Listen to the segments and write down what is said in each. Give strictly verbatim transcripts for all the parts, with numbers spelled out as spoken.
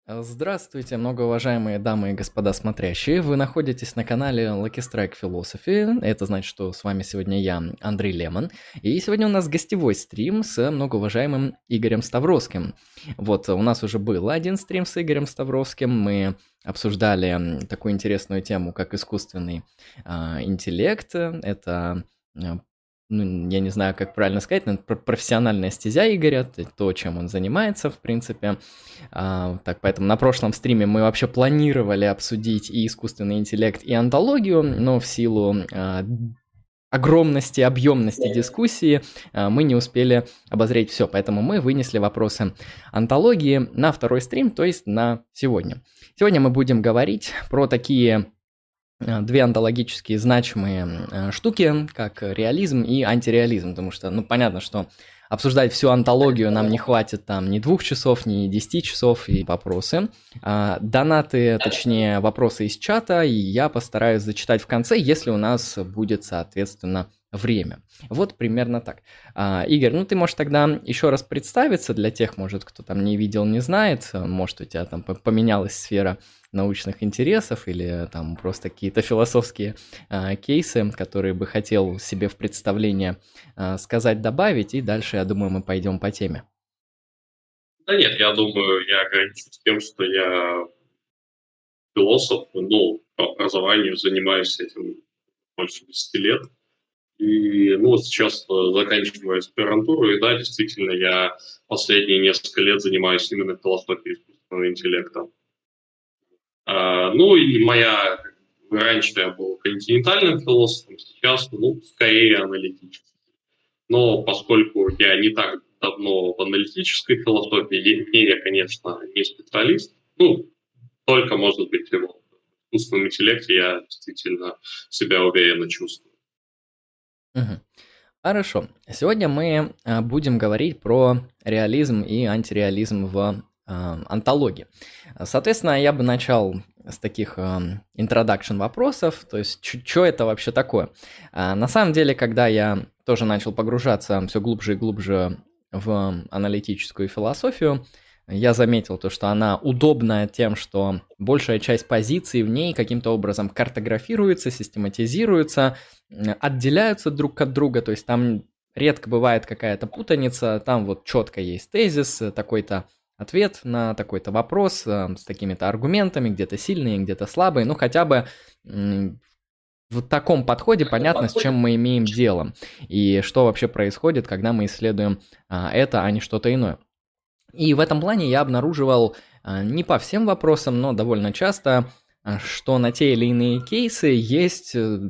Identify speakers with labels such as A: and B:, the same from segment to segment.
A: Э, Здравствуйте, многоуважаемые дамы и господа смотрящие. Вы находитесь на канале Lucky Strike Philosophy. Это значит, что с вами сегодня я, Андрей Лемон. И сегодня у нас гостевой стрим с многоуважаемым Игорем Ставровским. Вот, у нас уже был один стрим с Игорем Ставровским. Мы обсуждали м, такую интересную тему, как искусственный а, интеллект. Это а, ну, я не знаю, как правильно сказать, но это пр- профессиональная стезя Игоря, т- то, чем он занимается, в принципе. А, так, поэтому на прошлом стриме мы вообще планировали обсудить и искусственный интеллект, и онтологию, но в силу а, огромности, объемности дискуссии а, мы не успели обозреть все, поэтому мы вынесли вопросы онтологии на второй стрим, то есть на сегодня. Сегодня мы будем говорить про такие а, две онтологически значимые а, штуки, как реализм и антиреализм, потому что, ну, понятно, что обсуждать всю онтологию нам не хватит там ни двух часов, ни десяти часов и вопросы. А, донаты, точнее, вопросы из чата, и я постараюсь зачитать в конце, если у нас будет, соответственно, время. Вот примерно так. А, Игорь, ну ты можешь тогда еще раз представиться для тех, может, кто там не видел, не знает, может, у тебя там по- поменялась сфера научных интересов или там просто какие-то философские а, кейсы, которые бы хотел себе в представление а, сказать, добавить, и дальше, я думаю, мы пойдем по теме.
B: Да нет, я думаю, я ограничусь тем, что я философ, ну, по образованию занимаюсь этим больше десяти лет. И, ну, вот сейчас э, заканчиваю аспирантуру, и да, действительно, я последние несколько лет занимаюсь именно философией искусственного интеллекта. А, ну, и моя... Раньше я был континентальным философом, сейчас, ну, скорее аналитическим. Но поскольку я не так давно в аналитической философии, я, я, конечно, не специалист, ну, только, может быть, его в искусственном интеллекте я действительно себя уверенно чувствую.
A: Мгм. Хорошо. Сегодня мы а, будем говорить про реализм и антиреализм в а, онтологии. Соответственно, я бы начал с таких ам, introduction вопросов, то есть что это вообще такое. А, на самом деле, когда я тоже начал погружаться все глубже и глубже в аналитическую философию, я заметил то, что она удобная тем, что большая часть позиций в ней каким-то образом картографируется, систематизируется, м, отделяются друг от друга, то есть там редко бывает какая-то путаница, там вот четко есть тезис, э, такой-то ответ на такой-то вопрос э, с такими-то аргументами, где-то сильные, где-то слабые, ну хотя бы м, в таком подходе понятно, с чем мы имеем дело и что вообще происходит, когда мы исследуем а, это, а не что-то иное. И в этом плане я обнаруживал а, не по всем вопросам, но довольно часто, а, что на те или иные кейсы есть э,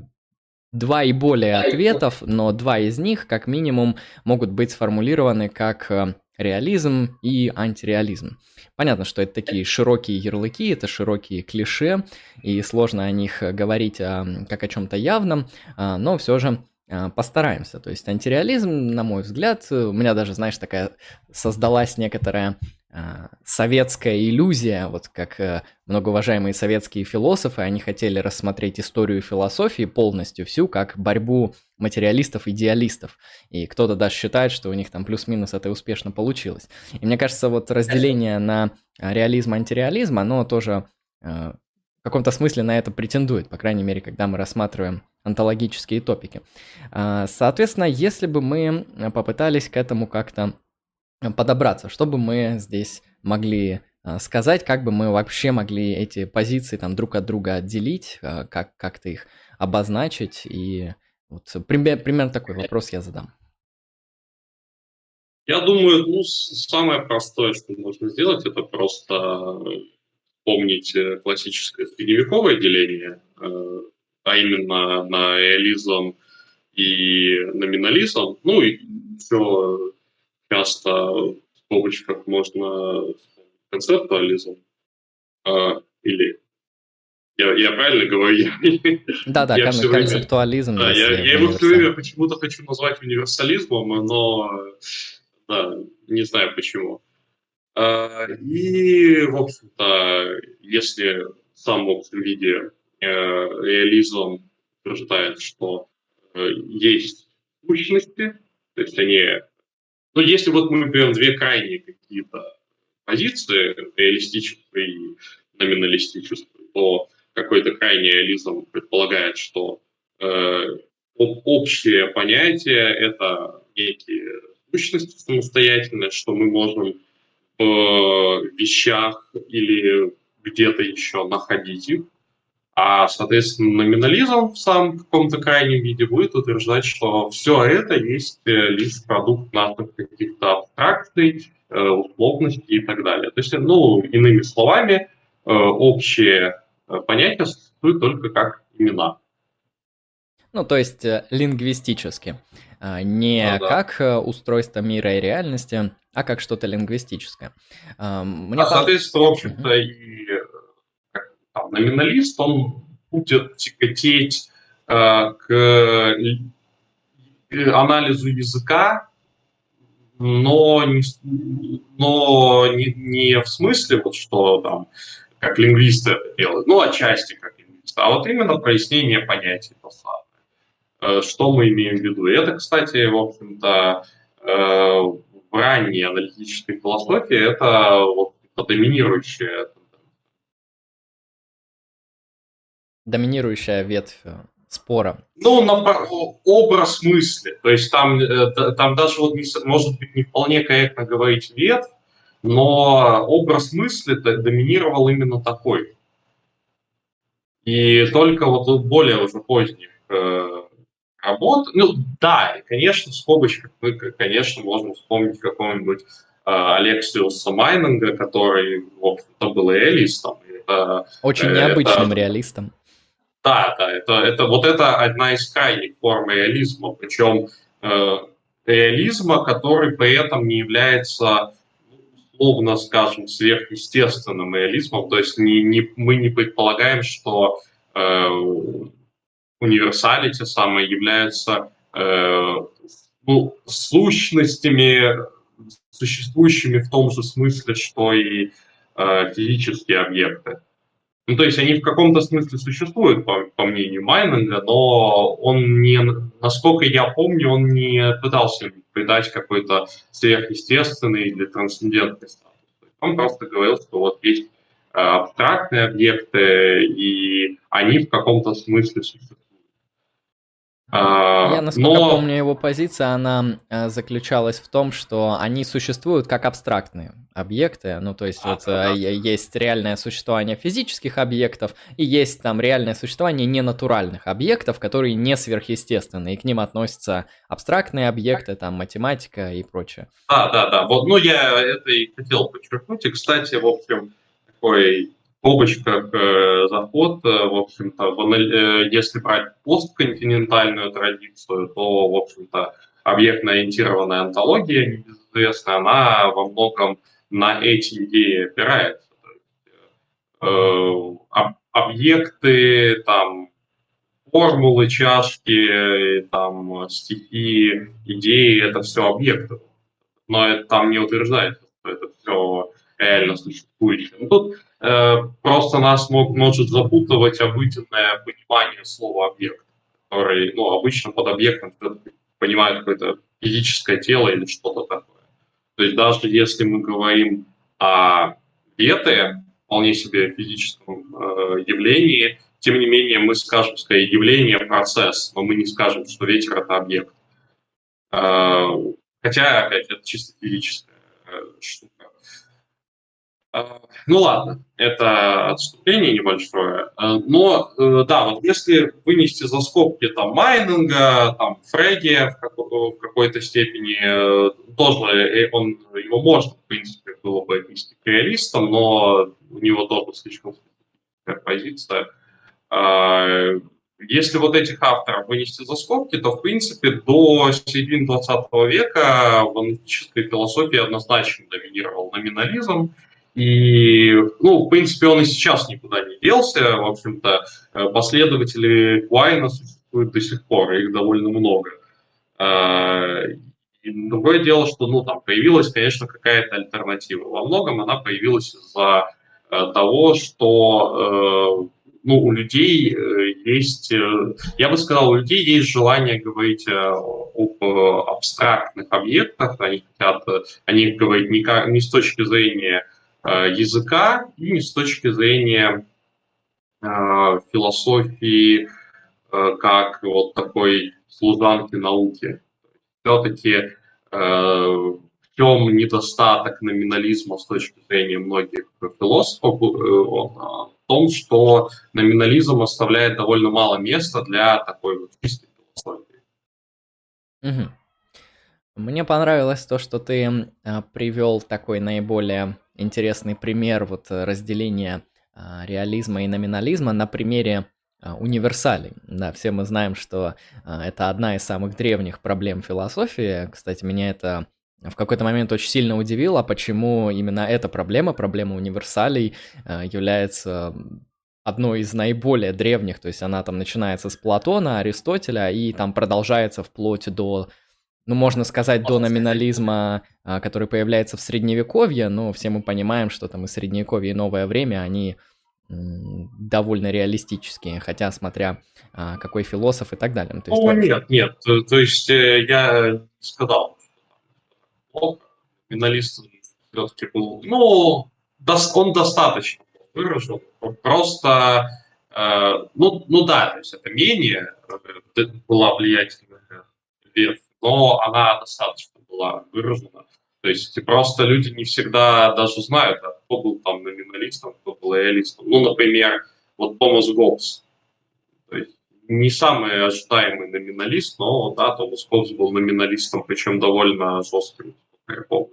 A: два и более ответов, но два из них, как минимум, могут быть сформулированы как э, реализм и антиреализм. Понятно, что это такие широкие ярлыки, это широкие клише, и сложно о них говорить а, как о чем-то явном, а, но все же а, постараемся. То есть антиреализм, на мой взгляд, у меня даже, знаешь, такая создалась некоторая а, советская иллюзия, вот как э, многоуважаемые советские философы, они хотели рассмотреть историю философии полностью всю, как борьбу материалистов и идеалистов. И кто-то даже считает, что у них там плюс-минус это успешно получилось. И мне кажется, вот разделение на а, реализм, антиреализм, оно тоже э, в каком-то смысле на это претендует, по крайней мере, когда мы рассматриваем онтологические топики. А, Соответственно, если бы мы попытались к этому как-то подобраться, что бы мы здесь могли а, сказать, как бы мы вообще могли эти позиции там друг от друга отделить, а, как как-то их обозначить, и вот пример- примерно такой вопрос я задам.
B: Я думаю, ну, с- самое простое, что можно сделать, это просто помнить э, классическое средневековое деление, э, а именно на реализм и номинализм. Ну, и еще часто в скобочках можно концептуализм, а, или я, я правильно говорю?
A: Да-да,
B: Я
A: кон-
B: все время,
A: концептуализм,
B: да, я,
A: если в
B: я его все время
A: универсале.
B: почему-то хочу назвать универсализмом, но да, не знаю почему. А, И, в общем-то, если в самом общем виде э, реализм утверждает, что э, есть сущности, то есть они... Ну, если вот мы берем две крайние какие-то позиции, реалистической и номиналистической, то какой-то крайний реализм предполагает, что э, общее понятие — это некие сущности самостоятельные, что мы можем в вещах или где-то еще находить их. А, соответственно, номинализм в самом каком-то крайнем виде будет утверждать, что все это есть лишь продукт наших каких-то абстракций, условностей и так далее. То есть, ну, иными словами, общее понятие существует только как имена.
A: Ну, то есть э, лингвистически. А, Не
B: Да, да.
A: как э, устройство мира и реальности, а как что-то лингвистическое. А, Мне
B: А,
A: пон-
B: соответственно, в
A: Мгм.
B: общем-то, и как там, номиналист, он будет тяготеть э, к л- к анализу языка, но не, с- но не, не в смысле, вот что там, как лингвисты это делают, ну, отчасти как лингвисты, а вот именно прояснение понятий, то самое. Э, Что мы имеем в виду? И это, кстати, в общем-то, э, в ранней аналитической философии это вот это доминирующая.
A: Доминирующая ветвь э, спора.
B: Ну, на по- образ мысли. То есть там, э, т- там даже, вот не с- может быть, не вполне корректно говорить ветвь, но образ мысли доминировал именно такой. И только вот у более уже поздних э, работ, ну да, и, конечно, в скобочках мы, к- конечно, можем вспомнить какого-нибудь э, Алексиуса Майнинга, который, в общем-то, был реалистом. И Это, э,
A: Очень
B: это
A: необычным реалистом.
B: да, да, это, это вот это одна из крайних форм реализма, причем э, реализма, который при этом не является, условно скажем, сверхъестественным реализмом, то есть не, не, мы не предполагаем, что э, универсалити самое является э, ну, сущностями, существующими в том же смысле, что и э, физические объекты. Ну, то есть они в каком-то смысле существуют, по, по мнению Майнинга, но он не, насколько я помню, он не пытался им придать какой-то сверхъестественный или трансцендентный статус. Он просто говорил, что вот есть э, абстрактные объекты, и они в каком-то смысле существуют.
A: Я,
B: А,
A: насколько помню,
B: но
A: его позиция, она э, заключалась в том, что они существуют как абстрактные объекты. Ну, то есть
B: да,
A: вот
B: да,
A: э,
B: да.
A: е- есть реальное существование физических объектов, и есть там реальное существование ненатуральных объектов, которые не сверхъестественные, и к ним относятся абстрактные объекты, там математика и прочее.
B: Да, да, да. Вот, ну, я это и хотел подчеркнуть. И, кстати, в общем, такой скобочка э, заход, э, в общем-то, в анали- э, если брать постконтинентальную традицию, то, в общем-то, объектно-ориентированная онтология, небезызвестная, она во многом на эти идеи опирается. Э, об- объекты, там, формулы, чашки, там, стихи, идеи — это все объекты, но это там не утверждается, что это все реально существующее. Ну, тут э, просто нас мог, может запутывать обыденное понимание слова объект, который, ну, обычно под объектом понимают какое-то физическое тело или что-то такое. То есть даже если мы говорим о ветре, вполне себе физическом э, явлении, тем не менее мы скажем, скорее, явление, процесс, но мы не скажем, что ветер — это объект. Э, Хотя, опять, это чисто физическая э, штука. Э, Ну ладно, это отступление небольшое. Э, Но э, да, вот если вынести за скобки там Майнинга, там Фрейди в, како- в какой-то степени, э, тоже э, он, его можно, в принципе, было бы отнести к реалистам, но у него тоже слишком специфическая позиция. А, Если вот этих авторов вынести за скобки, то, в принципе, до середины двадцатого века в аналитической философии однозначно доминировал номинализм. И, ну, в принципе, он и сейчас никуда не делся. В общем-то, э, последователи Куайна существуют до сих пор, их довольно много. А, И другое дело, что, ну, там появилась, конечно, какая-то альтернатива. Во многом она появилась из-за э, того, что э, ну, у людей э, есть, э, я бы сказал, у людей есть желание говорить э, об э, абстрактных объектах, они хотят, э, они говорят не, как, не с точки зрения э, языка, и не с точки зрения э, философии э, как вот такой служанки науки. Все-таки э, в чем недостаток номинализма с точки зрения многих философов, э, он, а, в том, что номинализм оставляет довольно мало места для такой вот чистой философии.
A: Мгм. Мне понравилось то, что ты а, привел такой наиболее интересный пример вот э, разделения а, реализма и номинализма на примере а, универсалей. Да, все мы знаем, что а, это одна из самых древних проблем философии. Кстати, меня это в какой-то момент очень сильно удивило, почему именно эта проблема, проблема универсалей, а, является одной из наиболее древних, то есть она там начинается с Платона, Аристотеля и там продолжается вплоть до, ну, можно сказать, до номинализма, а, который появляется в Средневековье, но все мы понимаем, что там и Средневековье, и новое время, они м, довольно реалистические, хотя смотря а, какой философ и так далее. То есть
B: Ну,
A: вот,
B: нет, нет. То, то есть э, я не сказал, что плохо. Номиналист все-таки был, ну, дос- он достаточно выражен. Просто, э, ну, ну да, то есть это менее э, была влиятельная ветвь, но она достаточно была выражена. То есть просто люди не всегда даже знают, а кто был там номиналистом, кто был реалистом. Ну, например, вот Томас Гоббс. То есть не самый ожидаемый номиналист, но да, Томас Гоббс был номиналистом, причем довольно жестким, насколько я помню.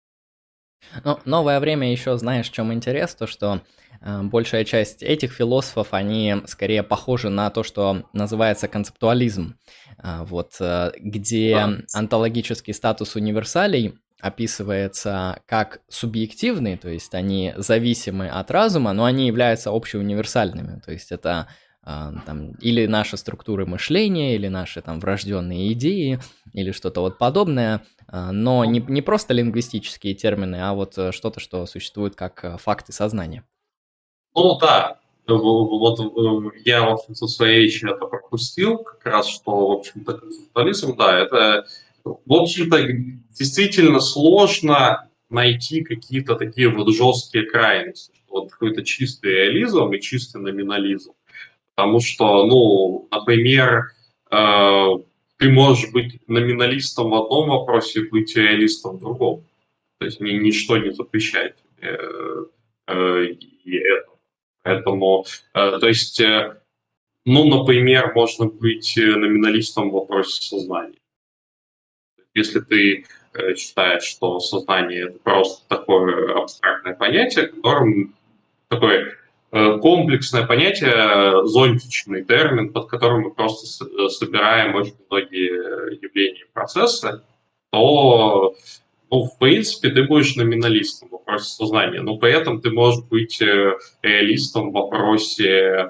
A: ну, новое время еще, знаешь, в чем интерес, то что э, большая часть этих философов, они скорее похожи на то, что называется концептуализм, А, вот, э, где
B: Да.
A: онтологический статус универсалей описывается как субъективный, то есть они зависимы от разума, но они являются общеуниверсальными, то есть это а, там, или наши структуры мышления, или наши там врожденные идеи, или что-то вот подобное, а, но не, не просто лингвистические термины, а вот э, что-то, что существует как э, факты сознания.
B: Ну да, в- вот э, я, в общем-то, в своей речи это пропустил, как раз, что, в общем-то, концептуализм, да, это, в общем-то, действительно сложно найти какие-то такие вот жесткие крайности, вот какой-то чистый реализм и чистый номинализм. Потому что, ну, например, э, ты можешь быть номиналистом в одном вопросе и быть реалистом в другом. То есть ни, ничто не запрещает тебе э, э, и это. Поэтому, э, то есть, э, ну, например, можно быть э, номиналистом в вопросе сознания. Если ты э, считаешь, что сознание это просто такое абстрактное понятие, которым такое э, комплексное понятие, зонтичный термин, под которым мы просто с- э, собираем очень многие явления и процессы, то, ну, в принципе, ты будешь номиналистом в вопросе сознания, но при этом ты можешь быть э, реалистом в вопросе,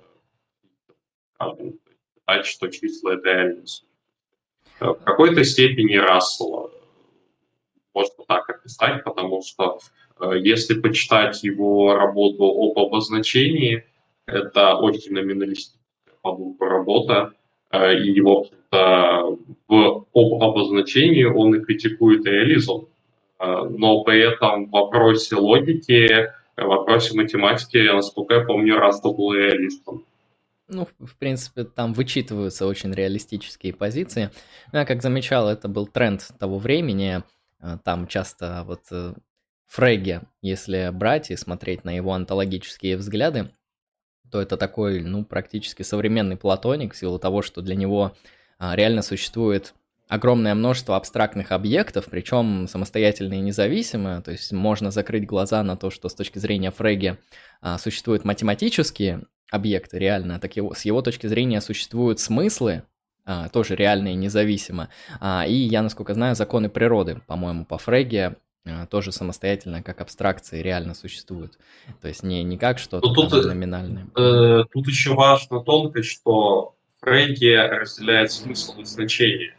B: скажем, считать, что числа — это реальность. Э, В какой-то степени Рассела можно так описать, потому что э, если почитать его работу об обозначении, это очень номиналистическая по духу работа, э, и, в общем-то, в, об обозначении он и критикует реализм, Э, но при этом в вопросе логики, в вопросе математики, насколько я помню, Рассел был реалистом.
A: Ну, в в принципе, там вычитываются очень реалистические позиции. Ну, я как замечал, это был тренд того времени. А, Там часто вот э, Фрейге, если брать и смотреть на его онтологические взгляды, то это такой, ну, практически современный платоник в силу того, что для него а, реально существует огромное множество абстрактных объектов, причем самостоятельно и независимо, то есть можно закрыть глаза на то, что с точки зрения Фрейги а, существуют математические объекты реально, так его, с его точки зрения существуют смыслы, а, тоже реальные, независимо, а, и я, насколько знаю, законы природы, по-моему, по Фрейге а, тоже самостоятельно, как абстракции, реально существуют. То есть не, не как
B: Но
A: что-то
B: тут,
A: там номинальное. Мгм.
B: э, тут еще важно тонкость, что Фрейги разделяет смысл и значение.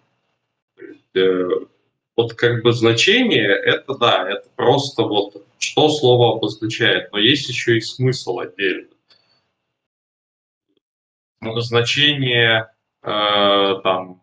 B: Э, вот как бы значение — это да, это просто вот что слово обозначает, но есть еще и смысл отдельно. Ну, значение э, там,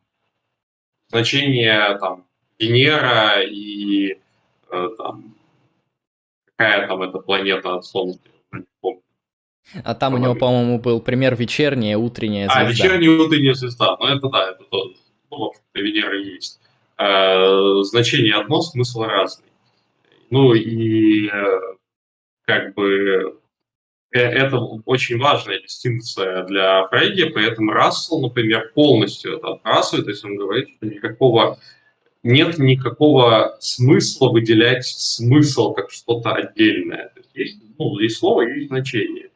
B: значение там Венера и э, там какая там эта планета от Солнца, я не помню.
A: А там у него, по-моему, был пример вечерняя, утренняя звезда.
B: А, вечерняя, утренняя звезда. Ну, это да, это тоже. Ну, в общем-то, Венера есть. А, значение одно, смысл разный. Ну, и как бы это очень важная дистинкция для Фрейда, поэтому Рассел, например, полностью это отбрасывает, то есть он говорит, что никакого, нет никакого смысла выделять смысл как что-то отдельное. То есть, есть, ну, есть слово, есть значение.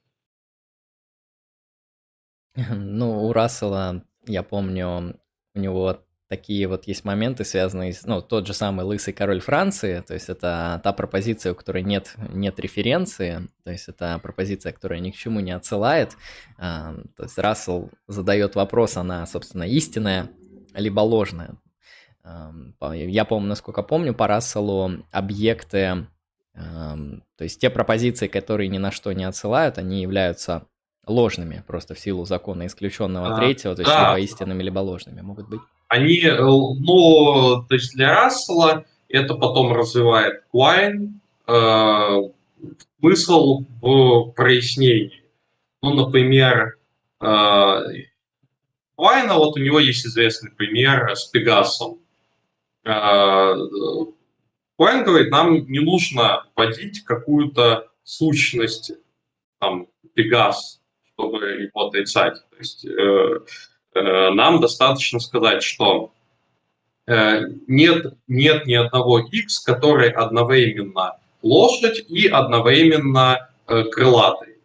A: Ну, у Рассела, я помню, у него такие вот есть моменты, связанные с, ну, тот же самый «Лысый король Франции», то есть это та пропозиция, у которой нет, нет референции, то есть это пропозиция, которая ни к чему не отсылает, а, то есть Рассел задает вопрос, она, собственно, истинная, либо ложная. А, я помню, насколько помню, по Расселу объекты, а, то есть те пропозиции, которые ни на что не отсылают, они являются ложными, просто в силу закона исключенного
B: А,
A: третьего, то есть
B: да.
A: либо истинными, либо ложными могут быть.
B: Они, ну, то есть для Рассела это потом развивает Куайн, э, смысл в прояснении. Ну, например, э, Куайна, вот у него есть известный пример с Пегасом. Э, Куайн говорит, нам не нужно вводить какую-то сущность, там, Пегас, чтобы его отрицать. То есть э, э, нам достаточно сказать, что нет, нет ни одного X, который одновременно лошадь и одновременно э, крылатый.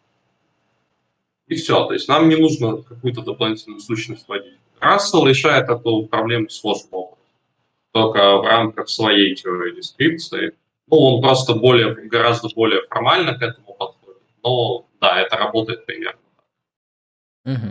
B: И все. То есть нам не нужно какую-то дополнительную сущность вводить. Рассел решает эту проблему сложно, только в рамках своей теории дескрипции. Ну, он просто более, гораздо более формально к этому подходит. Но да, это работает примерно.
A: Угу.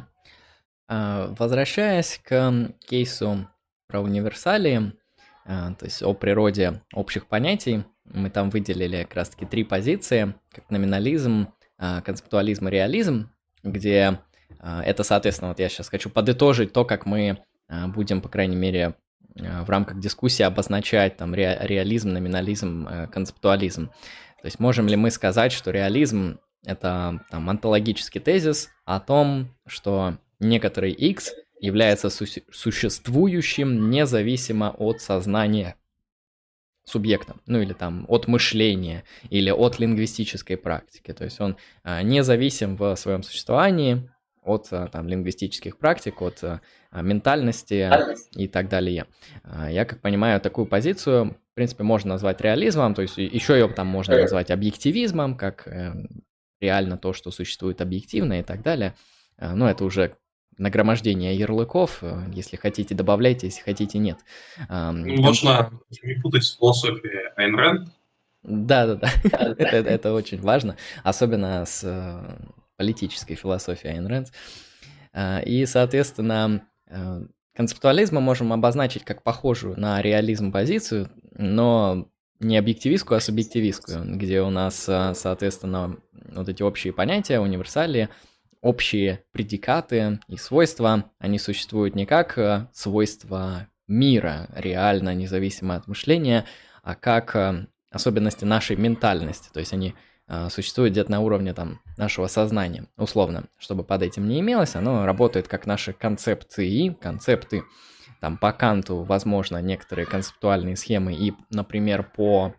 A: А, возвращаясь к кейсу про универсалии, а, то есть о природе общих понятий, мы там выделили как раз-таки три позиции, как номинализм, а, концептуализм и реализм, где а, это, соответственно, вот я сейчас хочу подытожить то, как мы а, будем, по крайней мере, а, в рамках дискуссии обозначать там ре, реализм, номинализм, а, концептуализм. То есть можем ли мы сказать, что реализм — это там онтологический тезис о том, что некоторый X является су- существующим независимо от сознания субъекта, ну или там от мышления, или от лингвистической практики. То есть он а, независим в своем существовании от а, там, лингвистических практик, от а, ментальности и так далее. А, я как понимаю, такую позицию, в принципе, можно назвать реализмом, то есть еще ее там можно назвать объективизмом, как э, реально то, что существует объективно и так далее. А, но это уже нагромождение ярлыков, если хотите, добавляйте, если хотите, нет.
B: Ну, можно не путать с философией Айн Рэнд.
A: Да-да-да, это, это очень важно, особенно с э, политической философией Айн Рэнд. Э, и, соответственно, э, концептуализм мы можем обозначить как похожую на реализм позицию, но не объективистскую, а субъективистскую, где у нас, соответственно, вот эти общие понятия, универсалии, общие предикаты и свойства, они существуют не как свойства мира, реально, независимо от мышления, а как особенности нашей ментальности, то есть они существуют где-то на уровне там, нашего сознания, условно, чтобы под этим не имелось, оно работает как наши концепции, концепты. Там по Канту, возможно, некоторые концептуальные схемы, и, например, по,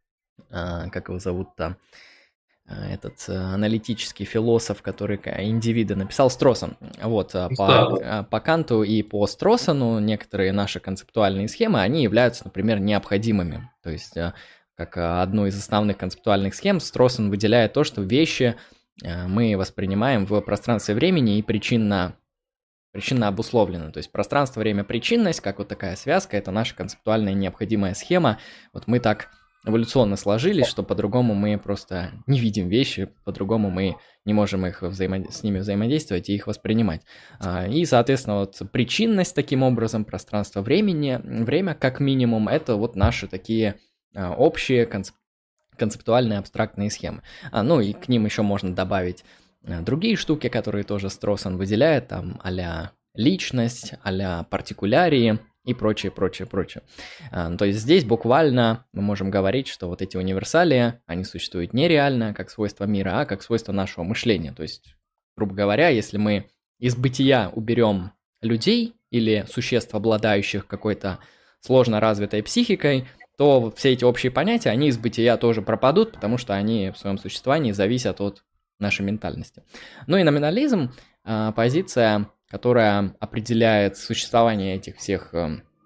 A: как его зовут-то, этот аналитический философ, который индивиды написал, Стросон. Вот, по, по Канту и по Стросону некоторые наши концептуальные схемы, они являются, например, необходимыми. То есть, как одну из основных концептуальных схем, Стросон выделяет то, что вещи мы воспринимаем в пространстве времени и причинно, причинно обусловлено. То есть пространство, время, причинность, как вот такая связка, это наша концептуальная необходимая схема. Вот мы так эволюционно сложились, что по-другому мы просто не видим вещи, по-другому мы не можем их взаимо... с ними взаимодействовать и их воспринимать. И, соответственно, вот причинность таким образом, пространство времени, время как минимум, это вот наши такие общие концеп... концептуальные абстрактные схемы. А, ну и к ним еще можно добавить другие штуки, которые тоже Стросон выделяет, там а-ля личность, а-ля партикулярии, и прочее, прочее, прочее. А, то есть здесь буквально мы можем говорить, что вот эти универсалии, они существуют не реально как свойство мира, а как свойство нашего мышления. То есть, грубо говоря, если мы из бытия уберем людей или существ, обладающих какой-то сложно развитой психикой, то все эти общие понятия, они из бытия тоже пропадут, потому что они в своем существовании зависят от нашей ментальности. Ну и номинализм – позиция, которая определяет существование этих всех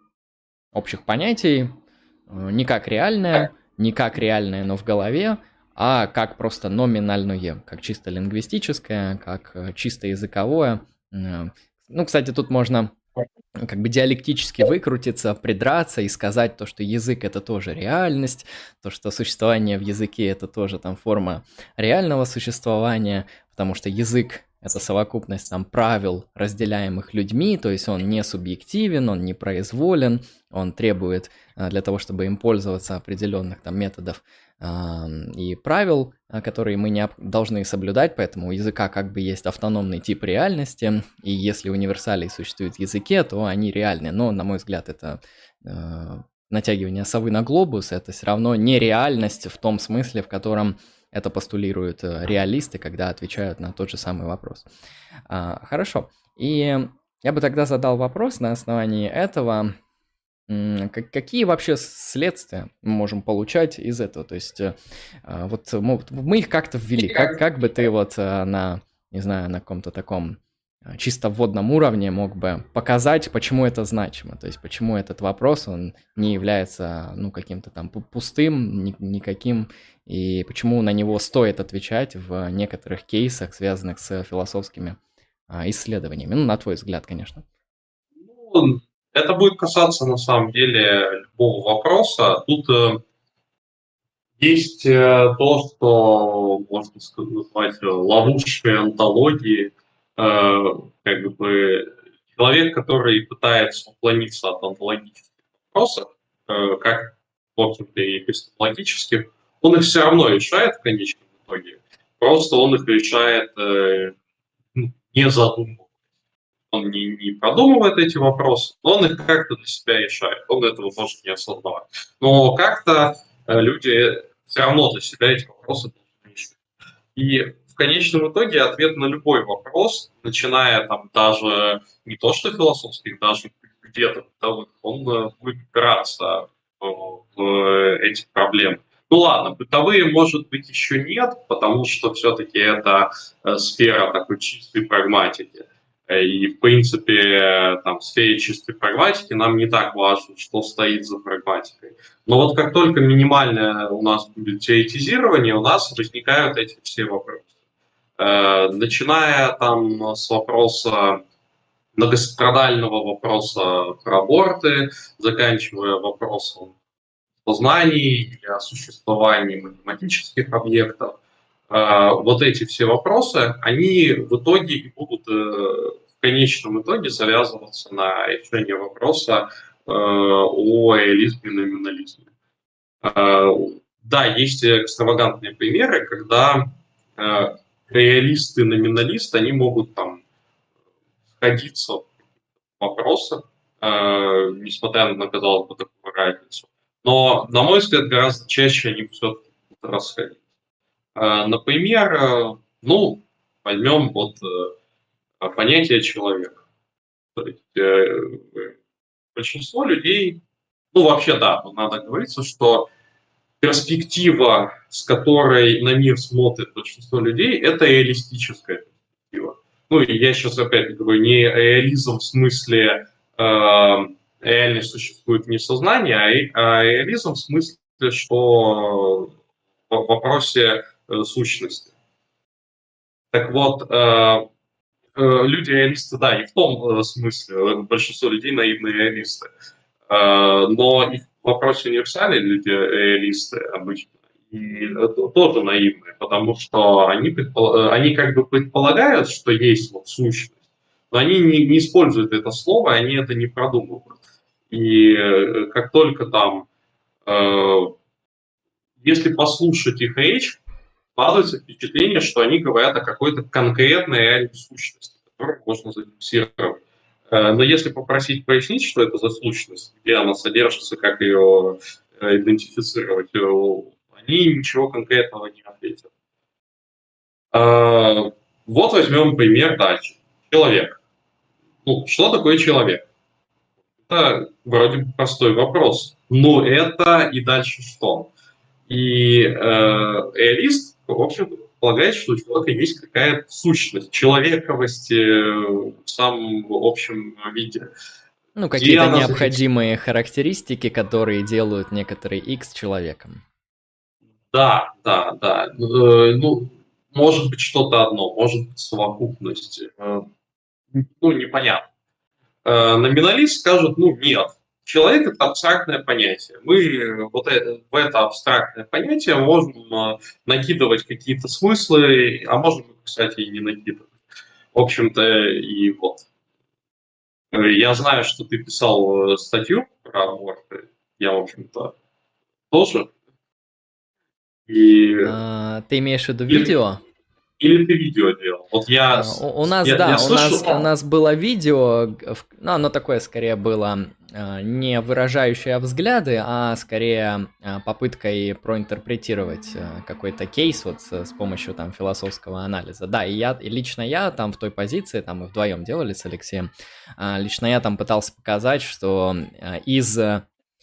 A: общих понятий не как реальное, не как реальное, но в голове, а как просто номинальное, как чисто лингвистическое, как чисто языковое. Ну, кстати, тут можно как бы диалектически выкрутиться, придраться и сказать то, что язык — это тоже реальность, то, что существование в языке — это тоже там форма реального существования, потому что язык — это совокупность там правил, разделяемых людьми, то есть он не субъективен, он не произволен, он требует для того, чтобы им пользоваться, определенных там методов и правил, которые мы не должны соблюдать, поэтому у языка как бы есть автономный тип реальности, и если универсалии существуют в языке, то они реальны, но, на мой взгляд, это э, натягивание совы на глобус, это все равно не реальность в том смысле, в котором это постулируют реалисты, когда отвечают на тот же самый вопрос. А, хорошо, и я бы тогда задал вопрос на основании этого. Какие вообще следствия мы можем получать из этого? То есть вот мы их как-то ввели. Как, как бы ты вот на, не знаю, на каком-то таком чисто вводном уровне мог бы показать, почему это значимо? То есть почему этот вопрос, он не является, ну, каким-то там пустым, никаким, и почему на него стоит отвечать в некоторых кейсах, связанных с философскими исследованиями? Ну, на твой взгляд, конечно.
B: Ну, это будет касаться, на самом деле, любого вопроса. Тут э, есть э, то, что можно сказать, назвать ловушкой онтологии. Э, как бы человек, который пытается уклониться от онтологических вопросов, э, как, в общем-то, и эпистемологических, он их все равно решает в конечном итоге. Просто он их решает э, не задумываясь. Он не, не продумывает эти вопросы, но он их как-то для себя решает. Он этого может не осознавать. Но как-то э, люди все равно для себя эти вопросы должны решить. И в конечном итоге ответ на любой вопрос, начиная там даже не то что философских, даже где-то бытовых, он э, будет упираться э, в эти проблемы. Ну ладно, бытовые, может быть, еще нет, потому что все-таки это э, сфера такой чистой прагматики. И, в принципе, там, в сфере чистой прагматики нам не так важно, что стоит за прагматикой. Но вот как только минимальное у нас будет теоретизирование, у нас возникают эти все вопросы. Э, начиная там с вопроса, многострадального вопроса про аборты, заканчивая вопросом познаний или о существовании математических объектов. Вот эти все вопросы, они в итоге и будут в конечном итоге завязываться на решение вопроса о реализме и номинализме. Да, есть экстравагантные примеры, когда реалисты и номиналисты, они могут там сходиться в вопросах, несмотря на, казалось бы, такую разницу. Но, на мой взгляд, гораздо чаще они все-таки будут расходиться. Например, ну, возьмем вот понятие человека. То есть большинство людей, ну, вообще, да, надо говориться, что перспектива, с которой на мир смотрит большинство людей, это реалистическая перспектива. Ну, и я сейчас опять говорю, не реализм в смысле э, реальность существует вне сознания, а реализм в смысле, что в вопросе э, сущности. Так вот, э, э, люди реалисты, да, и в том э, смысле, большинство людей наивные реалисты. Э, но и в вопросе универсалии люди реалисты обычно, и это тоже наивные, потому что они, предпол... они как бы предполагают, что есть вот сущность, но они не, не используют это слово, они это не продумывают. И э, как только там, э, если послушать их речь, складывается впечатление, что они говорят о какой-то конкретной реальной сущности, которую можно зафиксировать Э, Но если попросить пояснить, что это за сущность, где она содержится, как ее э, идентифицировать, э, они ничего конкретного не ответят. А, Вот возьмем пример дальше. Человек. Ну, что такое человек? Это вроде бы простой вопрос. Но это и дальше что? И э, реалист, в общем, полагает, что у человека есть какая-то сущность, человековость э, в самом общем виде.
A: Ну,
B: Где
A: какие-то
B: она зафиксирована?
A: необходимые характеристики, которые делают некоторый X человеком.
B: Да, да, да. Э, Ну, может быть, что-то одно, может быть, совокупность. Э, Ну, непонятно. Э, Номиналист скажет, ну, нет. Человек – это абстрактное понятие. Мы вот это, в это абстрактное понятие можем э, накидывать какие-то смыслы, а можем, кстати, и не накидывать. В общем-то, и вот. Э, Я знаю, что ты писал э, статью про аборты. Я, в общем-то, тоже. И
A: А, ты имеешь в виду
B: или,
A: видео?
B: или ты видео делал. Вот я,
A: А, У, у нас,
B: я, я
A: да, у нас, у
B: слышал.
A: нас было видео, г- в- ну, оно такое скорее было а, не выражающее взгляды, а скорее а, попыткой проинтерпретировать а, какой-то кейс вот с, с помощью там философского анализа. Да, и я, и лично я там в той позиции, там мы вдвоем делали с Алексеем, а, лично я там пытался показать, что а, из а,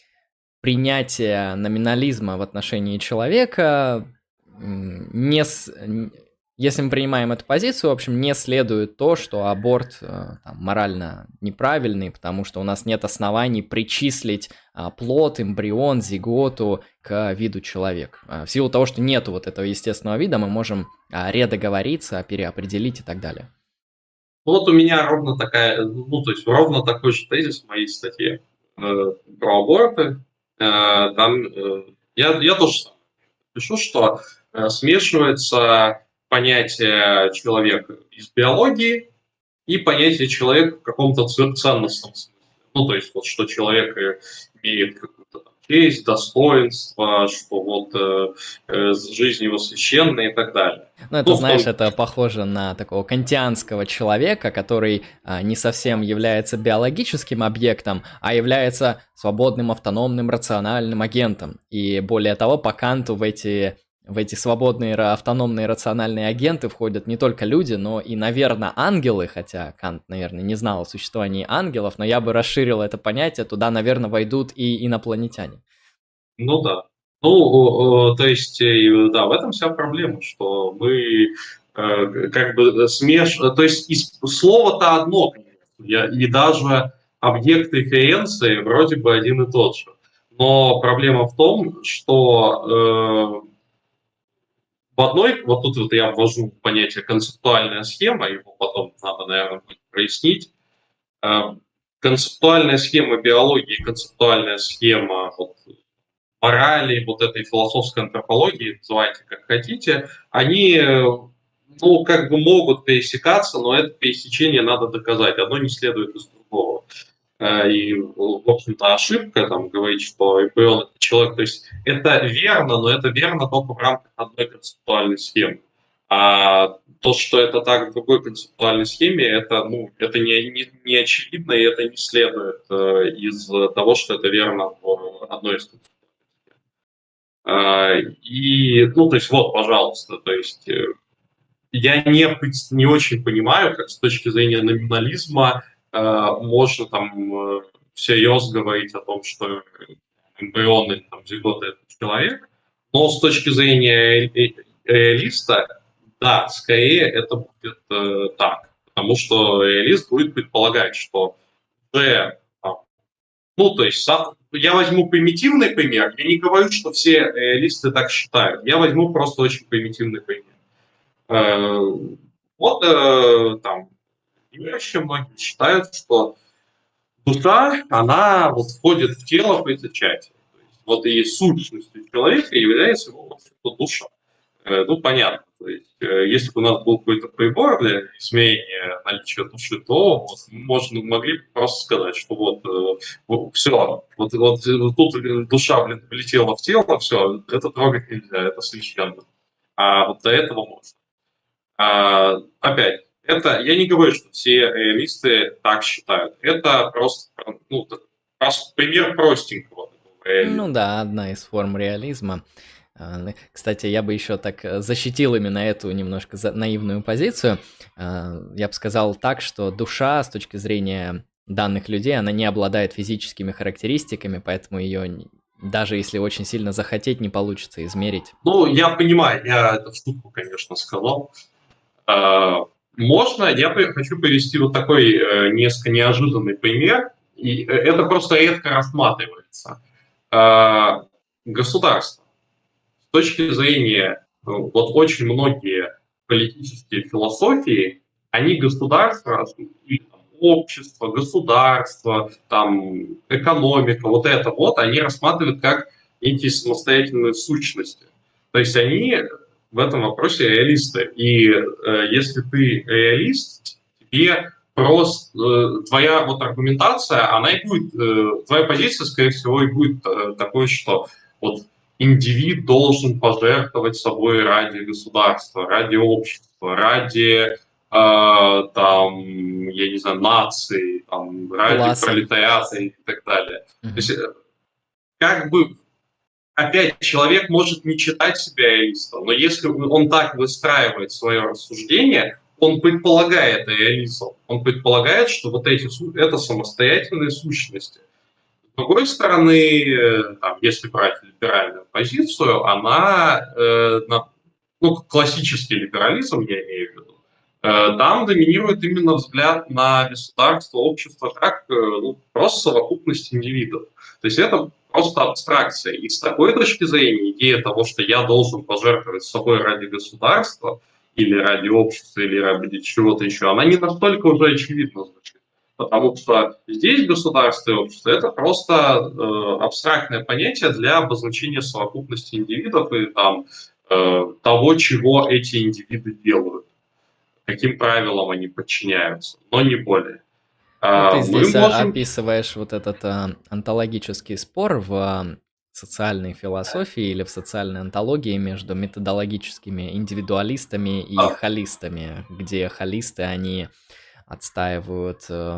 A: принятия номинализма в отношении человека м, не с- н- если мы принимаем эту позицию, в общем, не следует то, что аборт э, там, морально неправильный, потому что у нас нет оснований причислить а, плод, эмбрион, зиготу к виду человек. А, в силу того, что нету вот этого естественного вида, мы можем а, редоговориться, переопределить и так далее.
B: Вот у меня ровно такая, ну, то есть ровно такой же тезис в моей статье э, про аборты. Э, там э, я, я тоже сам пишу, что э, смешивается понятие человека из биологии и понятие человека в каком-то ц- ценностном смысле. Ну, то есть, вот, что человек э, имеет какую-то там честь, достоинство, что вот э, э, жизнь его священная и так далее.
A: Ну, это,
B: Ну, в
A: знаешь,
B: том,
A: это похоже на такого кантианского человека, который а, не совсем является биологическим объектом, а является свободным, автономным, рациональным агентом. И более того, по Канту в эти, в эти свободные, ра- автономные, рациональные агенты входят не только люди, но и, наверное, ангелы, хотя Кант, наверное, не знал о существовании ангелов, но я бы расширил это понятие, туда, наверное, войдут и инопланетяне.
B: Ну да. Ну, о- о, то есть, э, да, в этом вся проблема, что мы э, как бы смеш... То есть, из... слово-то одно, конечно, я- и даже объект референции вроде бы один и тот же. Но проблема в том, что э, в одной, вот тут вот я ввожу понятие концептуальная схема, его потом надо, наверное, будет прояснить. Э, Концептуальная схема биологии, концептуальная схема вот, морали, вот этой философской антропологии, называйте как хотите, они, э, ну, как бы могут пересекаться, но это пересечение надо доказать. Одно не следует из другого. Э, И, в общем-то, ошибка там говорить, что эмбрион – это человек. То есть это верно, но это верно только в рамках одной концептуальной схемы. А то, что это так в другой концептуальной схеме, это, ну, это не, не, не очевидно, и это не следует э, из того, что это верно в одной из концептуальных. А, И, ну, то есть, вот, пожалуйста, то есть, э, я не, пред- не очень понимаю, как с точки зрения номинализма э, можно там э, всерьез говорить о том, что эмбрион или там зигота – это человек, но с точки зрения ре- ре- реалиста, да, скорее это будет э, так, потому что реалист будет предполагать, что уже там, ну, то есть, сам- я возьму примитивный пример. Я не говорю, что все э, листы так считают. Я возьму просто очень примитивный пример. Э, Вот э, там верующие многие считают, что душа, она вот входит в тело при зачатии. То есть, вот и сущностью человека является его, в общем-то, душа. Э, Ну, понятно. То есть, э, если бы у нас был какой-то прибор для измерения наличия души, то вот мы можно, могли бы просто сказать, что вот, все, вот, вот тут душа, блин, полетела в тело, все, это трогать нельзя, это священно. А вот до этого можно. А, опять, Это, я не говорю, что все реалисты так считают. Это просто, ну, прос- пример простенького такого
A: Ну
B: реализма.
A: да, одна из форм реализма. А, н- Кстати, я бы еще так э, защитил именно эту немножко за- наивную позицию. А, Я бы сказал так, что душа с точки зрения данных людей, она не обладает физическими характеристиками, поэтому ее даже если очень сильно захотеть, не получится измерить.
B: Ну, я понимаю, я эту штуку, конечно, сказал. А, Можно, я при- хочу привести вот такой э, несколько неожиданный пример, и э, это просто редко рассматривается. А, Государство. С точки зрения, ну, вот очень многие политические философии, они государство, и там общество, государство, там, экономика, вот это вот, они рассматривают как некие самостоятельные сущности. То есть они в этом вопросе реалисты. И э, если ты реалист, тебе просто э, твоя вот аргументация, она и будет, э, твоя позиция, скорее всего, и будет э, такой, что вот индивид должен пожертвовать собой ради государства, ради общества, ради э, там, я не знаю, нации, там, ради
A: Класса.
B: пролетариата и так далее. То
A: Мгм.
B: есть, э, как бы, опять, человек может не считать себя реалистом, но если он так выстраивает свое рассуждение, он предполагает реализм, он предполагает, что вот эти это самостоятельные сущности. С другой стороны, э, там, если брать либеральную позицию, она, э, на, ну, классический либерализм, я имею в виду, э, там доминирует именно взгляд на государство, общество как э, ну, просто совокупность индивидов. То есть это просто абстракция. И с такой точки зрения идея того, что я должен пожертвовать собой ради государства, или ради общества, или ради чего-то еще, она не настолько уже очевидна звучит. Потому что здесь государство и общество – это просто э, абстрактное понятие для обозначения совокупности индивидов и там, э, того, чего эти индивиды делают, каким правилам они подчиняются, но не более.
A: Ну, ты
B: А мы
A: здесь а,
B: можем…
A: описываешь вот этот а, онтологический спор в а, социальной философии или в социальной онтологии между методологическими индивидуалистами и
B: Да,
A: холистами, где холисты, они отстаивают э,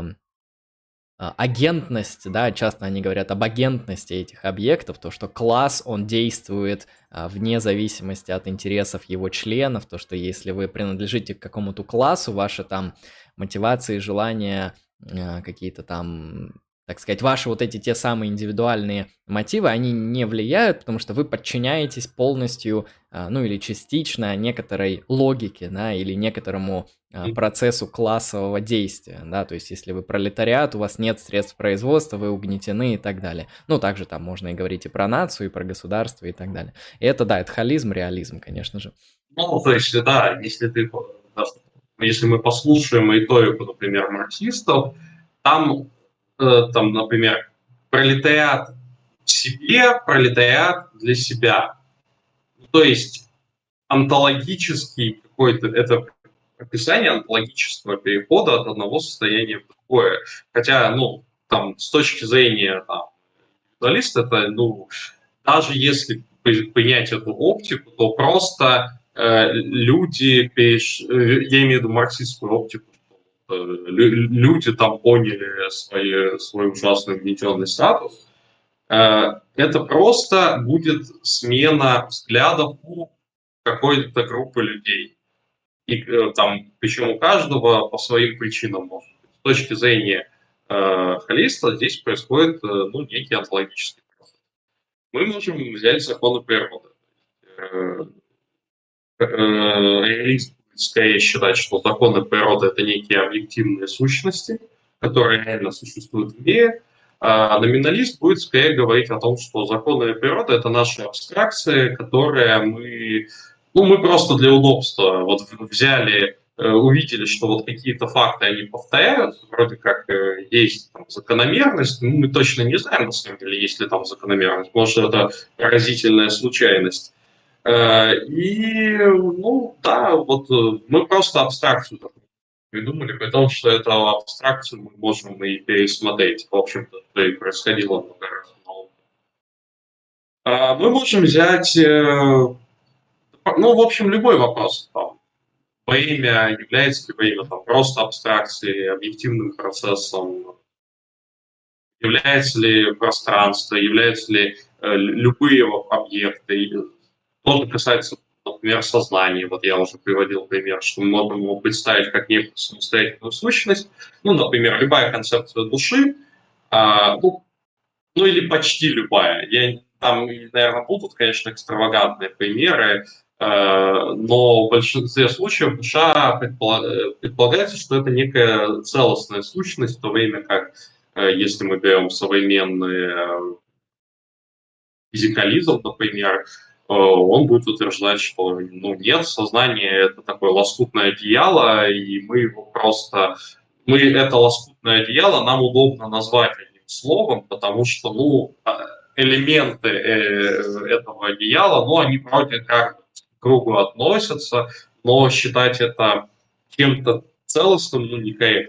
A: а, агентность, да, часто они говорят об агентности этих объектов, то, что класс, он действует а, вне зависимости от интересов его членов, то, что если вы принадлежите к какому-то классу, ваши там мотивации, желания, а, какие-то там, так сказать, ваши вот эти те самые индивидуальные мотивы, они не влияют, потому что вы подчиняетесь полностью, а, ну или частично некоторой логике, да, или некоторому а, процессу классового действия, да, то есть если вы пролетариат, у вас нет средств производства, вы угнетены и так далее. Ну, также там можно и говорить и про нацию, и про государство и так далее. И это, да, это холизм, реализм, конечно же.
B: ну, то есть, да, если ты, да, если мы послушаем риторику, например, марксистов, там, э, там, например, пролетариат в себе, пролетариат для себя. То есть онтологический какой-то, это описание онтологического перехода от одного состояния в другое. Хотя, ну, там, с точки зрения там, индивидуалиста, это, ну, даже если принять эту оптику, то просто э, люди, переш... э, я имею в виду марксистскую оптику, что э, лю- люди там поняли свои, свой ужасный угнетенный статус, э, это просто будет смена взглядов у какой-то группы людей. И э, там, причем у каждого по своим причинам может быть. С точки зрения э, холиста здесь происходит э, ну, некий онтологический процесс. Мы можем взять законы природы. Э, э, Реалист будет скорее считать, что законы природы – это некие объективные сущности, которые реально существуют в мире, а номиналист будет скорее говорить о том, что законы природы – это наши абстракции, которые мы, ну, мы просто для удобства вот взяли, э, увидели, что вот какие-то факты, они повторяются, вроде как э, есть там закономерность, ну, мы точно не знаем, на самом деле, есть ли там закономерность, может, это поразительная случайность. Э, И, ну, да, вот э, мы просто абстракцию такую придумали, при том, что эту абстракцию мы можем и пересмотреть. В общем-то, это и происходило много раз в науке. А Мы можем взять, э, ну, в общем, любой вопрос. Там, время, является ли время там просто абстракцией, объективным процессом, является ли пространство, являются ли э, любые объекты. И то, что касается, например, сознания. Вот я уже приводил пример, что мы можем его представить как некую самостоятельную сущность. Ну, например, любая концепция души, а, ну, ну или почти любая. Я, там, наверное, будут, конечно, экстравагантные примеры, э, но в большинстве случаев душа предпола- предполагается, что это некая целостная сущность, в то время как, э, если мы берем современный э, физикализм, например, э, он будет утверждать, что ну, нет, сознание — это такое лоскутное одеяло, и мы его просто... Мы это лоскутное одеяло нам удобно назвать одним словом, потому что, ну, а, элементы э, этого одеяла, ну, они вроде как к кругу относятся, но считать это чем-то целостным, ну, некорректно.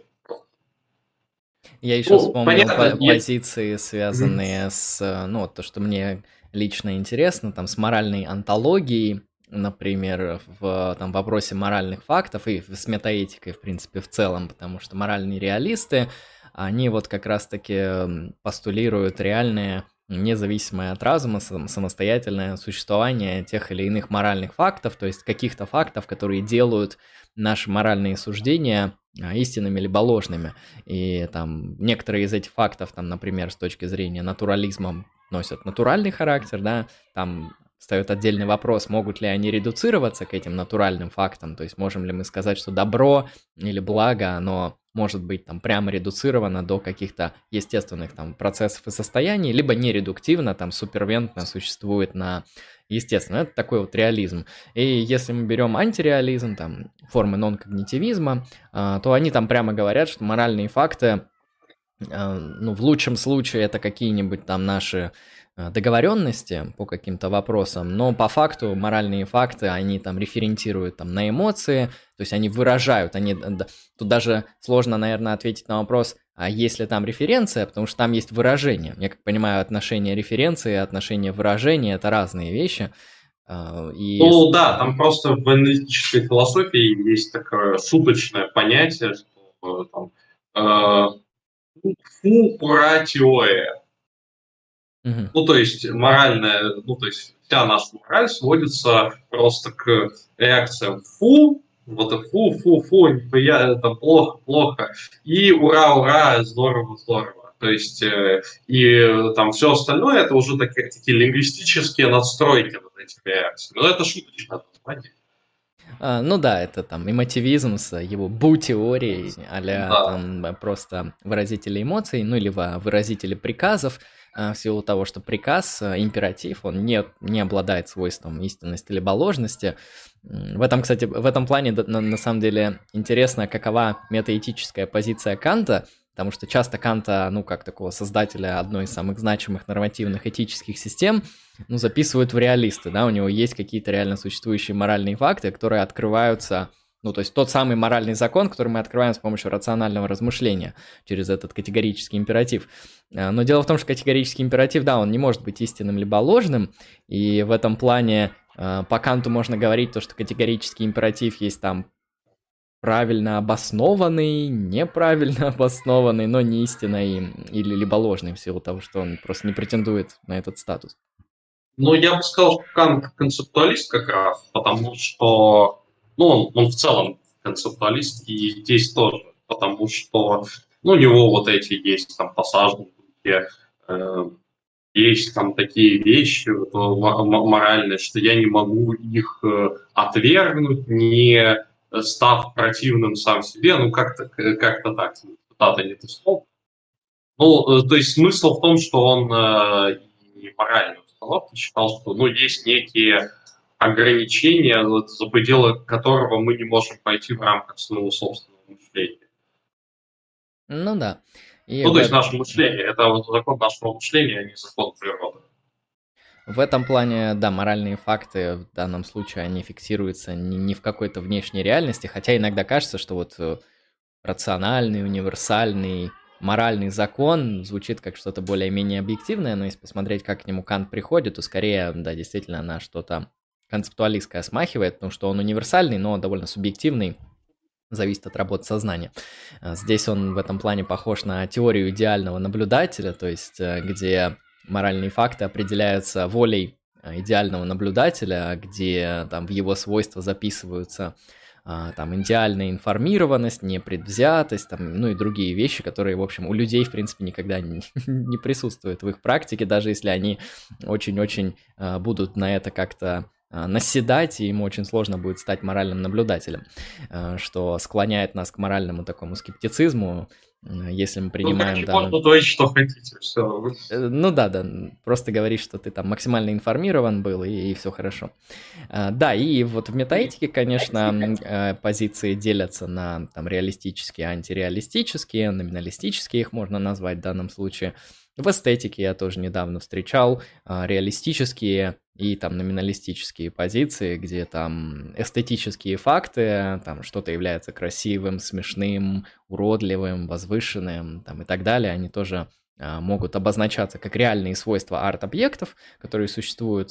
A: Я еще
B: Ну,
A: вспомнил
B: понятно,
A: по-
B: я...
A: позиции,
B: Мгм.
A: связанные с, э, ну, вот то, что мне лично интересно, там, с моральной онтологией, например, в там, вопросе моральных фактов и с метаэтикой, в принципе, в целом, потому что моральные реалисты, они вот как раз-таки м, постулируют реальное, независимое от разума, сам- самостоятельное существование тех или иных моральных фактов, то есть каких-то фактов, которые делают наши моральные суждения а, истинными либо ложными. И там некоторые из этих фактов, там, например, с точки зрения натурализма носят натуральный характер, да, там встает отдельный вопрос, могут ли они редуцироваться к этим натуральным фактам, то есть можем ли мы сказать, что добро или благо, оно может быть там прямо редуцировано до каких-то естественных там процессов и состояний, либо не редуктивно, там супервентно существует на естественно. Это такой вот реализм. И если мы берем антиреализм, там формы нон-когнитивизма, а, то они там прямо говорят, что моральные факты, а, ну, в лучшем случае это какие-нибудь там наши а, договоренности по каким-то вопросам, но по факту моральные факты, они там референтируют там на эмоции, то есть они выражают, они, д- тут даже сложно, наверное, ответить на вопрос, а есть ли там референция, потому что там есть выражение. Я как понимаю, отношение референции и отношение выражения — это разные вещи. А, И
B: Ну да, там просто в аналитической философии есть такое шуточное понятие, что э, там э, фу ура теория.
A: Мгм.
B: Ну, то есть моральная, ну, то есть вся наша мораль сводится просто к реакциям фу, вот это фу, фу, фу, неприятно, это плохо, плохо, и ура, ура, здорово, здорово. То есть э, и э, там все остальное это уже такие, такие лингвистические надстройки над этими реакциями. Но это шуточное название.
A: А, ну да, это там эмотивизм с его бу-теорией, а
B: Да.
A: там э, просто выразители эмоций, ну или во- выразители приказов, а, в силу того, что приказ, э, императив, он не, не обладает свойством истинности либо ложности. М, В этом, кстати, в этом плане да, на, на самом деле интересно, какова метаэтическая позиция Канта, потому что часто Канта, ну как такого создателя одной из самых значимых нормативных этических систем, ну, записывают в реалисты, да, у него есть какие-то реально существующие моральные факты, которые открываются, ну, то есть тот самый моральный закон, который мы открываем с помощью рационального размышления через этот категорический императив. А, Но дело в том, что категорический императив, да, он не может быть истинным либо ложным, и в этом плане а, по Канту можно говорить то, что категорический императив есть там правильно обоснованный, неправильно обоснованный, но не истинный или либо ложный в силу того, что он просто не претендует на этот статус.
B: Ну, я бы сказал, что Кант концептуалист как раз, потому что, ну, он, он в целом концептуалист, и здесь тоже, потому что, ну, у него вот эти есть там пассажи, где э, есть там такие вещи вот, м- м- моральные, что я не могу их э, отвергнуть, не став противным сам себе, ну, как-то как так, цитата не то слово. Ну, э, то есть смысл в том, что он э, и моральной установки считал, что ну, есть некие ограничения, вот, за пределы которого мы не можем пойти в рамках своего собственного мышления.
A: Ну да. И
B: Ну,
A: в,
B: то есть
A: эт-
B: наше мышление — это вот закон нашего мышления, а не закон природы.
A: в этом плане, да, моральные факты в данном случае, они фиксируются не, не в какой-то внешней реальности, хотя иногда кажется, что вот э, рациональный, универсальный, моральный закон звучит как что-то более-менее объективное, но если посмотреть, как к нему Кант приходит, то скорее, да, действительно, на что-то концептуалистское смахивает, потому что он универсальный, но довольно субъективный, зависит от работы сознания. Здесь он в этом плане похож на теорию идеального наблюдателя, то есть где моральные факты определяются волей идеального наблюдателя, где там в его свойства записываются там идеальная информированность, непредвзятость, там, ну и другие вещи, которые, в общем, у людей, в принципе, никогда не, не присутствуют в их практике, даже если они очень-очень будут на это как-то наседать, и ему очень сложно будет стать моральным наблюдателем, что склоняет нас к моральному такому скептицизму, если мы принимаем...
B: Ну, да, можно творить, что хотите, все.
A: Ну да, да, просто говоришь, что ты там максимально информирован был, и, и все хорошо. Да, и вот в метаэтике, конечно, позиции делятся на там реалистические, антиреалистические, номиналистические их можно назвать в данном случае. В эстетике я тоже недавно встречал реалистические и там номиналистические позиции, где там эстетические факты, там что-то является красивым, смешным, уродливым, возвышенным, там и так далее, они тоже а, могут обозначаться как реальные свойства арт-объектов, которые существуют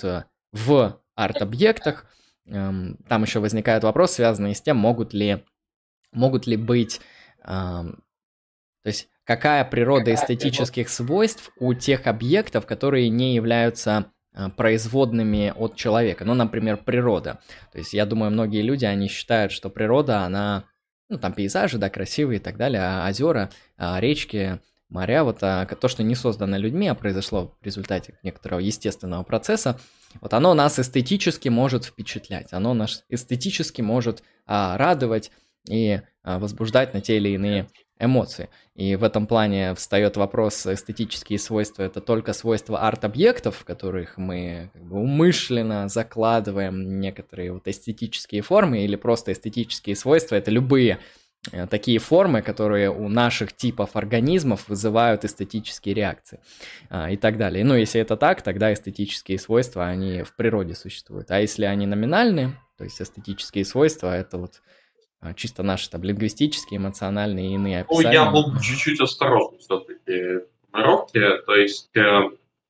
A: в арт-объектах. Эм, там еще возникает вопрос, связанный с тем, могут ли, могут ли быть... Эм, то есть какая природа эстетических свойств у тех объектов, которые не являются производными от человека. Ну, например, природа. То есть я думаю, многие люди, они считают, что природа, она, ну, там пейзажи, да, красивые и так далее, а озера, а речки, моря, вот а, то, что не создано людьми, а произошло в результате некоторого естественного процесса, вот оно нас эстетически может впечатлять, оно нас эстетически может а, радовать и а, возбуждать на те или иные эмоции. И в этом плане встает вопрос, эстетические свойства — это только свойства арт-объектов, в которых мы как бы умышленно закладываем некоторые вот эстетические формы, или просто эстетические свойства — это любые э, такие формы, которые у наших типов организмов вызывают эстетические реакции э, и так далее. Ну, если это так, тогда эстетические свойства, они в природе существуют. А если они номинальны, то есть эстетические свойства — это вот чисто наши там лингвистические, эмоциональные и иные описания.
B: Ну, я был чуть-чуть осторожен все-таки в формулировке. То есть э,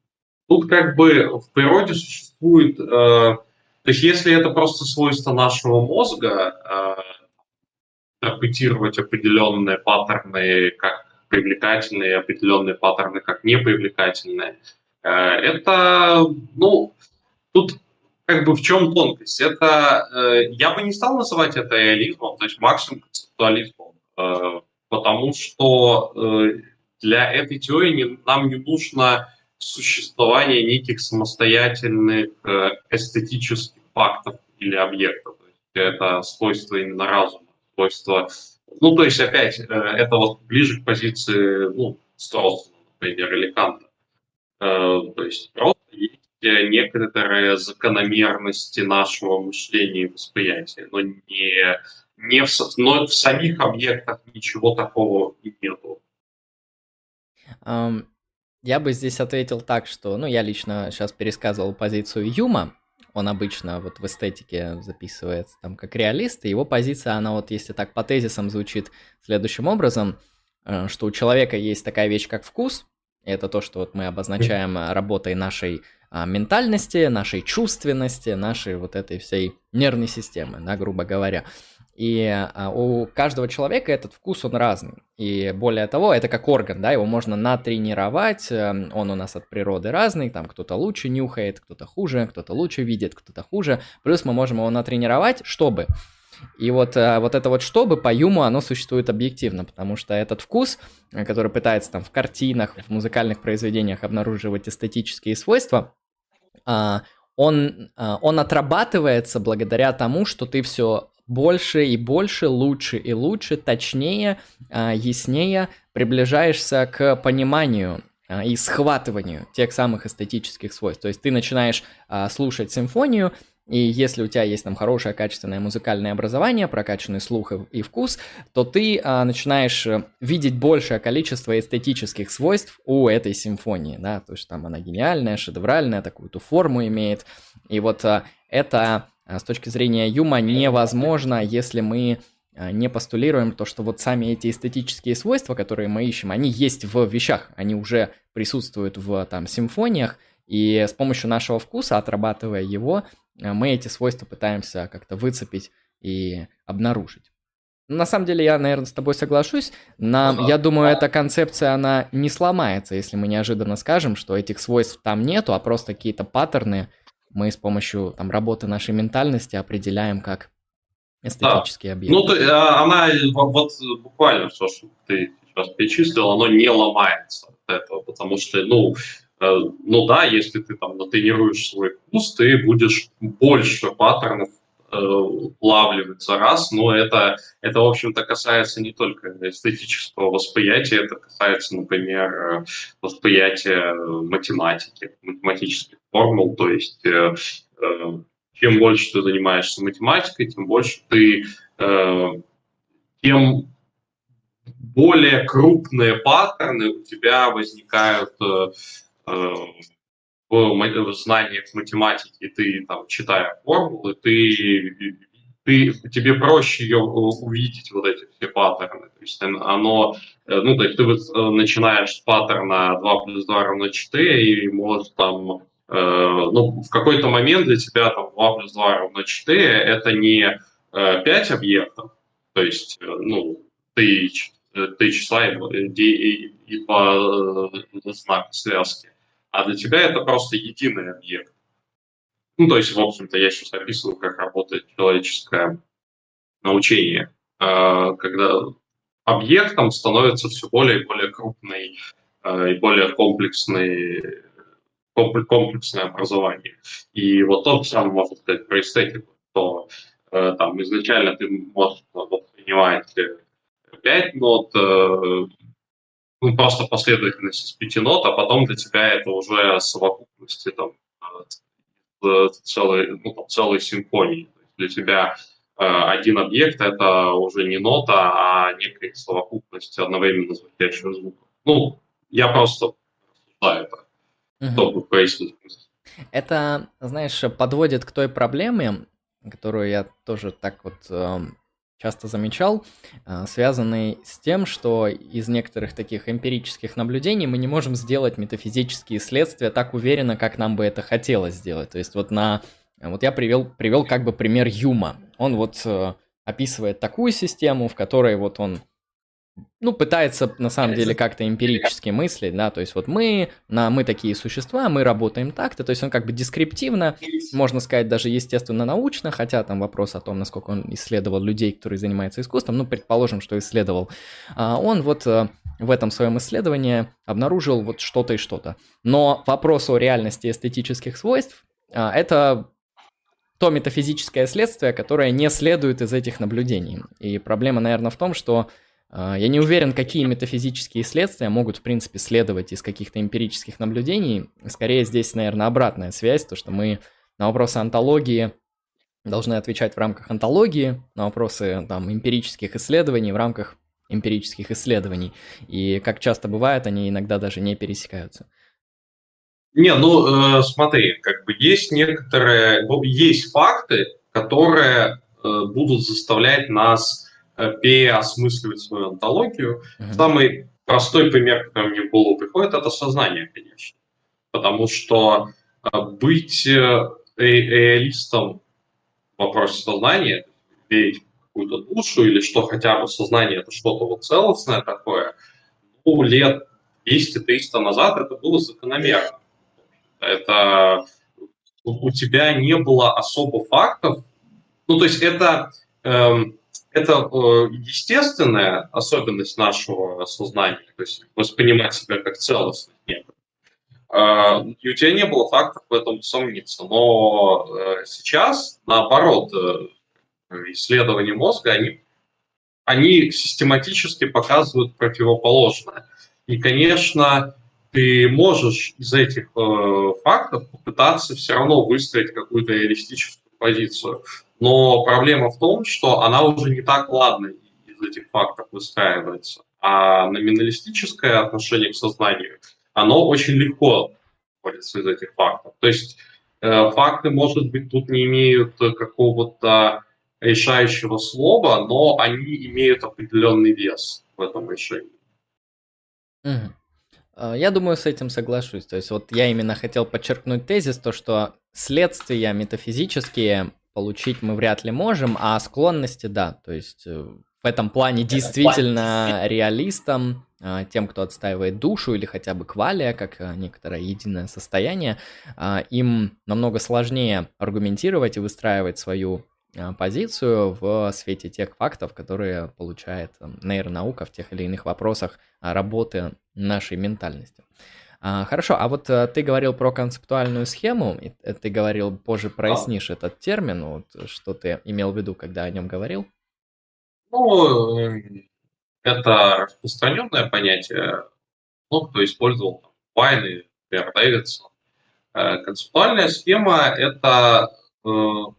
B: тут как бы в природе существует... Э, то есть если это просто свойство нашего мозга, э, интерпретировать определенные паттерны как привлекательные, определенные паттерны как непривлекательные, э, это, ну, тут как бы в чем тонкость? Это э, я бы не стал называть это реализмом, то есть максимум концептуализмом, э, потому что э, для этой теории не, нам не нужно существование неких самостоятельных э, эстетических фактов или объектов. То есть это свойство именно разума, свойство... Ну, то есть, опять, э, это вот ближе к позиции, ну, Страуса, например, или Канта. Э, то есть просто есть некоторые закономерности нашего мышления и восприятия, но не, не в, но в самих объектах ничего такого и нету.
A: Um, я бы здесь ответил так, что, ну, я лично сейчас пересказывал позицию Юма, он обычно вот в эстетике записывается там как реалист, и его позиция, она вот, если так по тезисам звучит следующим образом, что у человека есть такая вещь, как вкус, это то, что вот мы обозначаем работой нашей а, ментальности, нашей чувственности, нашей вот этой всей нервной системы, да, грубо говоря. И а, у каждого человека этот вкус, он разный. И более того, это как орган, да, его можно натренировать, он у нас от природы разный, там кто-то лучше нюхает, кто-то хуже, кто-то лучше видит, кто-то хуже. Плюс мы можем его натренировать, чтобы... И вот, вот это вот чтобы по Юму оно существует объективно, потому что этот вкус, который пытается там в картинах, в музыкальных произведениях обнаруживать эстетические свойства, он, он отрабатывается благодаря тому, что ты все больше и больше, лучше и лучше, точнее, яснее приближаешься к пониманию и схватыванию тех самых эстетических свойств. То есть ты начинаешь слушать симфонию, и если у тебя есть там хорошее качественное музыкальное образование, прокачанный слух и вкус, то ты а, начинаешь видеть большее количество эстетических свойств у этой симфонии, да, то есть там она гениальная, шедевральная, такую-то форму имеет. И вот а, это а, с точки зрения Юма невозможно, если мы а, не постулируем то, что вот сами эти эстетические свойства, которые мы ищем, они есть в вещах, они уже присутствуют в там симфониях, и с помощью нашего вкуса, отрабатывая его, э, мы эти свойства пытаемся как-то выцепить и обнаружить. На самом деле, я, наверное, с тобой соглашусь. Нам, я думаю, эта концепция, она не сломается, если мы неожиданно скажем, что этих свойств там нету, а просто какие-то паттерны мы с помощью там, работы нашей ментальности определяем как
B: Да.
A: эстетические
B: Ну,
A: объекты.
B: ты, а, она э, во- вот буквально все, что ты сейчас перечислил, оно не ломается от этого, потому что, ну, э, ну да, если ты там натренируешь свой вкус, ты будешь больше паттернов э, улавливать за раз, но это, это, в общем-то, касается не только эстетического восприятия, это касается, например, э, восприятия математики, математических формул, то есть э, э, чем больше ты занимаешься математикой, тем больше ты, э, тем более крупные паттерны у тебя возникают э, э, в, в знаниях математики. И ты, там, читая формулы, ты, ты, тебе проще ее увидеть, вот эти все паттерны. То есть оно, э, ну, то есть ты вот э, начинаешь с паттерна два плюс два равно четыре, и можешь там Э, ну, в какой-то момент для тебя там два плюс два равно четыре, это не э, пять объектов, то есть, э, ну, три, э, три числа и, и, и два э, знака связки, а для тебя это просто единый объект. Ну, то есть, в общем-то, я сейчас описываю, как работает человеческое научение, э, когда объектом становится все более и более крупный э, и более комплексный комплексное образование. И вот то же самое можно сказать про эстетику, что э, там изначально ты можешь воспринимать пять нот, э, ну, просто последовательность из пяти нот, а потом для тебя это уже совокупности там, э, целой, ну, там, целой симфонии. Для тебя э, один объект — это уже не нота, а некая совокупность одновременно звучащих звуков. Ну, я просто рассуждаю это, чтобы пояснить.
A: Это, знаешь, подводит к той проблеме, которую я тоже так вот э, часто замечал, э, связанной с тем, что из некоторых таких эмпирических наблюдений мы не можем сделать метафизические следствия так уверенно, как нам бы это хотелось сделать. То есть вот на... Вот я привел, привел как бы пример Юма. Он вот э, описывает такую систему, в которой вот он ну, пытается на самом деле как-то эмпирически мыслить, да, то есть вот мы, на, мы такие существа, мы работаем так-то, то есть он как бы дескриптивно, можно сказать, даже естественно-научно, хотя там вопрос о том, насколько он исследовал людей, которые занимаются искусством, ну, предположим, что исследовал, а он вот в этом своем исследовании обнаружил вот что-то и что-то. Но вопрос о реальности эстетических свойств, это то метафизическое следствие, которое не следует из этих наблюдений. И проблема, наверное, в том, что я не уверен, какие метафизические следствия могут, в принципе, следовать из каких-то эмпирических наблюдений. Скорее, здесь, наверное, обратная связь, то, что мы на вопросы онтологии должны отвечать в рамках онтологии, на вопросы там, эмпирических исследований в рамках эмпирических исследований. И, как часто бывает, они иногда даже не пересекаются.
B: Не, ну, э, смотри, как бы есть некоторые, ну, есть факты, которые э, будут заставлять нас э, переосмысливать свою онтологию.
A: Uh-huh.
B: Самый простой пример, который мне в голову приходит, это сознание, конечно. Потому что э, быть э, реалистом в вопросе сознания, верить в какую-то душу или что хотя бы сознание — это что-то вот целостное такое, ну, лет двести-триста назад это было закономерно. Это у тебя не было особо фактов. Ну, то есть это, эм, это э, естественная особенность нашего сознания, то есть воспринимать себя как целостность. Нет. Э, и у тебя не было фактов в этом усомниться. Но э, сейчас, наоборот, э, исследования мозга, они, они систематически показывают противоположное. И, конечно, ты можешь из этих э, фактов попытаться все равно выстроить какую-то реалистическую позицию. Но проблема в том, что она уже не так ладно из этих фактов выстраивается. А номиналистическое отношение к сознанию, оно очень легко вводится из этих фактов. То есть э, факты, может быть, тут не имеют какого-то решающего слова, но они имеют определенный вес в этом решении.
A: Угу. А, Я думаю, с этим соглашусь. То есть вот я именно хотел подчеркнуть тезис, то что следствия метафизические получить мы вряд ли можем, а склонности, да. То есть э, в этом плане действительно реалистам, а, тем, кто отстаивает душу или хотя бы квалия, как а, некоторое единое состояние, а, им намного сложнее аргументировать и выстраивать свою а, позицию в свете тех фактов, которые получает там, нейронаука в тех или иных вопросах а, работы нашей ментальности. А, хорошо, а вот а, ты говорил про концептуальную схему, и э, ты говорил, позже
B: Да.
A: прояснишь этот термин, вот, что ты имел в виду, когда о нем говорил?
B: Ну, э, это распространенное понятие, ну, кто использовал там, Вайн и например, Дэвидсон. Э, Концептуальная схема — это э,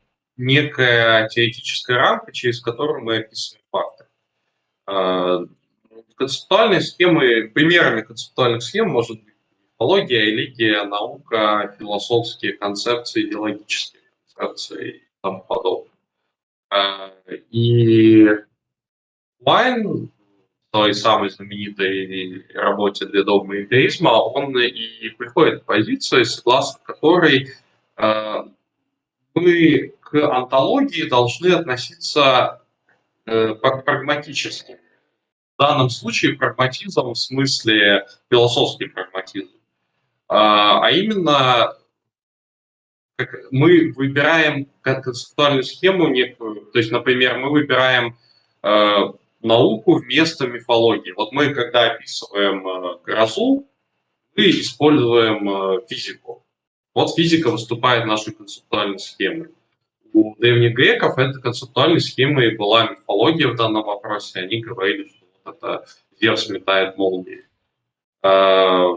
B: некая теоретическая рамка, через которую мы описываем факты. Э, Концептуальные схемы, примерами концептуальных схем может быть мифология, религия, наука, философские концепции, идеологические концепции и тому подобное. Э, И Вайн в той самой знаменитой работе «Две догмы эмпиризма» он и приходит к позиции, согласно которой э, мы к онтологии должны относиться э, прагматически. В данном случае прагматизм в смысле философский прагматизм. А, а именно, как мы выбираем концептуальную схему некую, то есть, например, мы выбираем э, науку вместо мифологии. Вот мы, когда описываем э, грозу, мы используем э, физику. Вот физика выступает нашей концептуальной схемой. У древних греков этой концептуальной схемой была мифология в данном вопросе. Они говорили, что вот это Зевс метает молнии. Э,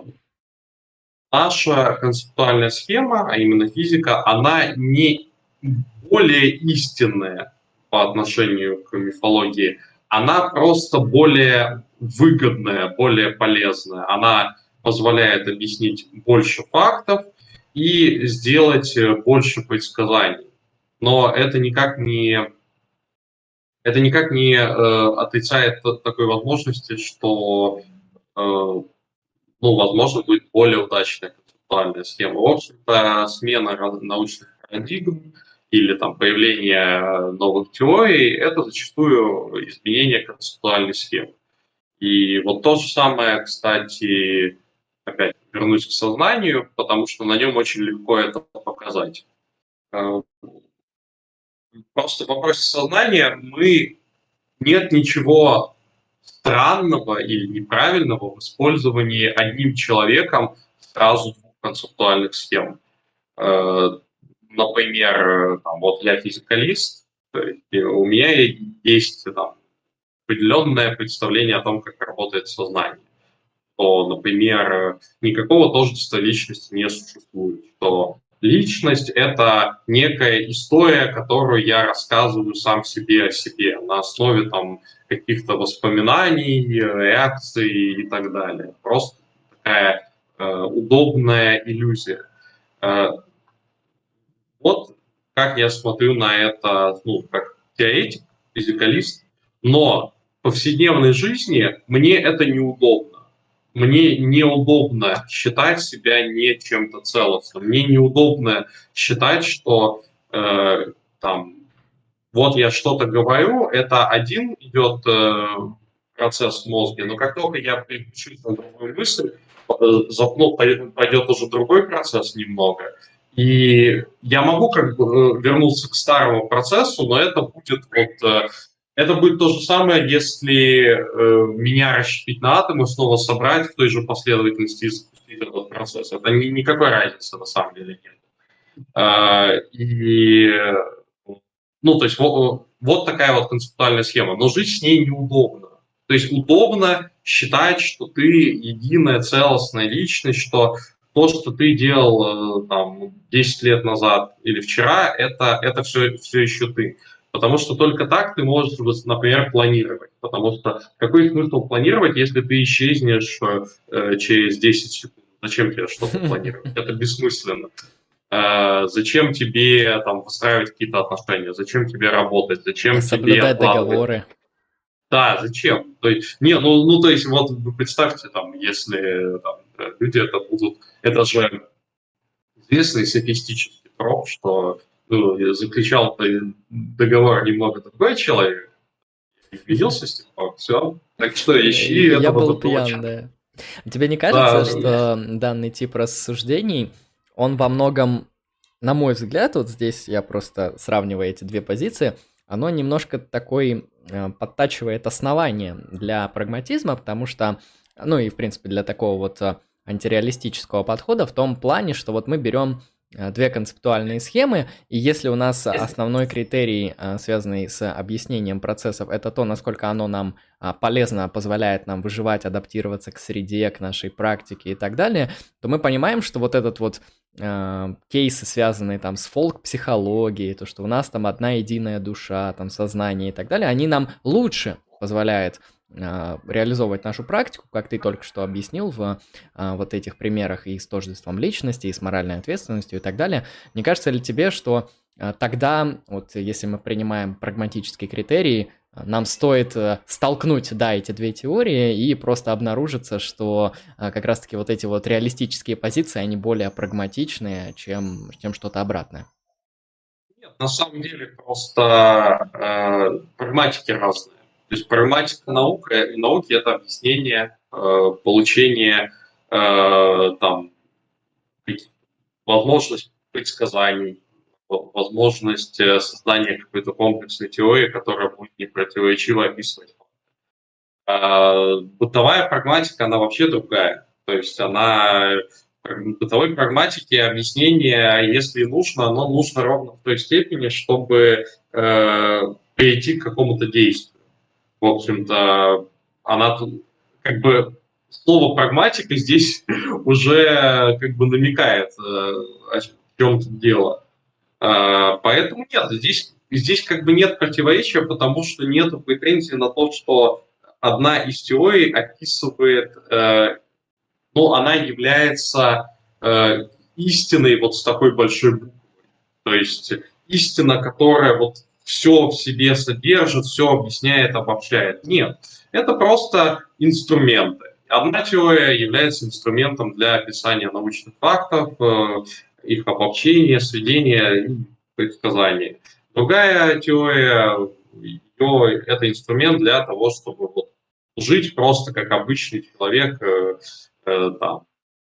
B: Наша концептуальная схема, а именно физика, она не более истинная по отношению к мифологии, она просто более выгодная, более полезная. Она позволяет объяснить больше фактов и сделать больше предсказаний. Но это никак не, это никак не э, отрицает такой возможности, что э, ну, возможно, будет более удачная концептуальная схема. В общем-то, смена раз- научных парадигм или там появление новых теорий — это зачастую изменение концептуальной схемы. И вот то же самое, кстати, опять вернусь к сознанию, потому что на нем очень легко это показать. Э, Просто в вопросе сознания мы нет ничего странного или неправильного в использовании одним человеком сразу двух концептуальных схем. Э, Например, там, вот я физикалист, то есть у меня есть там, определенное представление о том, как работает сознание. То, например, никакого тождества личности не существует. Что личность — это некая история, которую я рассказываю сам себе о себе на основе там, каких-то воспоминаний, реакций и так далее. Просто такая э, удобная иллюзия. Э, вот как я смотрю на это, ну, как теоретик, физикалист, но в повседневной жизни мне это неудобно. Мне неудобно считать себя не чем-то целостным. Мне неудобно считать, что э, там вот я что-то говорю, это один идет э, процесс в мозге, но как только я переключусь на другую мысль, э, запну- пойдет уже другой процесс немного. И я могу как бы э, вернуться к старому процессу, но это будет вот э, это будет то же самое, если э, меня расщепить на атомы, снова собрать в той же последовательности и запустить этот процесс. Это ни- никакой разницы на самом деле нет. А, и, э, ну, то есть вот, вот такая вот концептуальная схема. Но жить с ней неудобно. То есть удобно считать, что ты единая целостная личность, что то, что ты делал э, там, десять лет назад или вчера, это, это все, все еще ты. Потому что только так ты можешь, например, планировать. Потому что какой смысл планировать, если ты исчезнешь э, через десять секунд? Зачем тебе что-то планировать? Это бессмысленно. Э, зачем тебе там выстраивать какие-то отношения? Зачем тебе работать? Зачем тебе
A: Соблюдать
B: откладывать?
A: договоры.
B: Да, зачем? То есть, не, ну, ну, то есть, вот вы представьте, там, если там, Люди это будут... Это же известный софистический троп, что ну, заключал договор немного другой человек, изменился с тех пор, все. Так что ищи
A: Я
B: этого
A: был
B: другого
A: пьян,
B: человека.
A: да. Тебе не
B: Да,
A: кажется,
B: да, да.
A: что данный тип рассуждений, он во многом, на мой взгляд, вот здесь я просто сравниваю эти две позиции, оно немножко такой э, подтачивает основание для прагматизма, потому что, ну и в принципе для такого вот э, антиреалистического подхода в том плане, что вот мы берем э, две концептуальные схемы, и если у нас основной критерий, э, связанный с объяснением процессов, это то, насколько оно нам э, полезно, позволяет нам выживать, адаптироваться к среде, к нашей практике и так далее, то мы понимаем, что вот этот вот э, кейсы, связанные там с фолк-психологией, то, что у нас там одна единая душа, там сознание и так далее, они нам лучше позволяют э, реализовывать нашу практику, как ты только что объяснил в э, вот этих примерах и с тождеством личности, и с моральной ответственностью и так далее. Не кажется ли тебе, что э, тогда, вот если мы принимаем прагматические критерии, нам стоит э, столкнуть, да, эти две теории и просто обнаружится, что э, как раз-таки вот эти вот реалистические позиции, они более прагматичные, чем, чем что-то обратное?
B: Нет, на самом деле просто э, прагматики разные. То есть прагматика наука, и науки это объяснение, э, получение э, там возможность предсказаний, возможность э, создания какой-то комплексной теории, которая будет непротиворечиво описывать. А бытовая прагматика, она вообще другая. То есть она в бытовой прагматике объяснение, если нужно, оно нужно ровно в той степени, чтобы э, перейти к какому-то действию. В общем-то, она тут как бы слово прагматика здесь уже как бы намекает, э, о чем тут дело. А, поэтому нет, здесь, здесь как бы нет противоречия, потому что нет претензий на то, что одна из теорий описывает, э, ну, она является э, истиной вот с такой большой буквы. То есть истина, которая вот все в себе содержит, все объясняет, обобщает. Нет, это просто инструменты. Одна теория является инструментом для описания научных фактов, э, их обобщения, сведения и предсказания. Другая теория, ее, это инструмент для того, чтобы вот жить просто как обычный человек, э, э, там,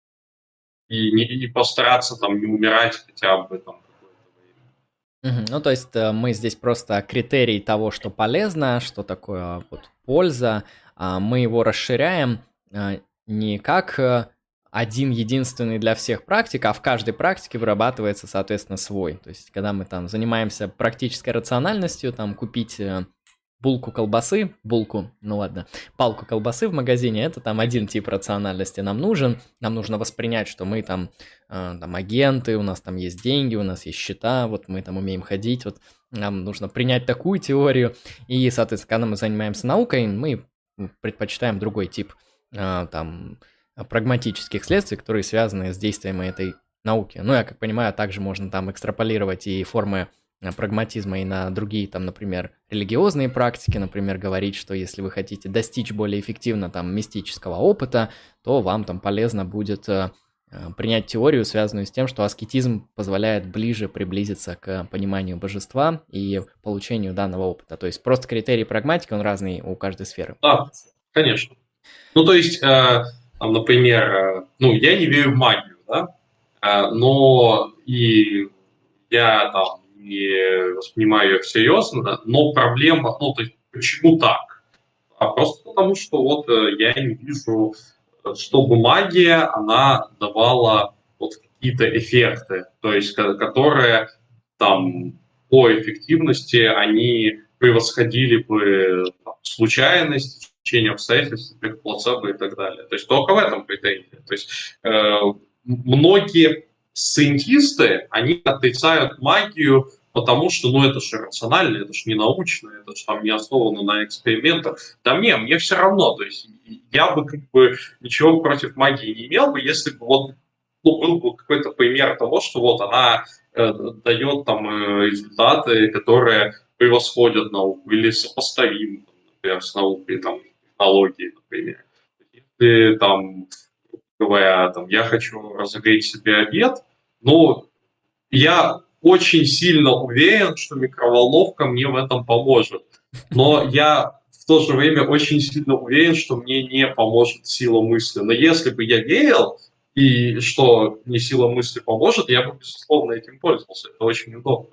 B: и, не, и постараться там не умирать хотя бы там какое-то время.
A: Мгм. Ну, то есть э, мы здесь просто критерий того, что полезно, что такое вот польза, а, мы его расширяем а, не как э, один единственный для всех практик, а в каждой практике вырабатывается, соответственно, свой. То есть, когда мы там занимаемся практической рациональностью, там купить э, булку колбасы, булку, ну ладно, палку колбасы в магазине, это там один тип рациональности нам нужен. Нам нужно воспринять, что мы там, э, там агенты, у нас там есть деньги, у нас есть счета, вот мы там умеем ходить, вот нам нужно принять такую теорию. И, соответственно, когда мы занимаемся наукой, мы предпочитаем другой тип э, там прагматических следствий, которые связаны с действием этой науки. Ну, я как понимаю, также можно там экстраполировать и формы прагматизма и на другие, там, например, религиозные практики, например, говорить, что если вы хотите достичь более эффективно там мистического опыта, то вам там полезно будет э, принять теорию, связанную с тем, что аскетизм позволяет ближе приблизиться к пониманию божества и получению данного опыта. То есть просто критерий прагматики, он разный у каждой сферы.
B: Да, конечно. Ну, то есть, э, там, например, э, ну, я не верю в магию, да, э, но и я там не воспринимаю ее всерьез, да, но проблема, ну, то есть, почему так? А просто потому, что вот э, я не вижу, э, чтобы магия, она давала вот какие-то эффекты, то есть, ко- которые там по эффективности, они превосходили бы там, случайность, течение обстоятельств, эффект плацебо и так далее. То есть только в этом претензия. То есть э, многие сcientисты, они отрицают магию, потому что, ну, это же рационально, это же не научно, это же там не основано на экспериментах. Да мне, мне все равно, то есть я бы как бы ничего против магии не имел бы, если бы вот ну, был бы какой-то пример того, что вот она э, дает там э, результаты, которые превосходят науку или сопоставимы, например, с наукой, там, технологией, например. Если там говоря, там, я хочу разогреть себе обед, но я очень сильно уверен, что микроволновка мне в этом поможет. Но я в то же время очень сильно уверен, что мне не поможет сила мысли. Но если бы я верил, и что мне сила мысли поможет, я бы, безусловно, этим пользовался. Это очень удобно.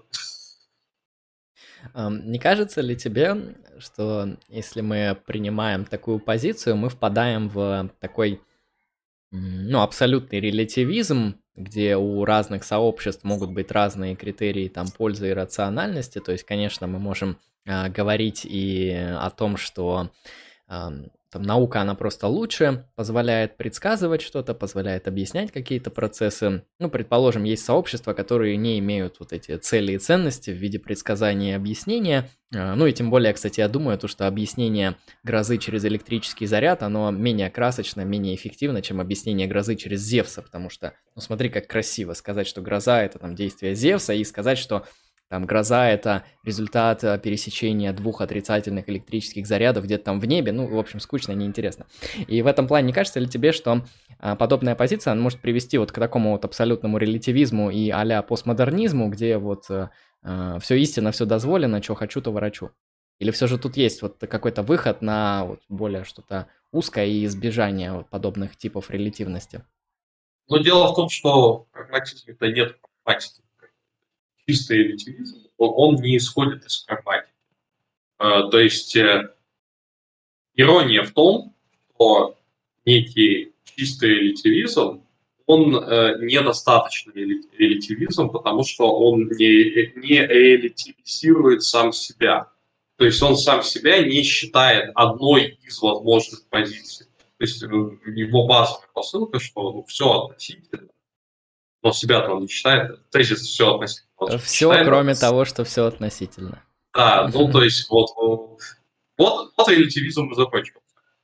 A: Ам, Не кажется ли тебе, что если мы принимаем такую позицию, мы впадаем в такой, м, ну, абсолютный релятивизм, где у разных сообществ могут быть разные критерии там пользы и рациональности? То есть, конечно, мы можем а, говорить и о том, что ам, там наука, она просто лучше, позволяет предсказывать что-то, позволяет объяснять какие-то процессы. Ну, предположим, есть сообщества, которые не имеют вот эти цели и ценности в виде предсказания и объяснения. А, Ну и тем более, кстати, я думаю, то, что объяснение грозы через электрический заряд, оно менее красочно, менее эффективно, чем объяснение грозы через Зевса, потому что, ну смотри, как красиво сказать, что гроза — это там действие Зевса, и сказать, что там гроза — это результат э, пересечения двух отрицательных электрических зарядов где-то там в небе. Ну, в общем, скучно, неинтересно. И в этом плане не кажется ли тебе, что а, подобная позиция она может привести вот к такому вот абсолютному релятивизму и а-ля постмодернизму, где вот все истинно, все дозволено, что хочу, то ворочу? Или все же тут есть вот какой-то выход на вот более что-то узкое и избежание вот подобных типов релятивности?
B: Но дело в том, что в прагматизме-то нет прагматики. Чистый релятивизм, он, он не исходит из прагматики. Э, то есть э, ирония в том, что некий чистый релятивизм, он э, недостаточный релятивизм, потому что он не, не релятивизирует сам себя. То есть он сам себя не считает одной из возможных позиций. То есть э, его базовая посылка, что ну, все относительно, но себя-то он не считает, тезис все относительно, он же не
A: Все,
B: считает.
A: кроме того, что все относительно.
B: Да, ну то есть вот, вот, вот релятивизм и закончился.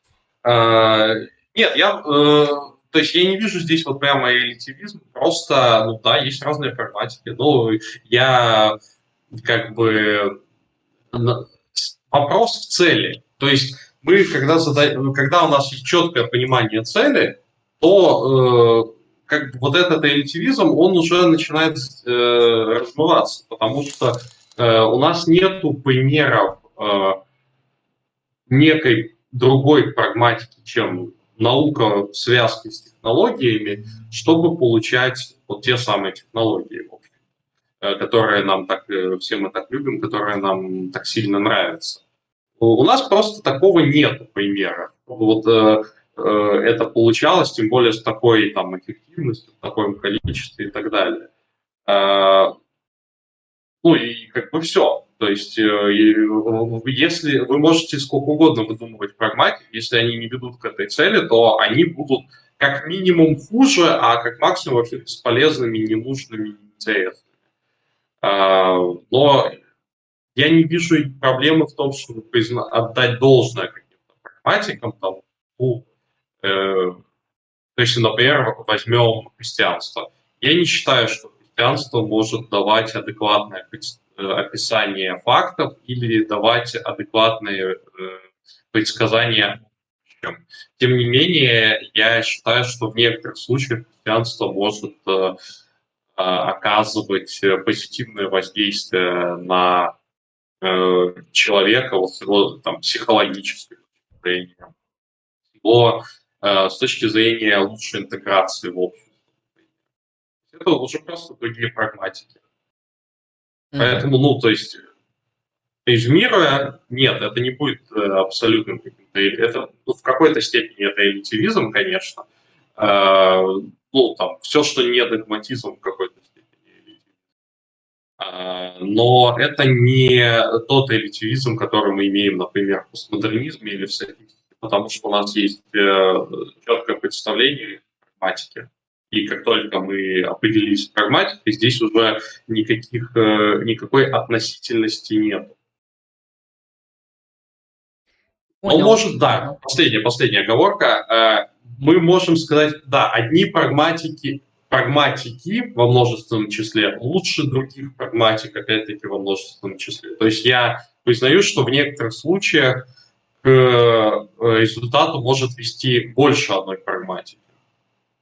B: А, нет, я, э, то есть я не вижу здесь вот прямо релятивизм, просто, ну да, есть разные прагматики. Ну, я как бы вопрос в цели. То есть мы, когда, задаем, когда у нас есть четкое понимание цели, то э, как бы вот этот релятивизм, он уже начинает э, размываться, потому что э, у нас нету примеров э, некой другой прагматики, чем наука в связке с технологиями, чтобы получать вот те самые технологии, в общем, э, которые нам так, э, все мы так любим, которые нам так сильно нравятся. У нас просто такого нет примера. Вот э, э, это получалось, тем более с такой там эффективностью, в таком количестве и так далее. Э, ну и как бы все. То есть, э, если вы можете сколько угодно выдумывать прагматик, если они не ведут к этой цели, то они будут как минимум хуже, а как максимум вообще бесполезными, ненужными, неинтересными. А, но я не вижу проблемы в том, чтобы призна- отдать должное каким-то прагматикам. Там, ну, э, то есть, например, возьмем христианство. Я не считаю, что христианство может давать адекватное э, описание фактов или давать адекватные э, предсказания. Тем не менее, я считаю, что в некоторых случаях христианство может э, оказывать позитивное воздействие на э, человека, вот с его там, психологической точки зрения, его э, с точки зрения лучшей интеграции в общество. Это уже просто другие прагматики.
A: Мгм.
B: Поэтому, ну, то есть, резюмируя, нет, это не будет э, абсолютным каким-то... Это ну, в какой-то степени это релятивизм, конечно. Э, ну, там, все, что не догматизм в какой-то степени. А, но это не тот релятивизм, который мы имеем, например, в постмодернизме или в софистике, потому что у нас есть э, четкое представление о прагматике. И как только мы определились с прагматикой, здесь уже никаких, э, никакой относительности нет. Но
A: Понял.
B: может, да, последняя, последняя оговорка. Э, мы можем сказать, да, одни прагматики, прагматики во множественном числе лучше других прагматик, опять-таки, во множественном числе. То есть я признаю, что в некоторых случаях к э, результату может вести больше одной прагматики.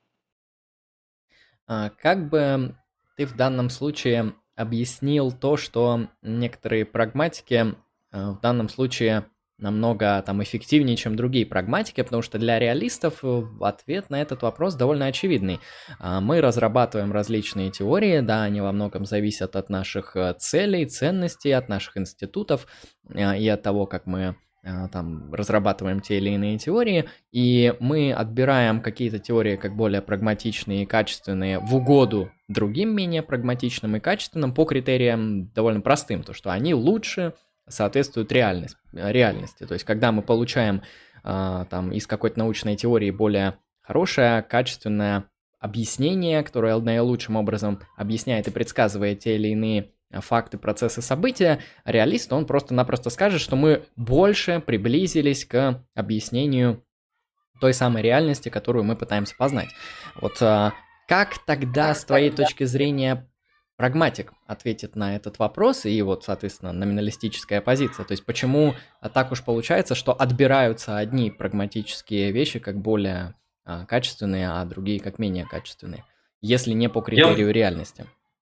A: А как бы ты в данном случае объяснил то, что некоторые прагматики э, в данном случае намного там эффективнее, чем другие прагматики, потому что для реалистов э, ответ на этот вопрос довольно очевидный. А, Мы разрабатываем различные теории, да, они во многом зависят от наших э, целей, ценностей, от наших институтов э, и от того, как мы э, там разрабатываем те или иные теории, и мы отбираем какие-то теории как более прагматичные и качественные в угоду другим менее прагматичным и качественным по критериям довольно простым, то что они лучше соответствуют реальность, реальности. То есть когда мы получаем а, там из какой-то научной теории более хорошее, качественное объяснение, которое наилучшим образом объясняет и предсказывает те или иные факты, процессы, события, реалист, он просто-напросто скажет, что мы больше приблизились к объяснению той самой реальности, которую мы пытаемся познать. Вот а, как тогда, с твоей точки зрения, прагматик ответит на этот вопрос и вот, соответственно, номиналистическая позиция? То есть почему а, так уж получается, что отбираются одни прагматические вещи как более а, качественные, а другие как менее качественные, если не по
B: Я,
A: критерию реальности?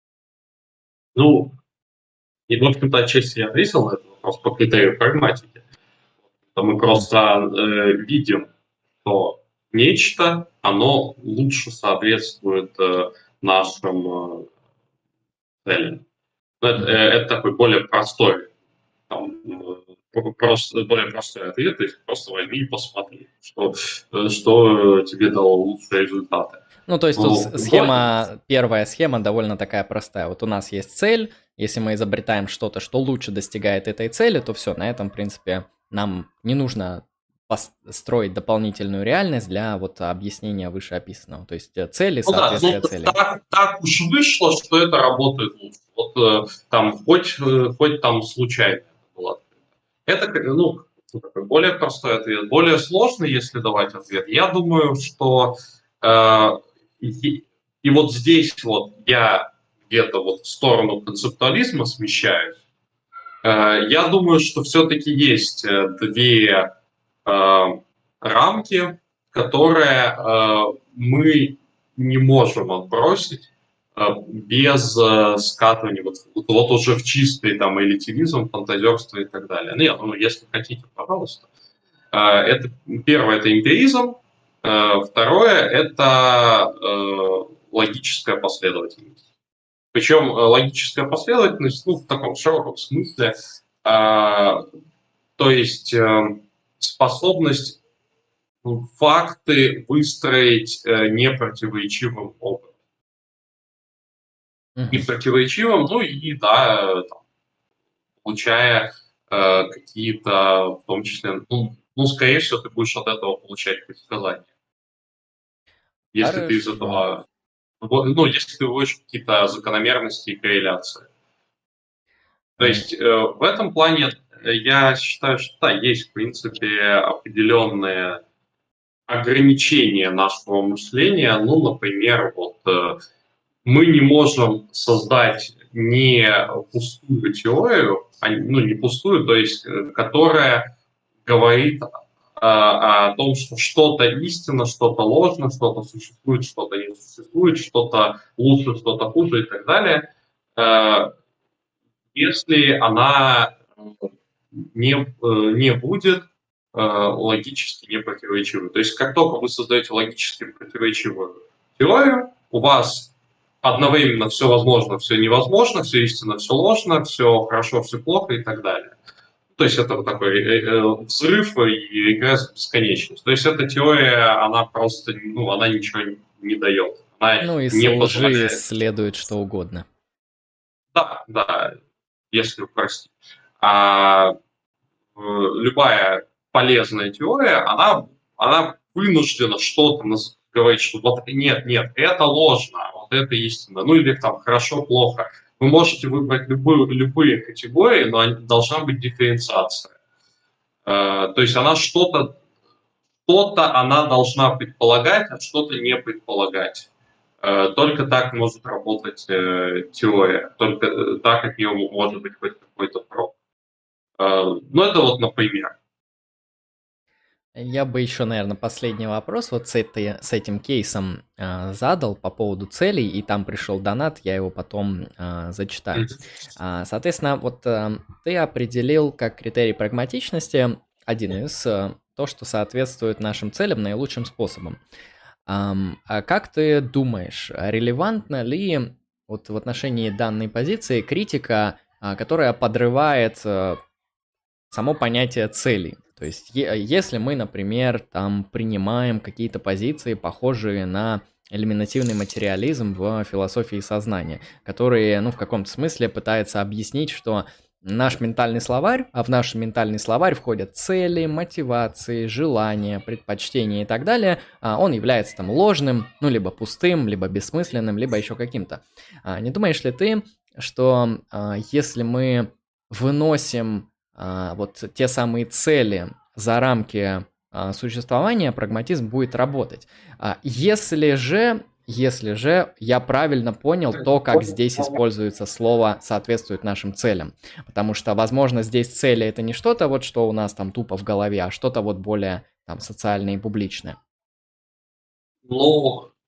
B: ну, и, в общем-то, отчасти я ответил на этот вопрос по критерию прагматики. То мы
A: Мгм.
B: просто э, видим, что нечто, оно лучше соответствует э, нашим э, целям. Ну, Это, э,
A: Мгм.
B: это такой более простой, там, э, просто, более простой ответ, то есть просто возьми и посмотри, что, э, что тебе дало лучшие результаты.
A: Ну, то есть тут
B: Ну,
A: с-
B: вот,
A: схема, первая схема довольно такая простая. Вот у нас есть цель, если мы изобретаем что-то, что лучше достигает этой цели, то все, на этом, в принципе, нам не нужно пос- строить дополнительную реальность для вот объяснения вышеописанного. То есть э, цели,
B: ну да, ну,
A: соответствие цели.
B: так, так уж вышло, что это работает лучше. Вот э, там хоть, э, хоть там случайно это было. Это, как, ну, такой более простой ответ. Более сложный, если давать ответ, я думаю, что э, и, и вот здесь вот я где-то вот в сторону концептуализма смещаюсь. Э, я думаю, что все-таки есть э, две э, рамки, которые э, мы не можем отбросить э, без э, скатывания вот, вот, вот уже в чистый там элитивизм, фантазерство и так далее. Ну, я, ну, если хотите, пожалуйста. Э, это, первое – это эмпиризм, э, второе – это э, логическая последовательность. Причем э, логическая последовательность, ну, в таком широком смысле, э, то есть э, способность факты выстроить э, непротиворечивым образом. И
A: Мгм.
B: противоречивым, ну и да, там, получая э, какие-то, в том числе, ну, ну, скорее всего, ты будешь от этого получать предсказания. Если ты из
A: Хорошо.
B: этого, ну, если ты выводишь какие-то закономерности и корреляции. То
A: Э,
B: есть э, в этом плане э, я считаю, что да, есть, в принципе, определенные ограничения нашего мышления. Ну, например, вот э, мы не можем создать не пустую теорию, а, ну, не пустую, то есть, э, которая говорит а, о том, что что-то истинно, что-то ложно, что-то существует, что-то не существует, что-то лучше, что-то хуже и так далее, э, если она не, э, не будет э, логически непротиворечивой. То есть как только вы создаете логически противоречивую теорию, у вас одновременно все возможно, все невозможно, все истинно, все ложно, все хорошо, все плохо и так далее. То есть это вот такой э, э, взрыв и регресс в бесконечность. То есть эта теория, она просто, ну, она ничего не, не дает. Она
A: Ну, из
B: не
A: лжи
B: позволяет.
A: следует что угодно.
B: Да, да, если упростить. А э, любая полезная теория, она, она вынуждена что-то наз- говорить, что вот нет, нет, это ложно, а вот это истина. Ну или там хорошо, плохо. Вы можете выбрать любую, любые категории, но они- должна быть дифференциация. Э, то есть она что-то, что-то она должна предполагать, а что-то не предполагать. Э, Только так может работать э, теория, только э, так от нее может быть хоть какой-то прок. Э, Ну, это вот, например.
A: Я бы еще, наверное, последний вопрос вот с, этой, с этим кейсом э, задал по поводу целей, и там пришел донат, я его потом э, зачитаю. А, соответственно, вот э, ты определил как критерий прагматичности один из, э, то, что соответствует нашим целям наилучшим способом. Ам, а как ты думаешь, релевантна ли вот в отношении данной позиции критика, а, которая подрывает э, само понятие целей? То есть, е- если мы, например, там принимаем какие-то позиции, похожие на элиминативный материализм в философии сознания, которые, ну, в каком-то смысле пытаются объяснить, что наш ментальный словарь, а в наш ментальный словарь входят цели, мотивации, желания, предпочтения и так далее, а он является там ложным, ну, либо пустым, либо бессмысленным, либо еще каким-то. А не думаешь ли ты, что а, если мы выносим а, вот те самые цели за рамки а, существования, прагматизм будет работать? А, если же если же я правильно понял то, как здесь используется слово «соответствует нашим целям». Потому что, возможно, здесь цели это не что-то вот, что у нас там тупо в голове, а что-то вот более там социальное и публичное.
B: Ну,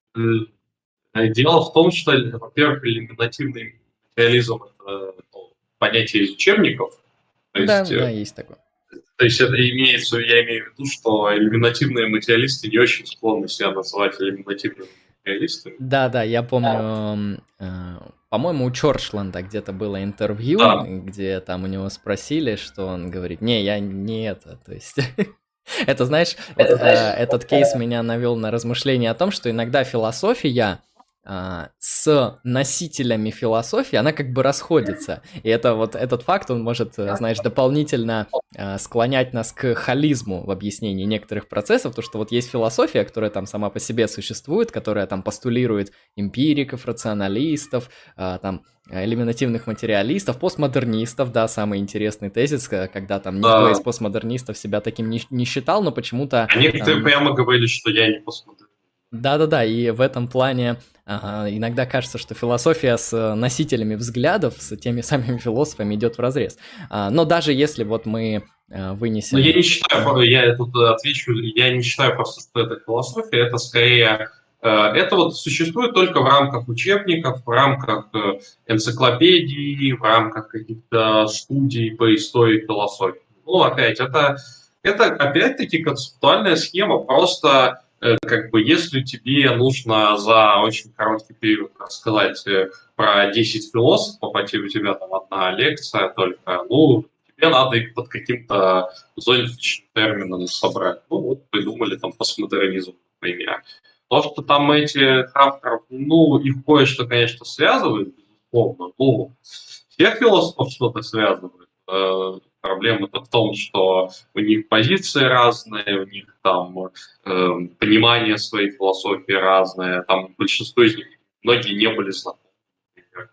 B: э, дело в том, что, во-первых, элиминативный материализм — это ну, понятие из учебников. То
A: Да,
B: есть,
A: да,
B: э,
A: есть такое.
B: то есть это имеется, я имею в виду, что элиминативные материалисты не очень склонны себя называть элиминативными материалистами.
A: Да, да, я помню, м, э, по-моему, у Чорчланда где-то было интервью,
B: Да,
A: где там у него спросили, что он говорит, не, я не это, то есть... Это, знаешь, вот э, этот кейс меня навел на размышление о том, что иногда философия а, с носителями философии, она как бы расходится. И это вот этот факт, он может, э, знаешь, дополнительно э, склонять нас к холизму в объяснении некоторых процессов, то что вот есть философия, которая там сама по себе существует, которая там постулирует эмпириков, рационалистов, а, там элиминативных материалистов, постмодернистов, да, самый интересный тезис, к- когда там никто из
B: да.
A: постмодернистов себя таким не, не считал, но почему-то
B: А некоторые
A: там...
B: прямо говорили, что я не посмотрю.
A: Да-да-да, и в этом плане ага, иногда кажется, что философия с носителями взглядов, с теми самыми философами идет вразрез. А, но даже если вот мы а,
B: Но я
A: вынесем...
B: не считаю, я тут отвечу, я не считаю просто, что это философия, это скорее, э, это вот существует только в рамках учебников, в рамках э, энциклопедий, в рамках каких-то студий по истории философии. Ну, опять, это, это опять-таки концептуальная схема, просто э, как бы если тебе нужно за очень короткий период рассказать э, про десять философов, а у тебя там одна лекция только, ну, тебе надо их под каким-то зонтичным термином собрать. Ну, вот придумали там постмодернизм, например. То, что там этих авторов, ну, их кое-что, конечно, связывает, безусловно, ну, всех философов что-то связывает. Э, Проблема-то в том, что у них позиции разные, у них там э, понимание своей философии разное, там большинство из них, многие не были знакомы, например,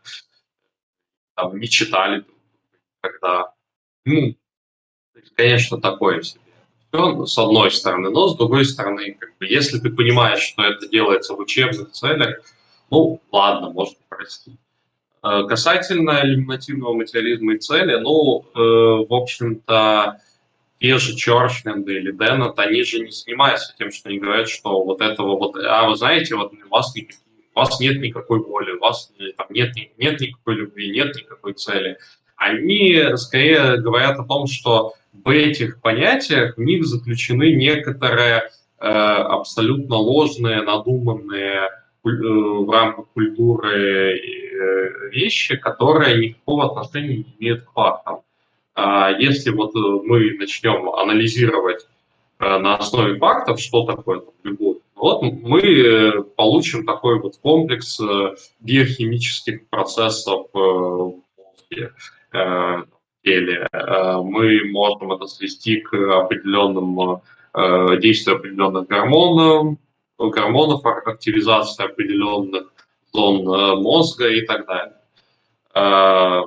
B: там не читали когда. Ну, конечно, такое себе. Всё, с одной стороны, но с другой стороны, как бы, если ты понимаешь, что это делается в учебных целях, ну, ладно, можно простить. Э, Касательно элиминативного материализма и цели, ну, э, в общем-то, те же Чорчленд или Деннет, они же не занимаются тем, что они говорят, что вот этого вот, а вы знаете, вот у вас, никаких, у вас нет никакой воли, у вас там, нет, нет никакой любви, нет никакой цели. Они скорее говорят о том, что в этих понятиях в них заключены некоторые э, абсолютно ложные, надуманные э, в рамках культуры э, вещи, которые никакого отношения не имеют к фактам. А если вот э, мы начнем анализировать э, на основе фактов, что такое там, любовь, вот мы э, получим такой вот комплекс э, биохимических процессов э, в мозге, э, в теле. Э, Мы можем это свести к определенным э, действию определенных гормонов, гормонов, активизации определенных зон э, мозга и так далее. Э,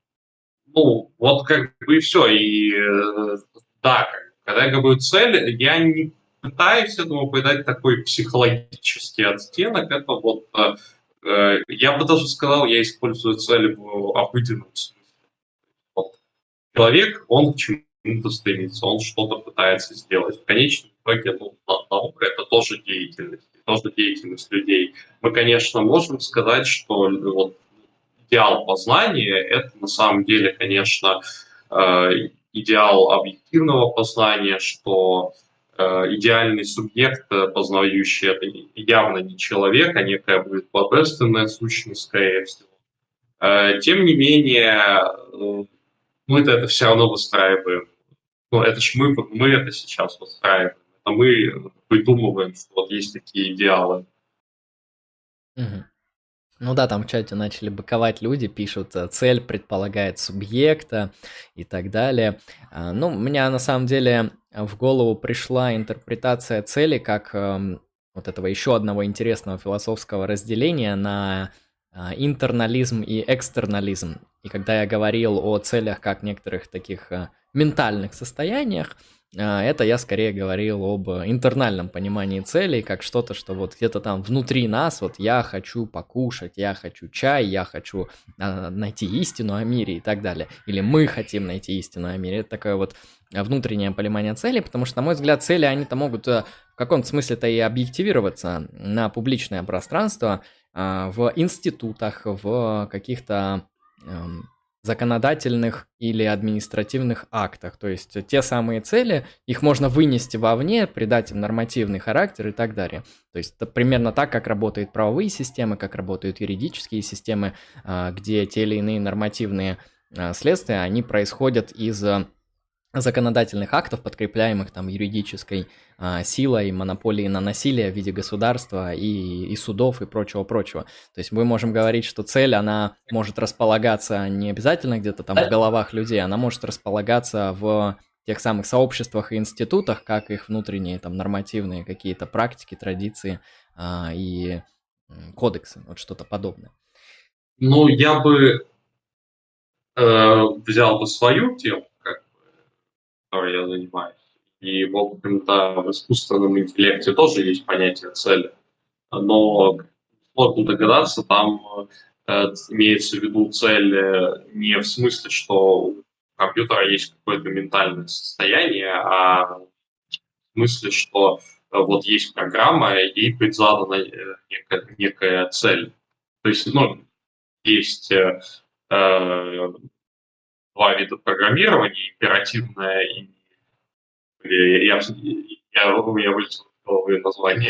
B: ну, вот как бы и все. И э, да, как бы, когда я говорю цель, я не пытаюсь этому придать такой психологический оттенок. Это вот, э, э, я бы даже сказал, я использую цель в обыденном смысле. Вот человек, он к чему-то стремится, он что-то пытается сделать. В конечном итоге ну, наука – это тоже деятельность, тоже деятельность людей. Мы, конечно, можем сказать, что вот, идеал познания – это на самом деле, конечно, идеал объективного познания, что идеальный субъект познающий – это явно не человек, а некая будет божественная сущность, скорее всего. Тем не менее, мы это все равно выстраиваем. Ну, это ж мы, мы это сейчас выстраиваем. Это мы придумываем, что вот есть такие идеалы.
A: Мгм. Ну да, там в чате начали быковать люди, пишут, э, цель предполагает субъекта и так далее. А, Ну, у меня на самом деле в голову пришла интерпретация цели как эм, вот этого еще одного интересного философского разделения на а, интернализм и экстернализм. И когда я говорил о целях как некоторых таких а, ментальных состояниях, а, это я скорее говорил об интернальном понимании целей, как что-то, что вот где-то там внутри нас, вот я хочу покушать, я хочу чай, я хочу а, найти истину о мире и так далее. Или мы хотим найти истину о мире. Это такое вот а, внутреннее понимание целей, потому что, на мой взгляд, цели, они-то могут э, в каком-то смысле-то и объективироваться на публичное пространство, а, в институтах, в каких-то эм, законодательных или административных актах. То есть те самые цели, их можно вынести вовне, придать им нормативный характер и так далее. То есть это примерно так, как работают правовые системы, как работают юридические системы, а, где те или иные нормативные а, следствия, они происходят из а, законодательных актов, подкрепляемых там юридической а, силой, монополией на насилие в виде государства и, и судов и прочего-прочего. То есть мы можем говорить, что цель, она может располагаться не обязательно где-то там в головах людей, она может располагаться в тех самых сообществах и институтах, как их внутренние там нормативные какие-то практики, традиции а, и м, кодексы, вот что-то подобное.
B: Ну, я бы э, взял бы свою тему, как бы, которой я занимаюсь. И, в общем-то, в искусственном интеллекте тоже есть понятие цели. Но сложно догадаться, там э, имеется в виду цель э, не в смысле, что у компьютера есть какое-то ментальное состояние, а в смысле, что э, вот есть программа, ей предзадана э, некая, некая цель. То есть, ну, есть э, э, два вида программирования, императивное и... Я, я, я, у меня вылетело из головы название.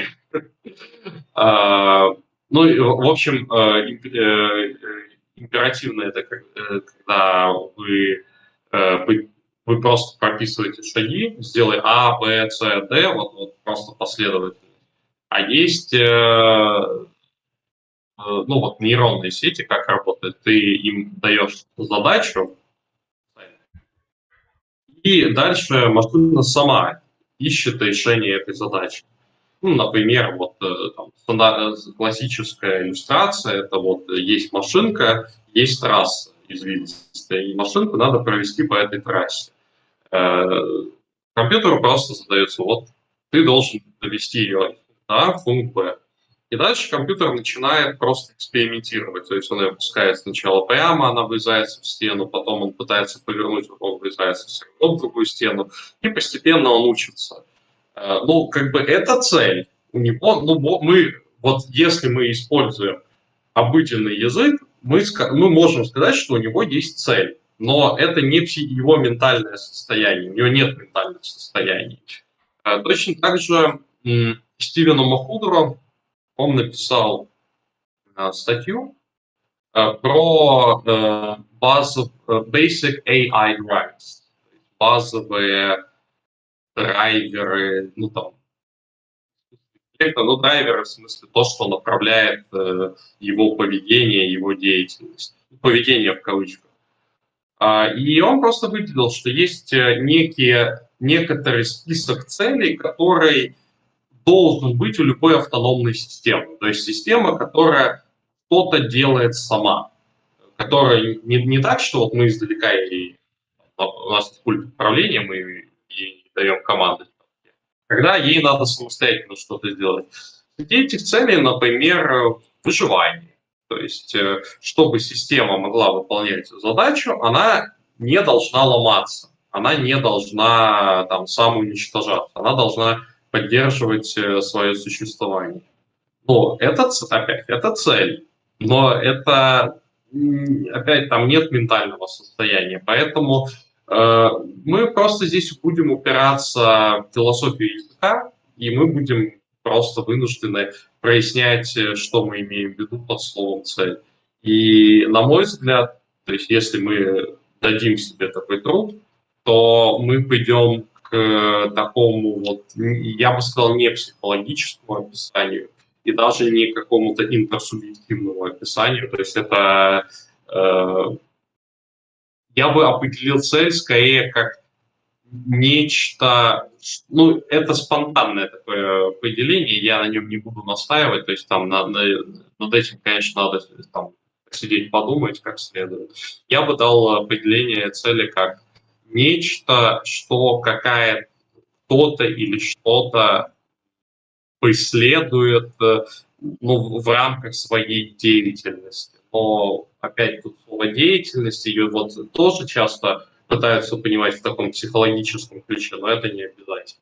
B: А, Ну, и, в общем, э, имп- э, э, императивно это как- э, когда вы, э, вы, вы просто прописываете шаги, сделай А, Б, С, Д, вот, вот просто последовательно. А есть, э, э, ну вот нейронные сети, как работают, ты им даешь задачу, и дальше машина сама ищет решение этой задачи. Ну, например, вот э, там, стандар- э, классическая иллюстрация – это вот есть машинка, есть трасса извилистая, и машинку надо провести по этой трассе. Э, Компьютеру просто задается, вот ты должен довести ее из пункта А в пункт Б. И дальше компьютер начинает просто экспериментировать. То есть он ее пускает сначала прямо, она врезается в стену, потом он пытается повернуть, потом врезается все равно в другую стену, и постепенно он учится. Э, Ну, как бы это цель. У него, ну, мы, вот если мы используем обыденный язык, мы, мы можем сказать, что у него есть цель. Но это не его ментальное состояние, у него нет ментальных состояний. Э, Точно так же м, Стивену Махудро, он написал э, статью э, про э, базов, э, basic эй ай drives, базовые драйверы, ну там, ну, драйверы в смысле то, что направляет э, его поведение, его деятельность. Поведение в кавычках. А, и он просто выделил, что есть э, некие, некоторый список целей, который должен быть у любой автономной системы. То есть система, которая что-то делает сама. Которая не, не так, что вот мы издалека и у нас есть пульт управления, мы и даем команды. Когда ей надо самостоятельно что-то сделать. Среди этих целей, например, выживание. То есть, э, чтобы система могла выполнять задачу, она не должна ломаться, она не должна там самоуничтожаться, она должна поддерживать свое существование. Но это, опять, это цель. Но это, опять, там нет ментального состояния. Поэтому э, мы просто здесь будем упираться в философию языка, и мы будем просто вынуждены прояснять, что мы имеем в виду под словом «цель». И, на мой взгляд, то есть если мы дадим себе такой труд, то мы пойдем к такому, вот, я бы сказал, не психологическому описанию, и даже не к какому-то интерсубъективному описанию. То есть это... Э, я бы определил цель скорее как нечто... Ну, это спонтанное такое определение, я на нем не буду настаивать. То есть там на, на, над этим, конечно, надо там, сидеть, подумать как следует. Я бы дал определение цели как нечто, что какая кто-то или что-то преследует, ну, в рамках своей деятельности. Но опять тут слово деятельность, ее вот тоже часто пытаются понимать в таком психологическом ключе, но это не обязательно.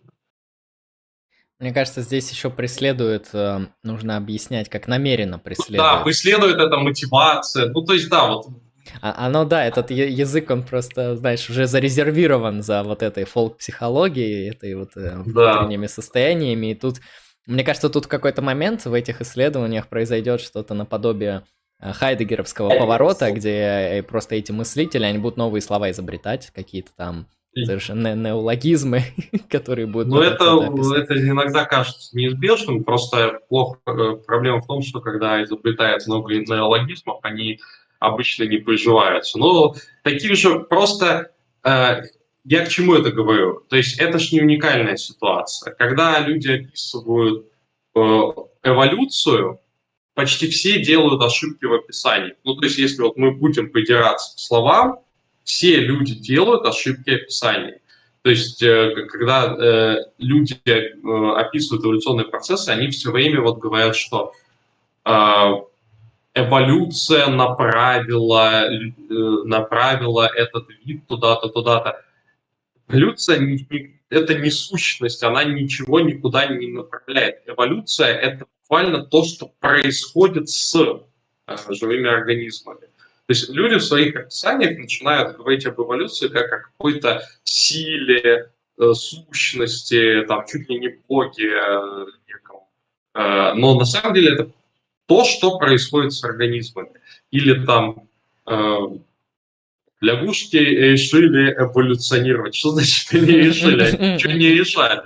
A: Мне кажется, здесь еще преследует, э, нужно объяснять, как намеренно преследует.
B: Да, преследует это мотивация. Ну, то есть, да, вот.
A: А, оно, да, этот язык, он просто, знаешь, уже зарезервирован за вот этой фолк-психологией, этой вот э, внутренними да. состояниями. И тут, мне кажется, тут в какой-то момент в этих исследованиях произойдет что-то наподобие хайдеггеровского поворота, где просто эти мыслители, они будут новые слова изобретать, какие-то там совершенно неологизмы, которые будут...
B: Ну, это, это иногда кажется неизбежным, просто плохо, проблема в том, что когда изобретается много неологизмов, они обычно не приживаются. Но таких же просто... Э, я к чему это говорю? То есть это же не уникальная ситуация. Когда люди описывают э, эволюцию, почти все делают ошибки в описании. Ну, то есть если вот мы будем придираться к словам, все люди делают ошибки описания. То есть, э, когда э, люди э, описывают эволюционные процессы, они все время вот говорят, что э, эволюция направила, э, направила этот вид туда-то, туда-то. Эволюция не, не, это не сущность, она ничего никуда не направляет. Эволюция — это буквально то, что происходит с э, живыми организмами. То есть люди в своих описаниях начинают говорить об эволюции как о какой-то силе, э, сущности, там, чуть ли не боге э, неком. Э, но на самом деле это то, что происходит с организмами. Или там э, лягушки решили эволюционировать. Что значит не решили? Они ничего не решали.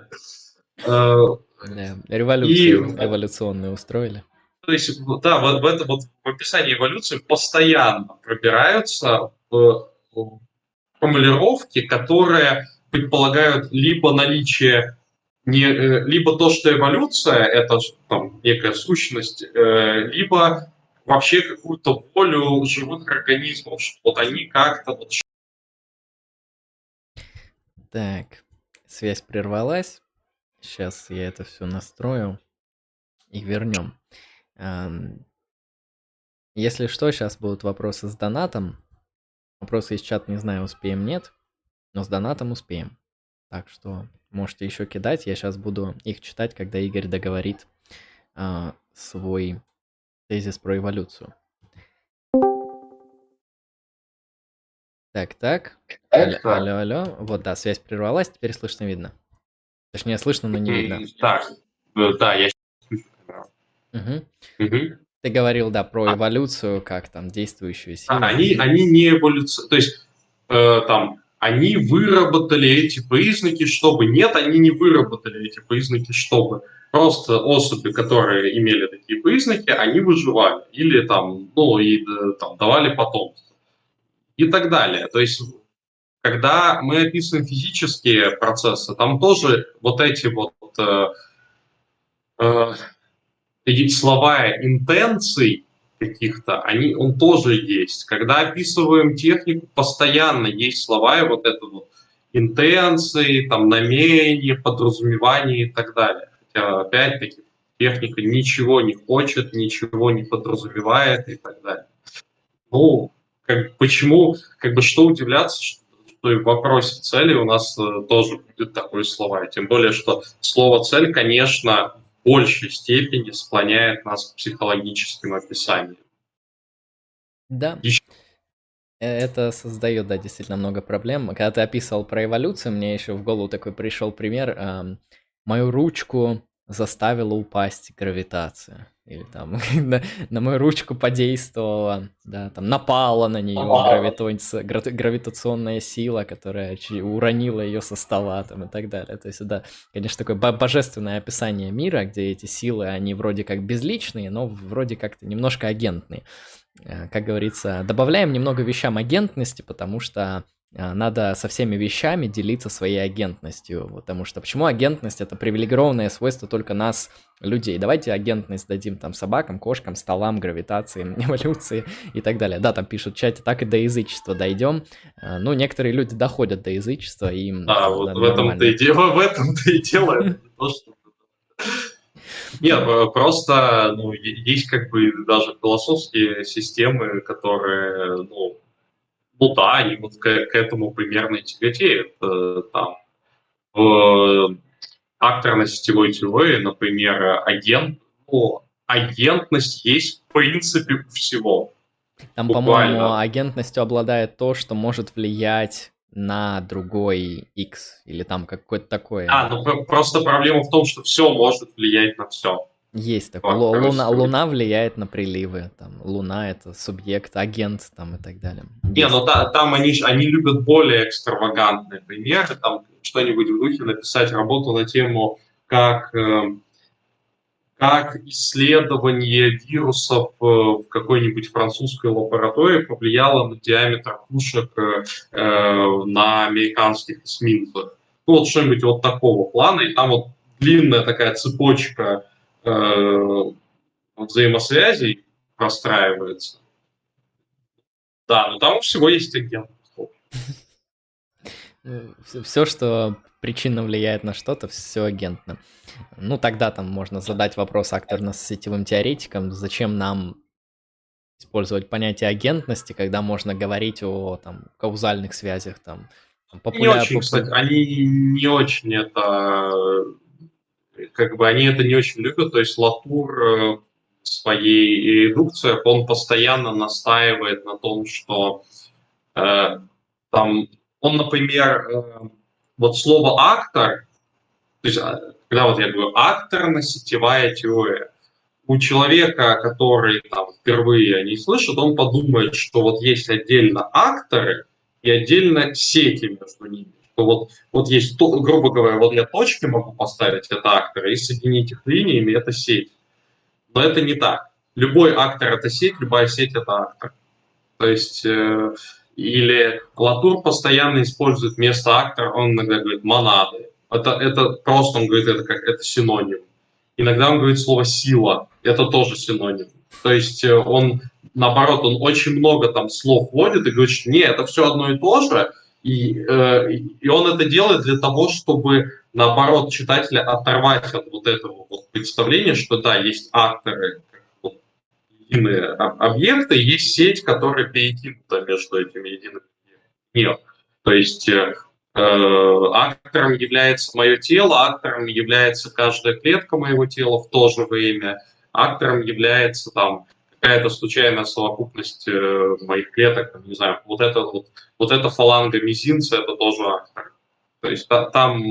A: Революцию эволюционную устроили.
B: То есть, да, в, в, это, вот, в описании эволюции постоянно пробираются формулировки, которые предполагают либо наличие, не, либо то, что эволюция — это там, некая сущность, либо вообще какую-то волю живых организмов, что вот они как-то... Вот...
A: Так, связь прервалась. Сейчас я это все настрою и вернем. Если что, сейчас будут вопросы с донатом. Вопросы из чата, не знаю, успеем, нет. Но с донатом успеем. Так что можете еще кидать. Я сейчас буду их читать, когда Игорь договорит э, свой тезис про эволюцию. Так, так. Алло, алло, алло. Вот, да, связь прервалась, теперь слышно, видно. Точнее, слышно, но не видно.
B: Так, да, я...
A: Угу. Угу. Ты говорил, да, про эволюцию, как там действующую силу.
B: А, они, они не эволюционируют, то есть э, там, они выработали эти признаки, чтобы... Нет, они не выработали эти признаки, чтобы. Просто особи, которые имели такие признаки, они выживали. Или там, ну, и там, давали потомство. И так далее. То есть, когда мы описываем физические процессы, там тоже вот эти вот э, э, слова интенций каких-то, они, он тоже есть. Когда описываем технику, постоянно есть слова и вот это вот интенции, там, намерения, подразумевания и так далее. Хотя, опять-таки, техника ничего не хочет, ничего не подразумевает и так далее. Ну, как, почему, как бы, что удивляться, что, что и в вопросе цели у нас э, тоже будет такое слово. Тем более, что слово «цель», конечно, в большей степени склоняет нас к психологическим описаниям.
A: Да.
B: Еще
A: Э, Это создает, да, действительно много проблем. Когда ты описывал про эволюцию, мне еще в голову такой пришел пример. ам, Мою ручку заставила упасть гравитация. Или там на, на мою ручку подействовала, да, там напала на нее гравитационная сила, которая чи- уронила ее со стола, там, и так далее. То есть, да, конечно, такое бо- божественное описание мира, где эти силы, они вроде как безличные, но вроде как-то немножко агентные. Э, Как говорится, добавляем немного вещам агентности, потому что э, надо со всеми вещами делиться своей агентностью. Потому что почему агентность это привилегированное свойство только нас, людей? Давайте агентность дадим там собакам, кошкам, столам, гравитации, эволюции и так далее. Да, там пишут в чате, так и до язычества дойдем. Э, Ну, некоторые люди доходят до язычества, и им
B: Да,
A: э,
B: вот
A: да,
B: в этом-то и
A: нормально.
B: дело, в этом-то и дело, это не то, что... Нет, э, просто, ну, е- есть как бы даже философские системы, которые, ну, ну да, они вот к, к этому примерно и тяготеют. Э, Там, в акторно-сетевой теории, например, агент, ну, агентность есть в принципе у всего,
A: Там, по-моему,
B: буквально.
A: агентностью обладает то, что может влиять на другой X, или там какое-то такое.
B: А, ну про- просто проблема в том, что все может влиять на все
A: Есть
B: в
A: такое. Лу- Луна,
B: акторной.
A: Луна влияет на приливы. Там, Луна это субъект, агент там, и так далее.
B: Не,
A: Есть
B: ну
A: такое.
B: та- там они, ж- они любят более экстравагантные примеры, там что-нибудь в духе написать работу на тему, как, э, как исследование вирусов э, в какой-нибудь французской лаборатории повлияло на диаметр пушек э, э, на американских эсминцах. Ну вот что-нибудь вот такого плана, и там вот длинная такая цепочка э, взаимосвязей простраивается. Да, но там у всего есть агент.
A: Все, что причинно влияет на что-то, все агентно. Ну, тогда там можно задать вопрос акторно-сетевым теоретикам, зачем нам использовать понятие агентности, когда можно говорить о там, каузальных связях, там,
B: Не
A: популя...
B: очень,
A: попу-
B: кстати, они не очень это, э, как бы они это не очень любят, то есть Латур э, в своей редукциях, он постоянно настаивает на том, что э, там, он, например, э, вот слово «актор», то есть, а, когда вот я говорю «акторно-сетевая теория», у человека, который там впервые о ней слышит, он подумает, что вот есть отдельно акторы и отдельно сети между ними. Что вот, вот есть, грубо говоря, вот я точки могу поставить, это акторы, и соединить их линиями, это сеть. Но это не так. Любой актор — это сеть, любая сеть — это актор. То есть, э, или Латур постоянно использует вместо актора, он иногда говорит монады. Это, это просто, он говорит, это как это синоним. Иногда он говорит слово сила, это тоже синоним. То есть э, он, наоборот, он очень много там слов вводит и говорит, что не, это все одно и то же, и, э, и он это делает для того, чтобы, наоборот, читателя оторвать от вот этого вот представления, что да, есть акторы, единые объекты, есть сеть, которая перекинута между этими едиными объектами. Нет. То есть э, актором является мое тело, актором является каждая клетка моего тела в то же время, актором является там какая-то случайная совокупность э, моих клеток, там, не знаю, вот это вот, вот эта фаланга мизинца, это тоже актор. То есть та, там,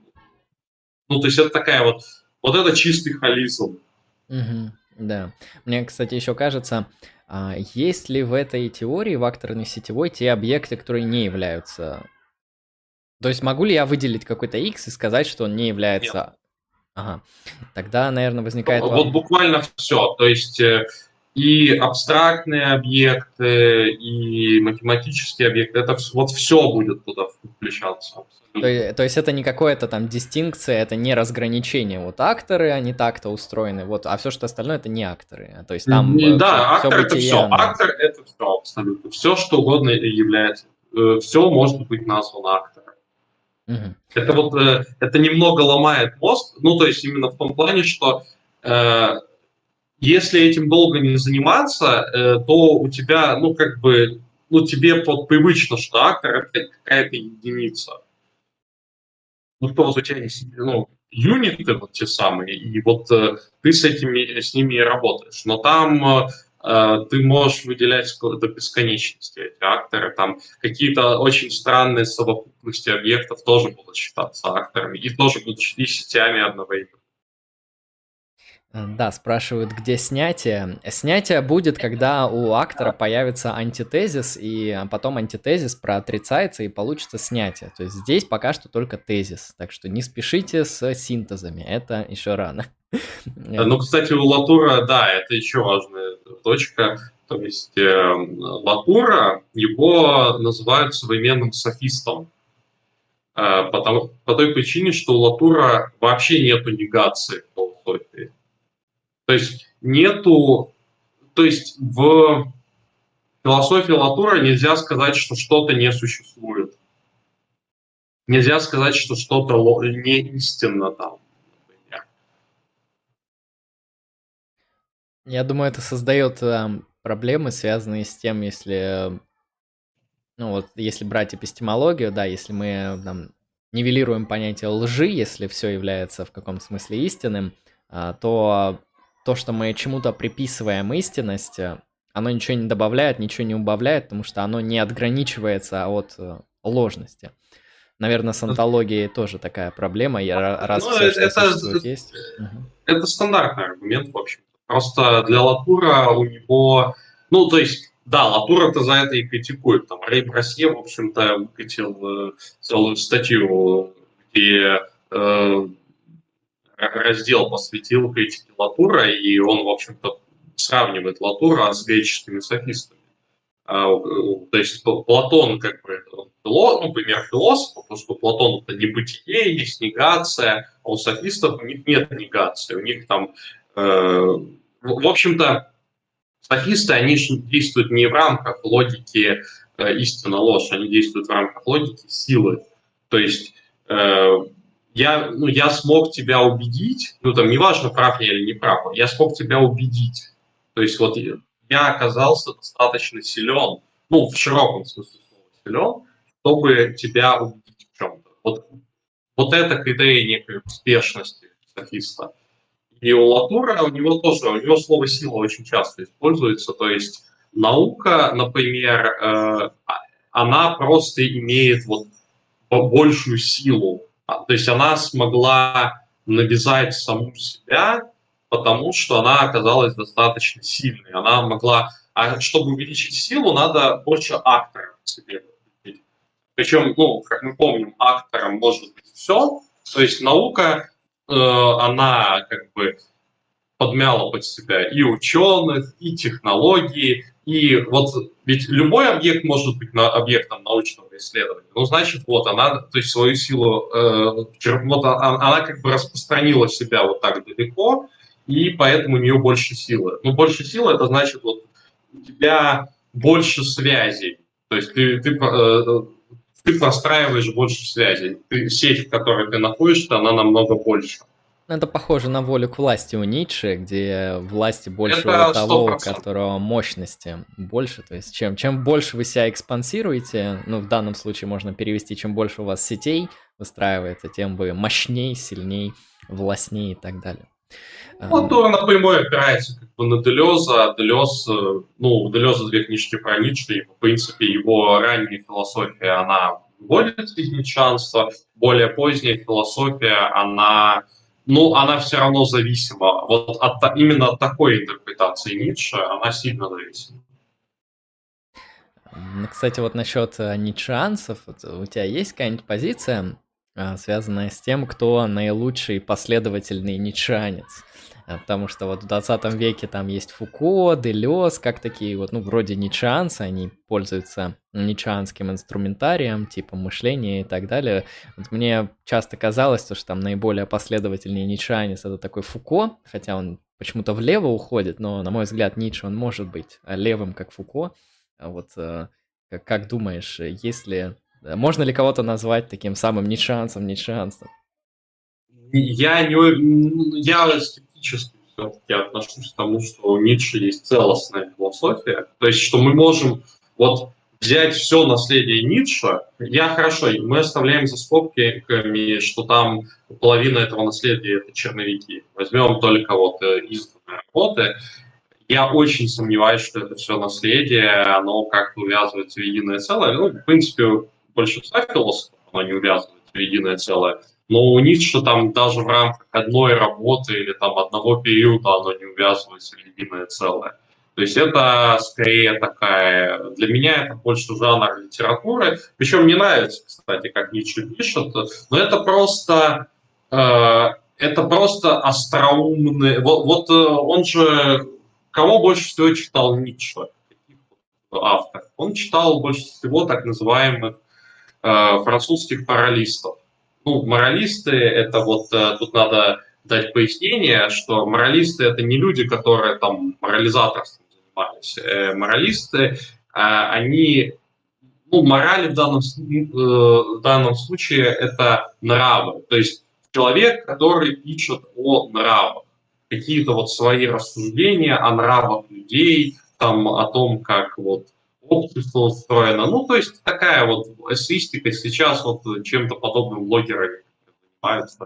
B: ну, то есть это такая вот, вот это чистый холизм.
A: Мгм. Да. Мне, кстати, еще кажется, а, есть ли в этой теории, в акторной сетевой, те объекты, которые не являются... То есть могу ли я выделить какой-то X и сказать, что он не
B: Нет.
A: является... Ага. Тогда, наверное, возникает... во-
B: Вот буквально все. То есть э, и абстрактные объекты, и математические объекты, это вс- вот все будет туда включаться.
A: То,
B: Абсолютно.
A: е- то есть это не какое-то там дистинкция, это не разграничение. Вот акторы, они так-то устроены, вот, а все, что остальное, это не акторы. То есть там
B: И
A: все,
B: да,
A: все
B: актор это
A: бытие,
B: все.
A: оно...
B: Актор это все абсолютно. Все, что угодно является. Все может быть названо актором.
A: Мгм.
B: Это вот э, это немного ломает мозг. Ну, то есть именно в том плане, что э, если этим долго не заниматься, э, то у тебя, ну, как бы ну, тебе вот привычно, что актор — это какая-то единица. Ну, что вот у тебя есть, ну, юниты вот те самые, и вот э, ты с этими, с ними и работаешь. Но там э, э, ты можешь выделять ск- до бесконечности эти акторы. Там какие-то очень странные совокупности объектов тоже будут считаться акторами, и тоже будут и сетями одновременно.
A: Э, Да, спрашивают, где снятие. Снятие будет, когда у актора появится антитезис, и а, потом антитезис проотрицается, и получится снятие. То есть здесь пока что только тезис, так что не спешите с синтезами, это еще рано.
B: Э,
A: Э,
B: Ну, кстати, у Латура, да, это еще важная точка. То есть э, Латура, его называют современным софистом. Э, потому, по той причине, что у Латура вообще нету негации в философии. То есть нету, то есть в философии Латура нельзя сказать, что что-то не существует. Нельзя сказать, что что-то ло- не истинно там, например.
A: Я думаю, это создает эм, проблемы, связанные с тем, если, ну вот, если брать эпистемологию, да, если мы э, там нивелируем понятие лжи, если все является в каком-то смысле истинным, а, то то, что мы чему-то приписываем истинность, э, оно ничего не добавляет, ничего не убавляет, потому что оно не отграничивается от э, ложности. Наверное, с онтологией тоже такая проблема, и ра- раз
B: Ну,
A: все,
B: э,
A: что
B: это,
A: существует, есть. Мгм.
B: это стандартный аргумент, в общем. Просто для Латура у него... Ну, то есть, да, Латура-то за это и критикует. Там Рэй Брасье, в общем-то, выкатил э, целую статью, где э, раздел посвятил критике Латура, и он, в общем-то, сравнивает Латура с греческими софистами. А, у- то есть П- Платон, как бы, он фило- ну, пример философа, потому что у Платона это небытие, есть негация, а у софистов у них нет негации, у них там, э, в в общем-то, софисты, они же действуют не в рамках логики э, истина ложь, они действуют в рамках логики силы. То есть э, я, ну, я смог тебя убедить, ну там неважно, прав я или не прав, я смог тебя убедить. То есть вот я оказался достаточно силен, ну в широком смысле слова силен, чтобы тебя убедить в чем-то. Вот, вот это критерий некой успешности софиста. И у Латура, у него тоже, у него слово «сила» очень часто используется, то есть наука, например, э, а- она просто имеет вот большую силу, А, то есть она смогла навязать саму себя, потому что она оказалась достаточно сильной, она могла, а чтобы увеличить силу, надо больше акторов в себе. Причем, ну, как мы помним, актором может быть все, то есть наука, э, она как бы подмяла под себя и ученых, и технологии, и вот ведь любой объект может быть на, объектом научного исследования. Ну, значит, вот она, то есть свою силу, э, вот она, она как бы распространила себя вот так далеко, и поэтому у нее больше силы. Ну, больше силы, это значит, вот у тебя больше связей. То есть ты, ты, э, ты простраиваешь больше связей. Ты, сеть, в которой ты находишься, она намного больше.
A: Ну, это похоже на волю к власти у Ницше, где власти больше у
B: Это сто
A: того, у
B: процентов.
A: которого мощности больше. То есть чем, чем больше вы себя экспансируете, ну, в данном случае можно перевести, чем больше у вас сетей выстраивается, тем вы мощней, сильней, властней и так далее.
B: Вот
A: Ам,
B: он напрямую опирается как бы на Делеза. Делез, э, ну, у Делеза две книжки про Ницше, и, в принципе, его ранняя философия, она выводит из ницшанства, более поздняя философия, она, ну, она все равно зависима. Вот от, та- именно от такой интерпретации Ницше она сильно зависима.
A: м, Кстати, вот насчет э, ницшеанцев, вот у тебя есть какая-нибудь позиция, а, связанная с тем, кто наилучший последовательный ницшеанец? А, Потому что вот в двадцатом веке там есть Фуко, Делез, как такие вот, ну, вроде ницшеанцы, они пользуются ницшеанским инструментарием, типа мышления и так далее. Вот мне часто казалось, то, что там наиболее последовательный ницшеанец — это такой Фуко, хотя он почему-то влево уходит, но, на мой взгляд, Ницше, он может быть а, левым, как Фуко. А вот э, как, как думаешь, э, есть ли, э, можно ли кого-то назвать таким самым ницшеанцем, ницшеанцем?
B: Я, не, я скептически все-таки отношусь к тому, что у Ницше есть целостная философия. То есть, что мы можем... Вот взять все наследие Ницше, я хорошо, мы оставляем за скобками, что там половина этого наследия это черновики. Возьмем только вот изданные работы. Я очень сомневаюсь, что это все наследие, оно как-то увязывается в единое целое. Ну, в принципе, большинство философов оно не увязывается в единое целое. Но у Ницше там даже в рамках одной работы или там одного периода оно не увязывается в единое целое. То есть это скорее такая... Для меня это больше жанр литературы. Причем мне нравится, кстати, как Ницше пишет, но это просто... Э, это просто остроумный... Вот, вот он же... Кого больше всего читал Ницше? Автор. Он читал больше всего так называемых э, французских моралистов. Ну, моралисты, это вот, э, тут надо дать пояснение, что моралисты это не люди, которые там морализаторством занимались. Э, моралисты, э, они, ну, морали в данном, э, в данном случае это нравы. То есть человек, который пишет о нравах. Какие-то вот свои рассуждения о нравах людей, там, о том, как вот общество устроено. Ну, то есть такая вот эссеистика сейчас вот чем-то подобным блогеры занимаются.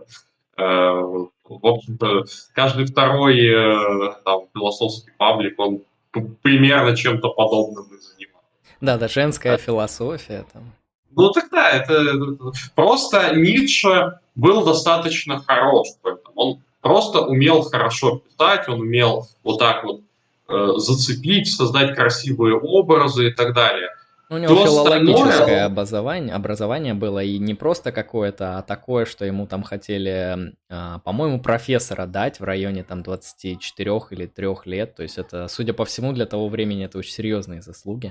B: Э, в общем-то, каждый второй э, там, философский паблик, он примерно чем-то подобным и занимается.
A: Да, да, женская философия там.
B: Ну тогда это просто Ницше был достаточно хорош в этом. Он просто умел хорошо писать, он умел вот так вот э, зацепить, создать красивые образы и так далее.
A: У него
B: Все
A: филологическое
B: остальное...
A: образование, образование было, и не просто какое-то, а такое, что ему там хотели, а, по-моему, профессора дать в районе там двадцати четырёх или трёх лет. То есть это, судя по всему, для того времени это очень серьезные заслуги.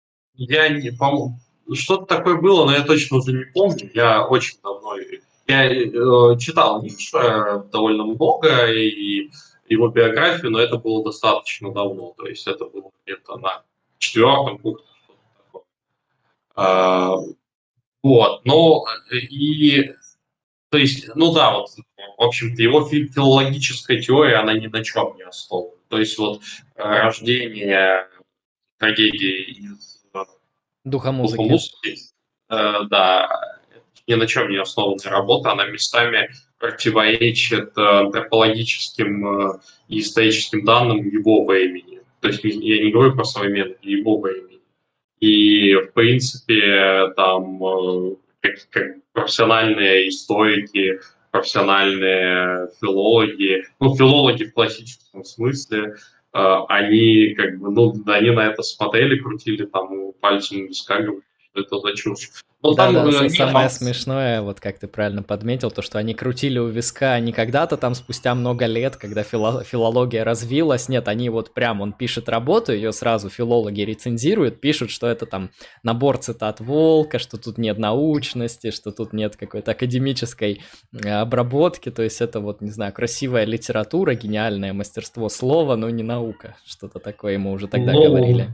B: Я не помню, что-то такое было, но я точно уже не помню. Я очень давно... Я э, читал Ницше довольно много, и его биографию, но это было достаточно давно. То есть это было где-то на четвертом курсе. А, вот, но и... То есть, ну да, вот, в общем-то, его филологическая теория, она ни на чем не основана. То есть вот рождение трагедии из
A: Духа музыки.
B: музыки, э, да, ни на чем не основанная работа, она местами противоречит антропологическим э, и историческим данным его времени. То есть я не говорю про современное, его времени. И, в принципе, там э, как, как профессиональные историки, профессиональные филологи, ну, филологи в классическом смысле, э, они как бы, ну, они на это смотрели, крутили там пальцем у виска, говорили, что это за чушь. Но там
A: Да-да,
B: э,
A: с-
B: нет,
A: самое
B: там
A: смешное, вот как ты правильно подметил, то, что они крутили у виска не когда-то там спустя много лет, когда фило- филология развилась, нет, они вот прям, он пишет работу, ее сразу филологи рецензируют, пишут, что это там набор цитат Волка, что тут нет научности, что тут нет какой-то академической э, обработки, то есть это вот, не знаю, красивая литература, гениальное мастерство слова, но не наука, что-то такое мы уже тогда
B: ну,
A: говорили.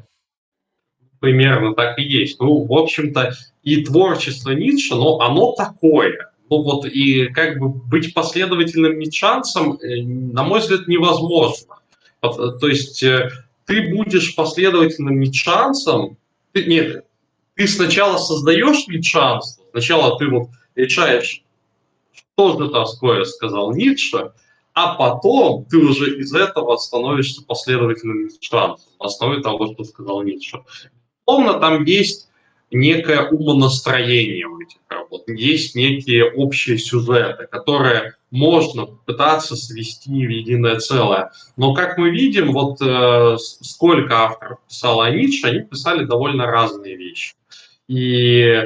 B: примерно так и есть. Ну, в общем-то, и творчество Ницше, но оно такое. Ну вот, и как бы быть последовательным ницшанцем, э, на мой взгляд, невозможно. Вот, то есть э, ты будешь последовательным ницшанцем, ты, нет, ты сначала создаешь ницшанство, сначала ты вот решаешь, что же такое сказал Ницше, а потом ты уже из этого становишься последовательным ницшанцем на основе того, что сказал Ницше. Безусловно, там есть некое умонастроение у этих работ, есть некие общие сюжеты, которые можно пытаться свести в единое целое. Но, как мы видим, вот э, сколько авторов писало о Ницше, они писали довольно разные вещи. И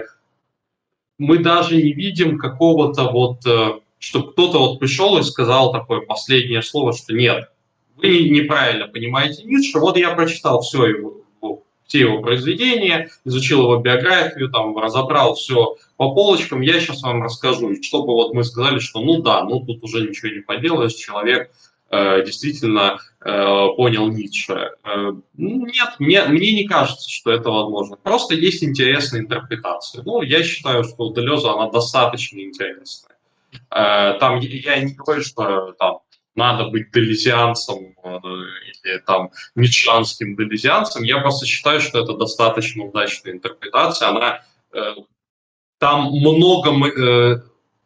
B: мы даже не видим какого-то вот, э, чтобы кто-то вот пришел и сказал такое последнее слово, что нет, вы неправильно понимаете Ницше, вот я прочитал все его, все его произведения, изучил его биографию, там, разобрал все по полочкам, я сейчас вам расскажу, чтобы вот мы сказали, что ну да, ну тут уже ничего не поделаешь, человек э, действительно э, понял Ницше. Э, нет, мне, мне не кажется, что это возможно. Просто есть интересная интерпретация. Ну, я считаю, что Делеза, она достаточно интересная. Э, там, я не говорю, что там надо быть делезианцем э, или там ницшанским делезианцем. Я просто считаю, что это достаточно удачная интерпретация. Она э, там много, э,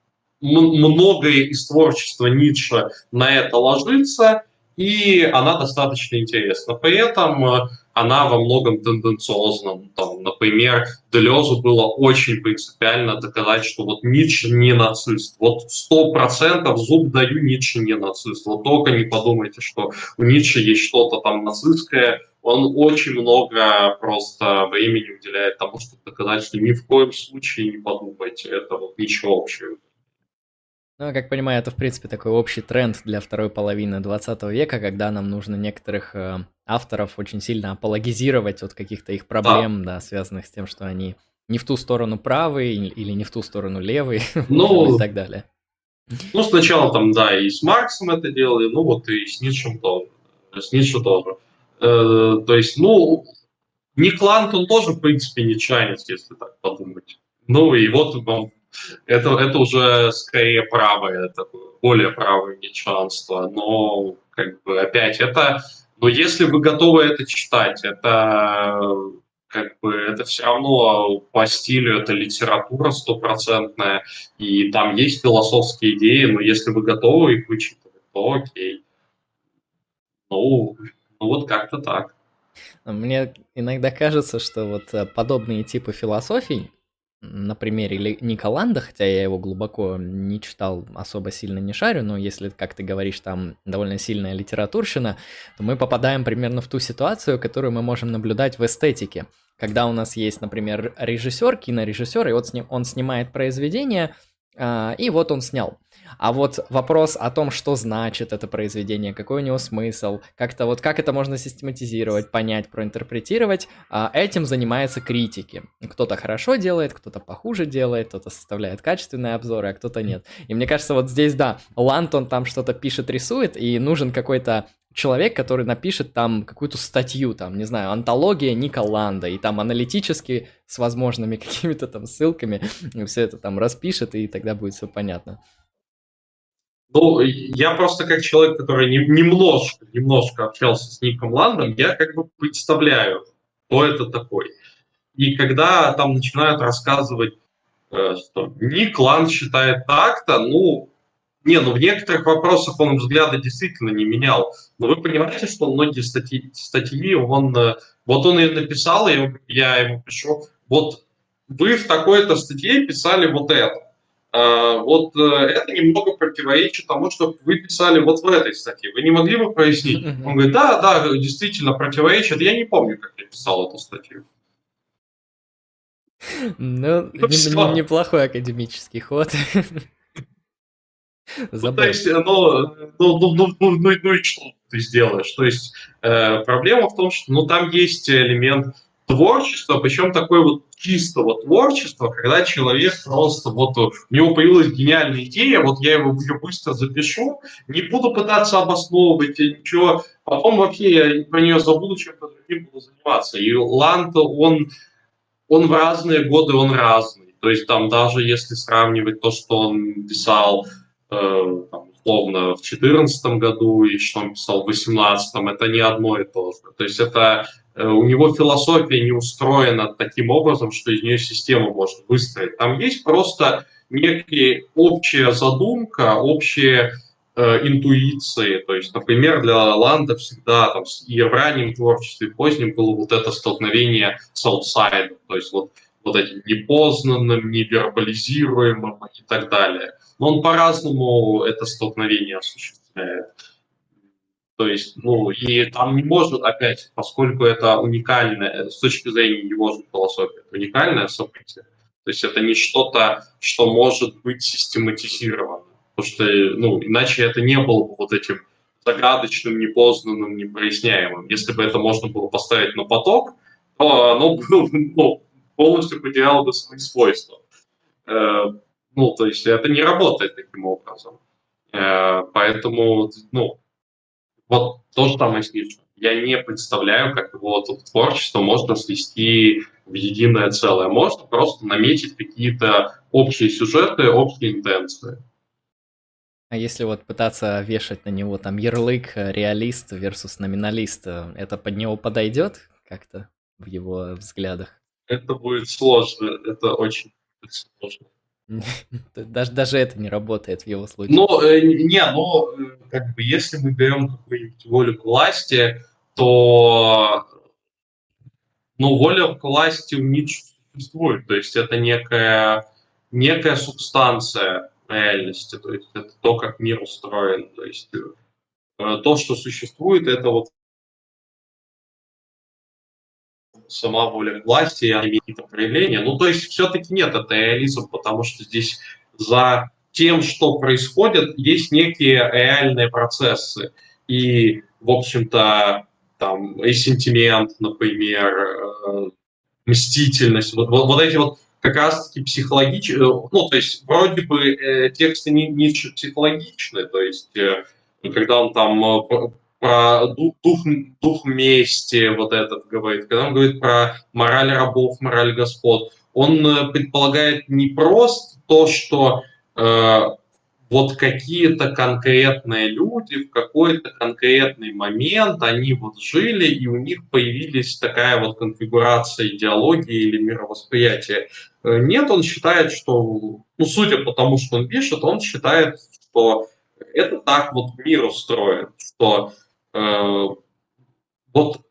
B: многое из творчества Ницше на это ложится, и она достаточно интересна. При этом э, она во многом тенденциозна. Там, например, Делезу было очень принципиально доказать, что вот Ницше не нацист. Вот сто процентов зуб даю, Ницше не нацист. Вот только не подумайте, что у Ницше есть что-то там нацистское. Он очень много просто времени уделяет тому, чтобы доказать, что ни в коем случае не подумайте. Это вот ничего общего.
A: Ну, я как понимаю, это, в принципе, такой общий тренд для второй половины двадцатого века, когда нам нужно некоторых э, авторов очень сильно апологизировать от каких-то их
B: Да.
A: проблем, да, связанных с тем, что они не в ту сторону правые или или не в ту сторону левые, в общем, и
B: Ну,
A: так далее.
B: ну, сначала там, да, и с Марксом это делали, ну вот и с Ницшем тоже. С Ницше тоже. Э, то есть, ну, Ник Ланд, он тоже, в принципе, ницшанец, если так подумать. Ну, и вот вам, это, это уже скорее правое, такое, более правое ницшанство. Но, как бы, опять, это... Но если вы готовы это читать, это как бы это все равно по стилю это литература стопроцентная, и там есть философские идеи, но если вы готовы их вычитывать, то окей. Ну, ну вот как-то так.
A: Мне иногда кажется, что вот э, подобные типы философий, м, на примере Ли- Ника Ланда, хотя я его глубоко не читал, особо сильно не шарю, но если, как ты говоришь, там довольно сильная литературщина, то мы попадаем примерно в ту ситуацию, которую мы можем наблюдать в эстетике. Когда у нас есть, например, режиссер, кинорежиссер, и вот с ним, он снимает произведение, а, и вот он снял. А вот вопрос о том, что значит это произведение, какой у него смысл, как-то вот как это можно систематизировать, понять, проинтерпретировать, а, этим занимаются критики. Кто-то хорошо делает, кто-то похуже делает, кто-то составляет качественные обзоры, а кто-то нет. И мне кажется, вот здесь, да, Лантон там что-то пишет, рисует, и нужен какой-то человек, который напишет там какую-то статью, там, не знаю, антология Ника Ланда, и там аналитически с возможными какими-то там ссылками все это там распишет, и тогда будет все понятно.
B: Ну, я просто как человек, который не- немножко, немножко общался с Ником Ландом, я как бы представляю, кто это такой. И когда там начинают рассказывать, э, что Ник Ланд считает так-то, ну, не, ну в некоторых вопросах он взгляды действительно не менял. Но вы понимаете, что многие статьи, статьи он, э, вот он ее написал, и я ему пишу, вот вы в такой-то статье писали вот это. А, вот э, это немного противоречит тому, что вы писали вот в этой статье. Вы не могли бы прояснить? Он говорит, да, да, действительно противоречит. Я не помню, как я писал эту статью.
A: Ну,
B: Ну
A: не- не-
B: все.
A: неплохой академический ход.
B: Ну, то
A: Забавно.
B: есть, э, ну, ну, ну, ну, ну, ну, ну и что ты сделаешь? То есть э, проблема в том, что ну, там есть элемент творчества, причем такое вот чистого творчества, когда человек просто вот у него появилась гениальная идея, вот я его ее быстро запишу, не буду пытаться обосновывать и ничего, потом вообще я про нее забуду, чем-то другим буду заниматься. И Ланд, он он в разные годы, он разный. То есть там даже если сравнивать то, что он писал э, там, условно в четырнадцатом году и что он писал в восемнадцатом, это не одно и то же. То есть это э, у него философия не устроена таким образом, что из нее система может выстроить. Там есть просто некие общая задумка, общие э, интуиции. То есть, например, для Ланда всегда там, и в раннем творчестве, и в позднем было вот это столкновение с аутсайдом, то есть вот, вот этим непознанным, невербализируемым и так далее. Но он по-разному это столкновение осуществляет. То есть, ну, и там не может, опять, поскольку это уникальное, с точки зрения его же философии, это уникальное событие, то есть это не что-то, что может быть систематизировано. Потому что, ну, иначе это не было бы вот этим загадочным, непознанным, непроясняемым. Если бы это можно было поставить на поток, то оно бы, ну, полностью потеряло бы свои свойства. Э, ну, то есть это не работает таким образом. Э, поэтому, ну, вот то же самое с Ницше. Я не представляю, как его вот это творчество можно свести в единое целое. Можно просто наметить какие-то общие сюжеты, общие интенции.
A: А если вот пытаться вешать на него там ярлык э, реалист versus номиналист, э, это под него подойдет как-то в его взглядах?
B: Это будет сложно, это очень будет сложно.
A: Даже, даже это не работает в его случае.
B: Но, э, не, но э, как бы если мы берем какую-нибудь волю к власти, то ну, воля к власти у Ницше существует. То есть это некая, некая субстанция реальности, то есть это то, как мир устроен. То есть э, то, что существует, это вот сама воля к власти, и она имеет какие-то проявления. Ну, то есть все-таки нет, это реализм, потому что здесь за тем, что происходит, есть некие реальные процессы. И, в общем-то, там, и сентимент, например, э, мстительность, вот, вот, вот эти вот как раз-таки психологичные, ну, то есть вроде бы э, тексты не, не психологичны, то есть э, когда он там э, про дух, дух, дух мести вот этот говорит, когда он говорит про мораль рабов, мораль господ, он э, предполагает не просто то, что э, вот какие-то конкретные люди в какой-то конкретный момент, они вот жили, и у них появились такая вот конфигурация идеологии или мировосприятия. Э, Нет, он считает, что, ну, судя по тому, что он пишет, он считает, что это так вот мир устроен, что э, вот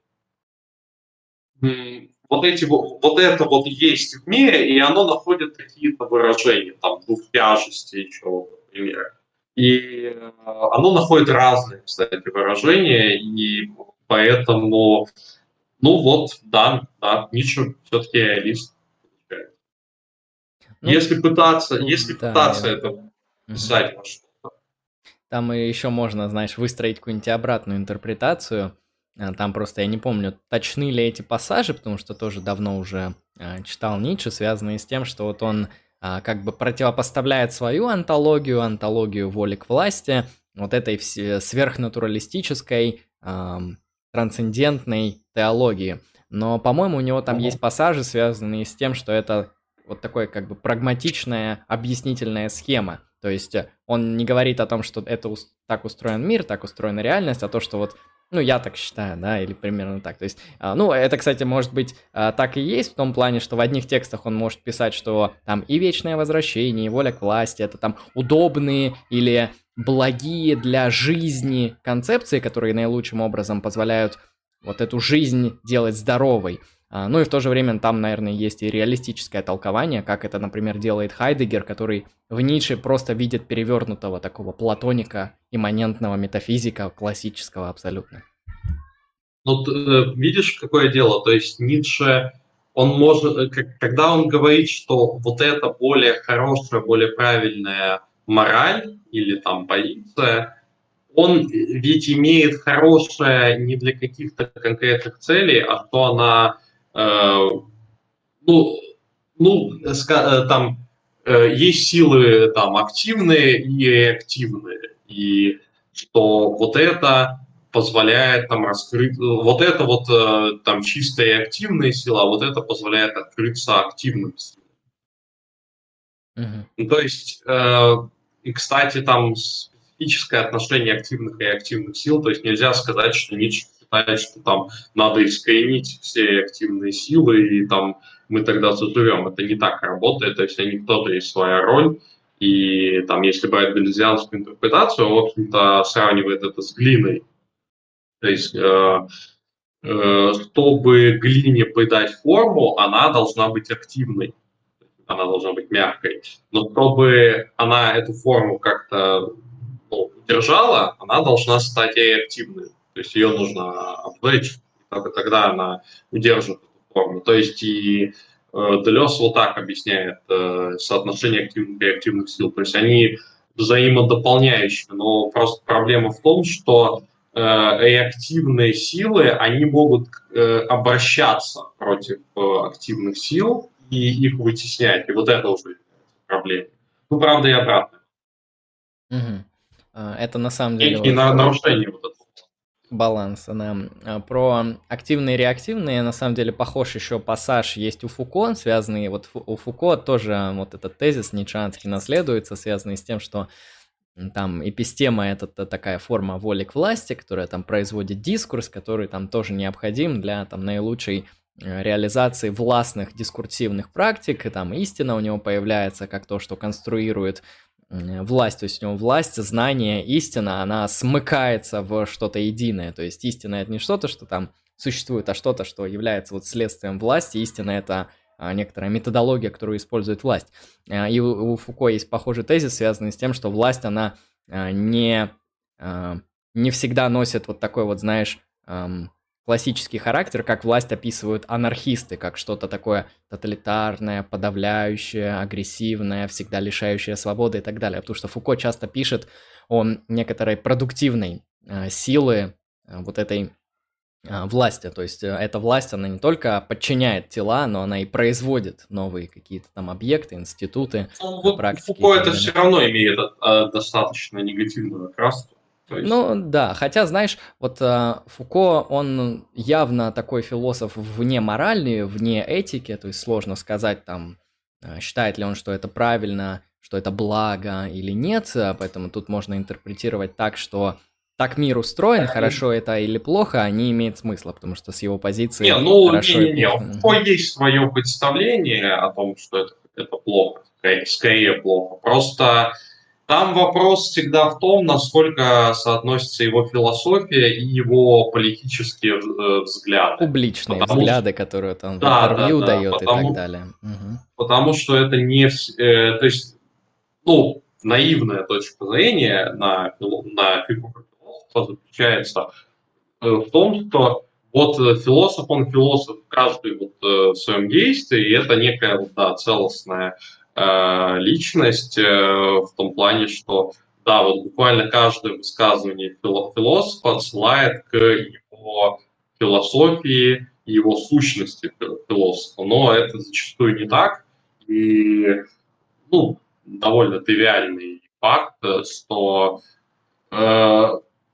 B: м, вот эти вот, вот это вот есть в мире, и оно находит какие-то выражения, там, двухтяжести еще, например. И э, оно находит разные, кстати, выражения, и поэтому, ну вот, да, да, Ницше все-таки реалист.
A: Ну,
B: Если пытаться, если
A: тут, да,
B: пытаться
A: наверное.
B: это писать во что-то.
A: Там и еще можно, знаешь, выстроить какую-нибудь обратную интерпретацию. А, Там просто я не помню, точны ли эти пассажи, потому что тоже давно уже а, читал Ницше, связанные с тем, что вот он а, как бы противопоставляет свою антологию, антологию воли к власти, вот этой все- сверхнатуралистической, ам, трансцендентной теологии. Но, по-моему, у него там
B: Ага.
A: есть пассажи, связанные с тем, что это вот такое как бы прагматичная объяснительная схема. То есть э, он не говорит о том, что это ус- так устроен мир, так устроена реальность, а то, что вот, ну, я так считаю, да, или примерно так. То есть, а, ну, это, кстати, может быть а, так и есть в том плане, что в одних текстах он может писать, что там и вечное возвращение, и воля к власти, это там удобные или благие для жизни концепции, которые наилучшим образом позволяют вот эту жизнь делать здоровой. А, Ну и в то же время там, наверное, есть и реалистическое толкование, как это, например, делает Хайдеггер, который в Ницше просто видит перевернутого такого платоника, имманентного метафизика, классического абсолютно.
B: Вот э, видишь, какое дело? То есть Ницше, он может, э, как- когда он говорит, что вот это более хорошая, более правильная мораль или там позиция, он ведь имеет хорошее не для каких-то конкретных целей, а что она, э, ну, ну, ска- э, там э, есть силы там активные и реактивные, и что вот это позволяет там раскрыть, вот это вот э, там чистая реактивная сила, а вот это позволяет открыться активным силам.
A: Мгм.
B: Ну, то есть, э, и, кстати, там специфическое отношение активных и реактивных сил, то есть нельзя сказать, что Ницше считает, что там надо искоренить все реактивные силы, и там мы тогда заживем. Это не так работает, то есть у них кто-то есть своя роль, и там, если брать галезианскую интерпретацию, он, в общем-то, сравнивает это с глиной. То есть, э, э, чтобы глине придать форму, она должна быть активной, она должна быть мягкой. Но чтобы она эту форму как-то ну, удержала, она должна стать реактивной. То есть ее нужно обжечь, и только тогда она удержит эту форму. То есть и э, Делес вот так объясняет э, соотношение активных и реактивных сил. То есть они взаимодополняющие, но просто проблема в том, что э, реактивные силы, они могут э, обращаться против э, активных сил и их вытеснять. И вот это уже проблема. Ну, правда, и обратно.
A: Мгм. А, Это на самом деле
B: Некие
A: вот
B: на-
A: э,
B: нарушения вот этого.
A: баланса, да. А, Про активные и реактивные, на самом деле, похож еще пассаж есть у Фуко, связанный, вот Фу- у Фуко тоже вот этот тезис ницшеанский наследуется, связанный с тем, что Там эпистема — это та- такая форма воли к власти, которая там производит дискурс, который там тоже необходим для там наилучшей э, реализации властных дискурсивных практик, и там истина у него появляется как то, что конструирует м, власть, то есть у него власть, знание, истина, она смыкается в что-то единое, то есть истина — это не что-то, что там существует, а что-то, что является вот следствием власти, истина — это а, некоторая методология, которую использует власть. А, И у у Фуко есть похожий тезис, связанный с тем, что власть, она а, не, а, не всегда носит вот такой вот, знаешь, ам, классический характер, как власть описывают анархисты, как что-то такое тоталитарное, подавляющее, агрессивное, всегда лишающее свободы и так далее. Потому что Фуко часто пишет о некоторой продуктивной а, силы а, вот этой а, власти. То есть э, эта власть, она не только подчиняет тела, но она и производит новые какие-то там объекты, институты,
B: Ну,
A: а,
B: вот
A: практики и
B: Фуко
A: так
B: это все
A: далее.
B: равно имеет э, достаточно негативную окраску. То есть,
A: Ну да, хотя, знаешь, вот а, Фуко, он явно такой философ вне морали, вне этики, то есть сложно сказать там, а, считает ли он, что это правильно, что это благо или нет, а, поэтому тут можно интерпретировать так, что так мир устроен, хорошо это или плохо, а не имеет смысла, потому что с его
B: не,
A: позиции
B: ну,
A: хорошо и
B: не-не-не, у
A: плохо.
B: Фуко
A: Мгм.
B: есть свое представление о том, что это, это плохо, скорее, скорее плохо. Просто там вопрос всегда в том, насколько соотносится его философия и его политические э, взгляды.
A: Публичные
B: Потому что,
A: взгляды, которые он там в
B: да, да,
A: интервью
B: да,
A: дает и так
B: потому,
A: далее. Мгм.
B: потому что это не, вс- э, то есть, ну, наивная точка зрения на, фило- на фигуру философа заключается э, в том, что вот э, философ, он философ каждый вот э, в своем действии, и это некая вот, да, целостная э, личность э, в том плане, что да, вот буквально каждое высказывание фило- философа отсылает к его философии, его сущности фи- философа, но это зачастую не так, и ну, довольно тривиальный факт, э, что э,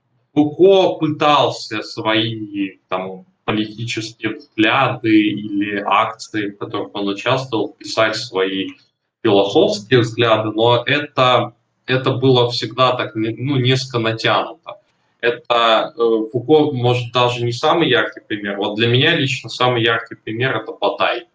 B: Фуко пытался свои там, политические взгляды или акции, в которых он участвовал, писать свои философские взгляды, но это, это было всегда так ну, несколько натянуто. Это э, Фуко, может, даже не самый яркий пример. Вот для меня лично самый яркий пример — это Батай.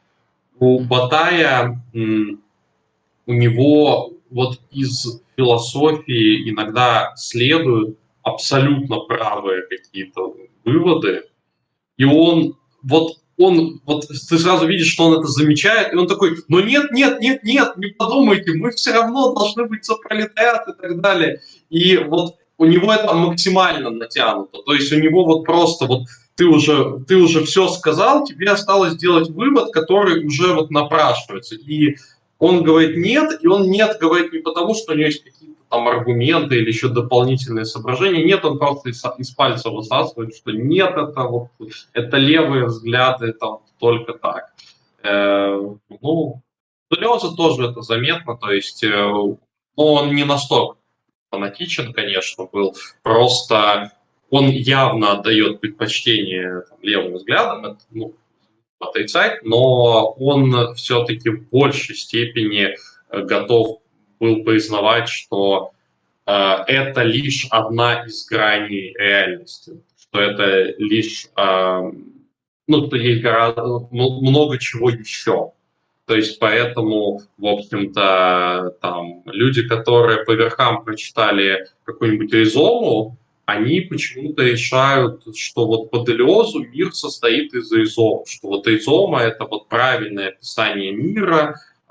B: У
A: Мгм.
B: Батая м, у него вот из философии иногда следуют абсолютно правые какие-то выводы, и он вот он вот ты сразу видишь, что он это замечает, и он такой: ну нет, нет, нет, нет, не подумайте, мы все равно должны быть за пролетариат и так далее. И вот у него это максимально натянуто, то есть у него вот просто вот ты уже, ты уже все сказал, тебе осталось сделать вывод, который уже вот напрашивается. И он говорит нет, и он нет говорит не потому, что у него есть какие-то там аргументы или еще дополнительные соображения. Нет, он просто из, из пальца высасывает, что нет, это вот это левые взгляды, там только так. Э, ну, Делеза тоже это заметно, то есть э, ну, он не настолько фанатичен, конечно, был, просто он явно отдает предпочтение там, левым взглядам, это, ну, отрицать, но он все-таки в большей степени э, готов был признавать, что э, это лишь одна из граней реальности, что это лишь, э, ну, что есть гораздо, ну, много чего еще. То есть поэтому, в общем-то, там люди, которые по верхам прочитали какую-нибудь ризому, они почему-то решают, что вот по Делезу мир состоит из ризом, что вот ризома — это вот правильное описание мира,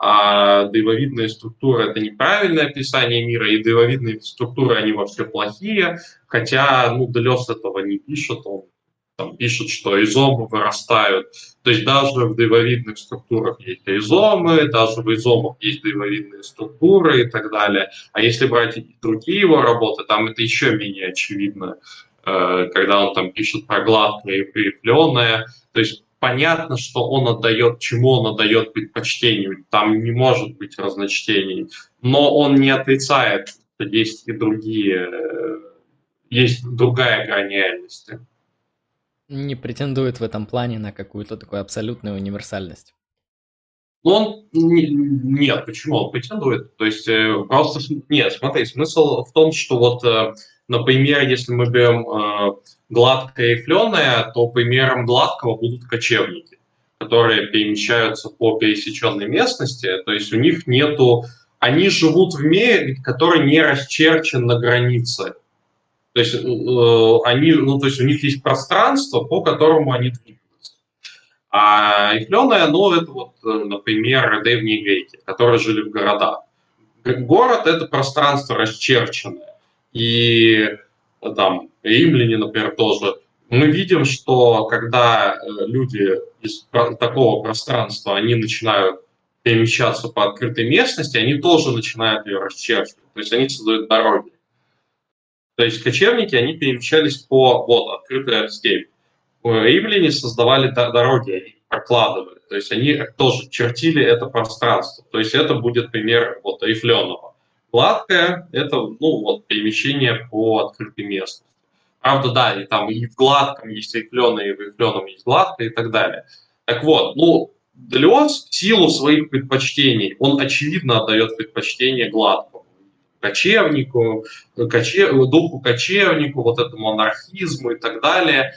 B: а древовидные структуры — это неправильное описание мира, и древовидные структуры, они вообще плохие, хотя, ну, Делез этого не пишет, он там пишет, что ризомы вырастают. То есть даже в древовидных структурах есть ризомы, даже в ризомах есть древовидные структуры и так далее. А если брать другие его работы, там это еще менее очевидно, э, когда он там пишет про гладкое и прикрепленное. То есть понятно, что он отдает, чему он отдает предпочтение. Там не может быть разночтений. Но он не отрицает, что есть и другие, э, есть другая грань реальности.
A: Не претендует в этом плане на какую-то такую абсолютную универсальность.
B: Ну, он не- нет, почему он претендует? То есть э, просто с- нет, смотри, смысл в том, что вот, э, например, если мы берем э, гладкое и рифленое, то примером гладкого будут кочевники, которые перемещаются по пересеченной местности, то есть у них нету, они живут в мире, который не расчерчен на границе. То есть э, они, ну, то есть у них есть пространство, по которому они двигаются. А рифленое, ну, это вот, э, например, древние греки, которые жили в городах. Город – это пространство расчерченное. И э, там римляне, например, тоже. Мы видим, что когда э, люди из такого пространства, они начинают перемещаться по открытой местности, они тоже начинают ее расчерчивать. То есть они создают дороги. То есть кочевники, они перемещались по вот, открытой ландскейп. Римляне создавали дороги, они прокладывали. То есть они тоже чертили это пространство. То есть это будет пример вот рифленого. Гладкое – это ну, вот, перемещение по открытой местности. Правда, да, и там и в гладком есть рифленое, и в рифленом есть гладкое и так далее. Так вот, ну, Делиоз в силу своих предпочтений, он очевидно отдает предпочтение гладкому. Кочевнику, коче... духу кочевнику, вот этому анархизму и так далее.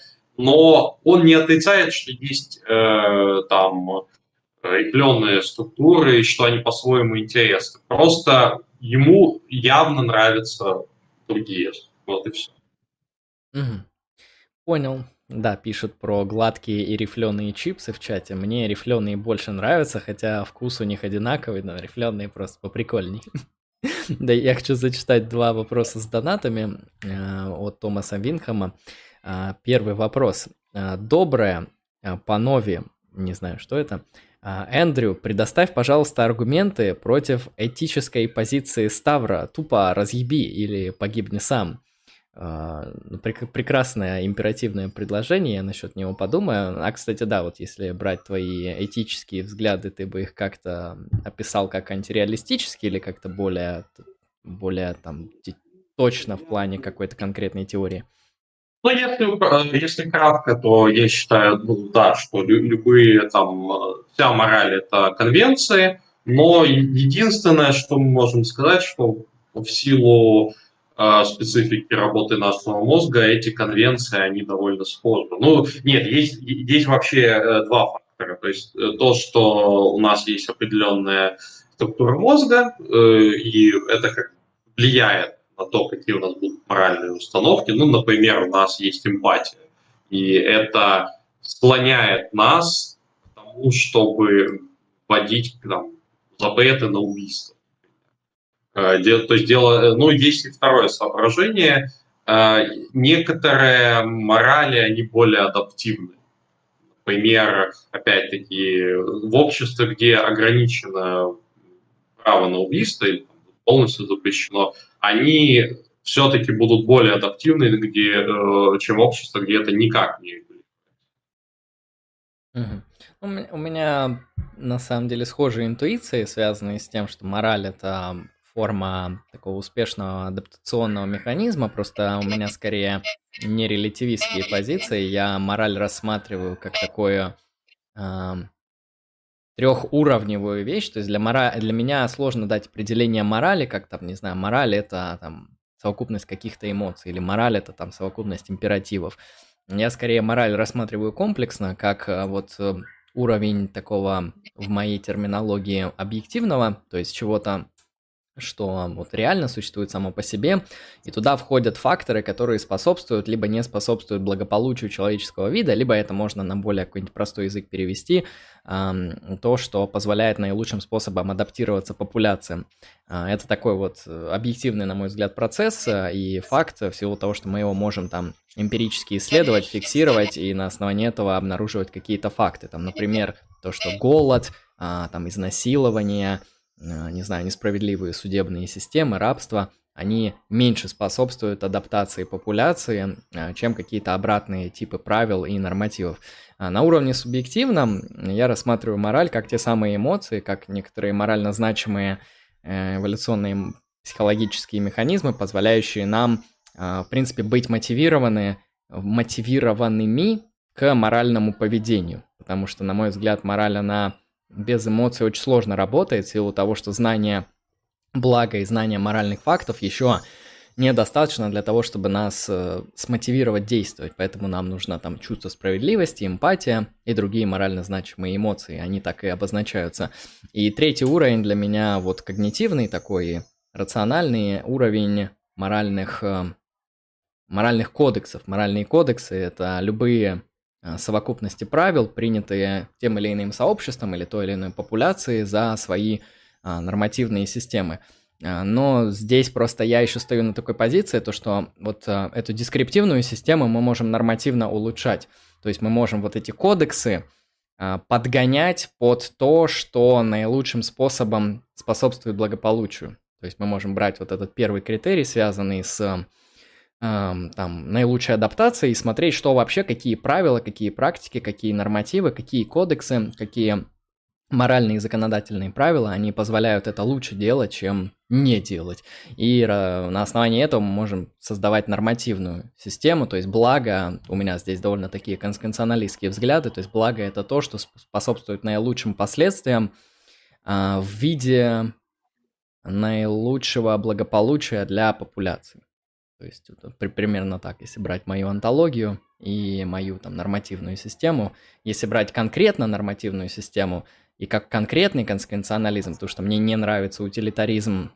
B: Но он не отрицает, что есть э, там рифленые структуры и что они по-своему интересны. Просто ему явно нравятся другие. Вот и все.
A: Мгм. Понял. Да, пишут про гладкие и рифленые чипсы в чате. Мне рифленые больше нравятся, хотя вкус у них одинаковый, но рифленые просто поприкольней. Да, я хочу зачитать два вопроса с донатами э, от Томаса Винхэма. А, Первый вопрос. А, Доброе, а, панове, не знаю, что это. А, Эндрю, предоставь, пожалуйста, аргументы против этической позиции Ставра. Тупо разъеби или погибни сам. А, ну, прек- прекрасное императивное предложение, я насчет него подумаю. А, кстати, да, вот если брать твои этические взгляды, ты бы их как-то описал как антиреалистические или как-то более, более там те- точно в плане какой-то конкретной теории?
B: Ну, если, э, если кратко, то я считаю, ну, да, что лю- любые там, э, вся мораль – это конвенции, но е- единственное, что мы можем сказать, что в силу э, специфики работы нашего мозга эти конвенции, они довольно схожи. Ну, нет, есть, есть вообще э, два фактора. То есть э, то, что у нас есть определенная структура мозга, э, и это как влияет на то, какие у нас будут моральные установки. Ну, например, у нас есть эмпатия, и это склоняет нас к тому, чтобы вводить там, запреты на убийство. Э, де- То есть дело, ну, есть и второе соображение. Э, Некоторые морали, они более адаптивны. Например, опять-таки, в обществе, где ограничено право на убийство или там, полностью запрещено, они все-таки будут более адаптивны, где, э, чем общество, где это никак не регулируется.
A: Мгм. У ме- у меня на самом деле схожие интуиции, связанные с тем, что мораль это форма такого успешного адаптационного механизма, просто у меня скорее не релятивистские позиции, я мораль рассматриваю как такое ам, трехуровневую вещь, то есть для, мора... для меня сложно дать определение морали, как там, не знаю, мораль это там совокупность каких-то эмоций, или мораль это там совокупность императивов. Я скорее мораль рассматриваю комплексно, как э, вот э, уровень такого в моей терминологии объективного, то есть чего-то, что вот реально существует само по себе, и туда входят факторы, которые способствуют либо не способствуют благополучию человеческого вида, либо это можно на более какой-нибудь простой язык перевести, ам, то, что позволяет наилучшим способом адаптироваться популяциям. А, Это такой вот э, объективный, на мой взгляд, процесс э, и факт в силу того, что мы его можем там эмпирически исследовать, фиксировать и на основании этого обнаруживать какие-то факты. Там, например, то, что голод, а, там, изнасилование, э, не знаю, несправедливые судебные системы, рабство, они меньше способствуют адаптации популяции, э, чем какие-то обратные типы правил и нормативов. А на уровне субъективном я рассматриваю мораль как те самые эмоции, как некоторые морально значимые э, эволюционные м- психологические механизмы, позволяющие нам, э, в принципе, быть мотивированы, мотивированными к моральному поведению. Потому что, на мой взгляд, мораль, она без эмоций очень сложно работает в силу того, что знание блага и знание моральных фактов еще недостаточно для того, чтобы нас э, смотивировать действовать. Поэтому нам нужно там чувство справедливости, эмпатия и другие морально значимые эмоции. Они так и обозначаются. И третий уровень для меня вот когнитивный такой, рациональный уровень моральных, э, моральных кодексов. Моральные кодексы — это любые э, совокупности правил, принятые тем или иным сообществом или той или иной популяцией за свои э, нормативные системы. Но здесь просто я еще стою на такой позиции, то что вот а, эту дескриптивную систему мы можем нормативно улучшать. То есть мы можем вот эти кодексы а, подгонять под то, что наилучшим способом способствует благополучию. То есть мы можем брать вот этот первый критерий, связанный с а, там, наилучшей адаптацией, и смотреть, что вообще, какие правила, какие практики, какие нормативы, какие кодексы, какие моральные и законодательные правила, они позволяют это лучше делать, чем не делать. И на основании этого мы можем создавать нормативную систему, то есть благо, у меня здесь довольно такие конституционалистские взгляды, то есть благо это то, что способствует наилучшим последствиям а, в виде наилучшего благополучия для популяции. То есть это при, примерно так, если брать мою онтологию и мою там нормативную систему. Если брать конкретно нормативную систему и как конкретный конституционализм, потому что мне не нравится утилитаризм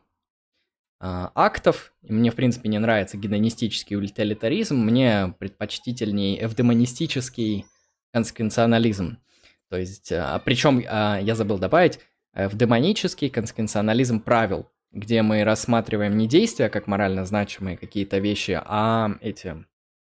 A: э, актов, и мне в принципе не нравится гедонистический утилитаризм, мне предпочтительней эвдемонистический конституционализм. То есть, э, причем э, я забыл добавить, эвдемонический конституционализм правил, где мы рассматриваем не действия как морально значимые какие-то вещи, а эти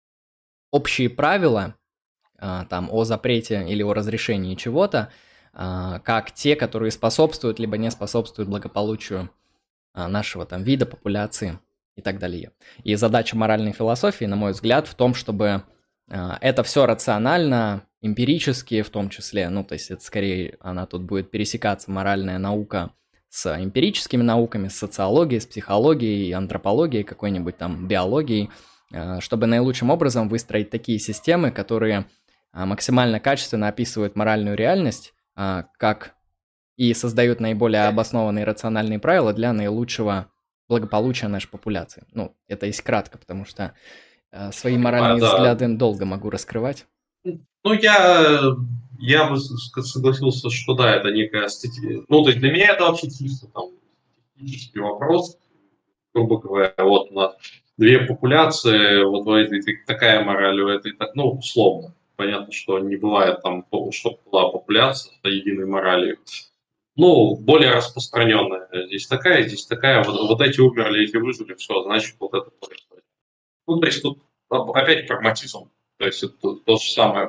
A: общие правила а, там, о запрете или о разрешении чего-то, а, как те, которые способствуют либо не способствуют благополучию а, нашего там, вида, популяции и так далее. И задача моральной философии, на мой взгляд, в том, чтобы а, это все рационально, эмпирически в том числе, ну, то есть это скорее она тут будет пересекаться, моральная наука, с эмпирическими науками, с социологией, с психологией, антропологией, какой-нибудь там биологией, чтобы наилучшим образом выстроить такие системы, которые максимально качественно описывают моральную реальность, как и создают наиболее обоснованные рациональные правила для наилучшего благополучия нашей популяции. Ну, это если кратко, потому что свои моральные а, да. взгляды долго могу раскрывать.
B: Ну, я, я бы согласился, что да, это некая статья. Ну, то есть для меня это вообще чисто там технический вопрос, грубо говоря, вот у нас две популяции, вот у этой такая мораль, у этой так, ну, условно. Понятно, что не бывает там, чтобы была популяция с единой моралью. Ну, более распространенная. Здесь такая, здесь такая. Вот, вот эти умерли, эти выжили, все, значит, вот это происходит. Ну, то есть тут опять прагматизм. То есть это то, то же самое.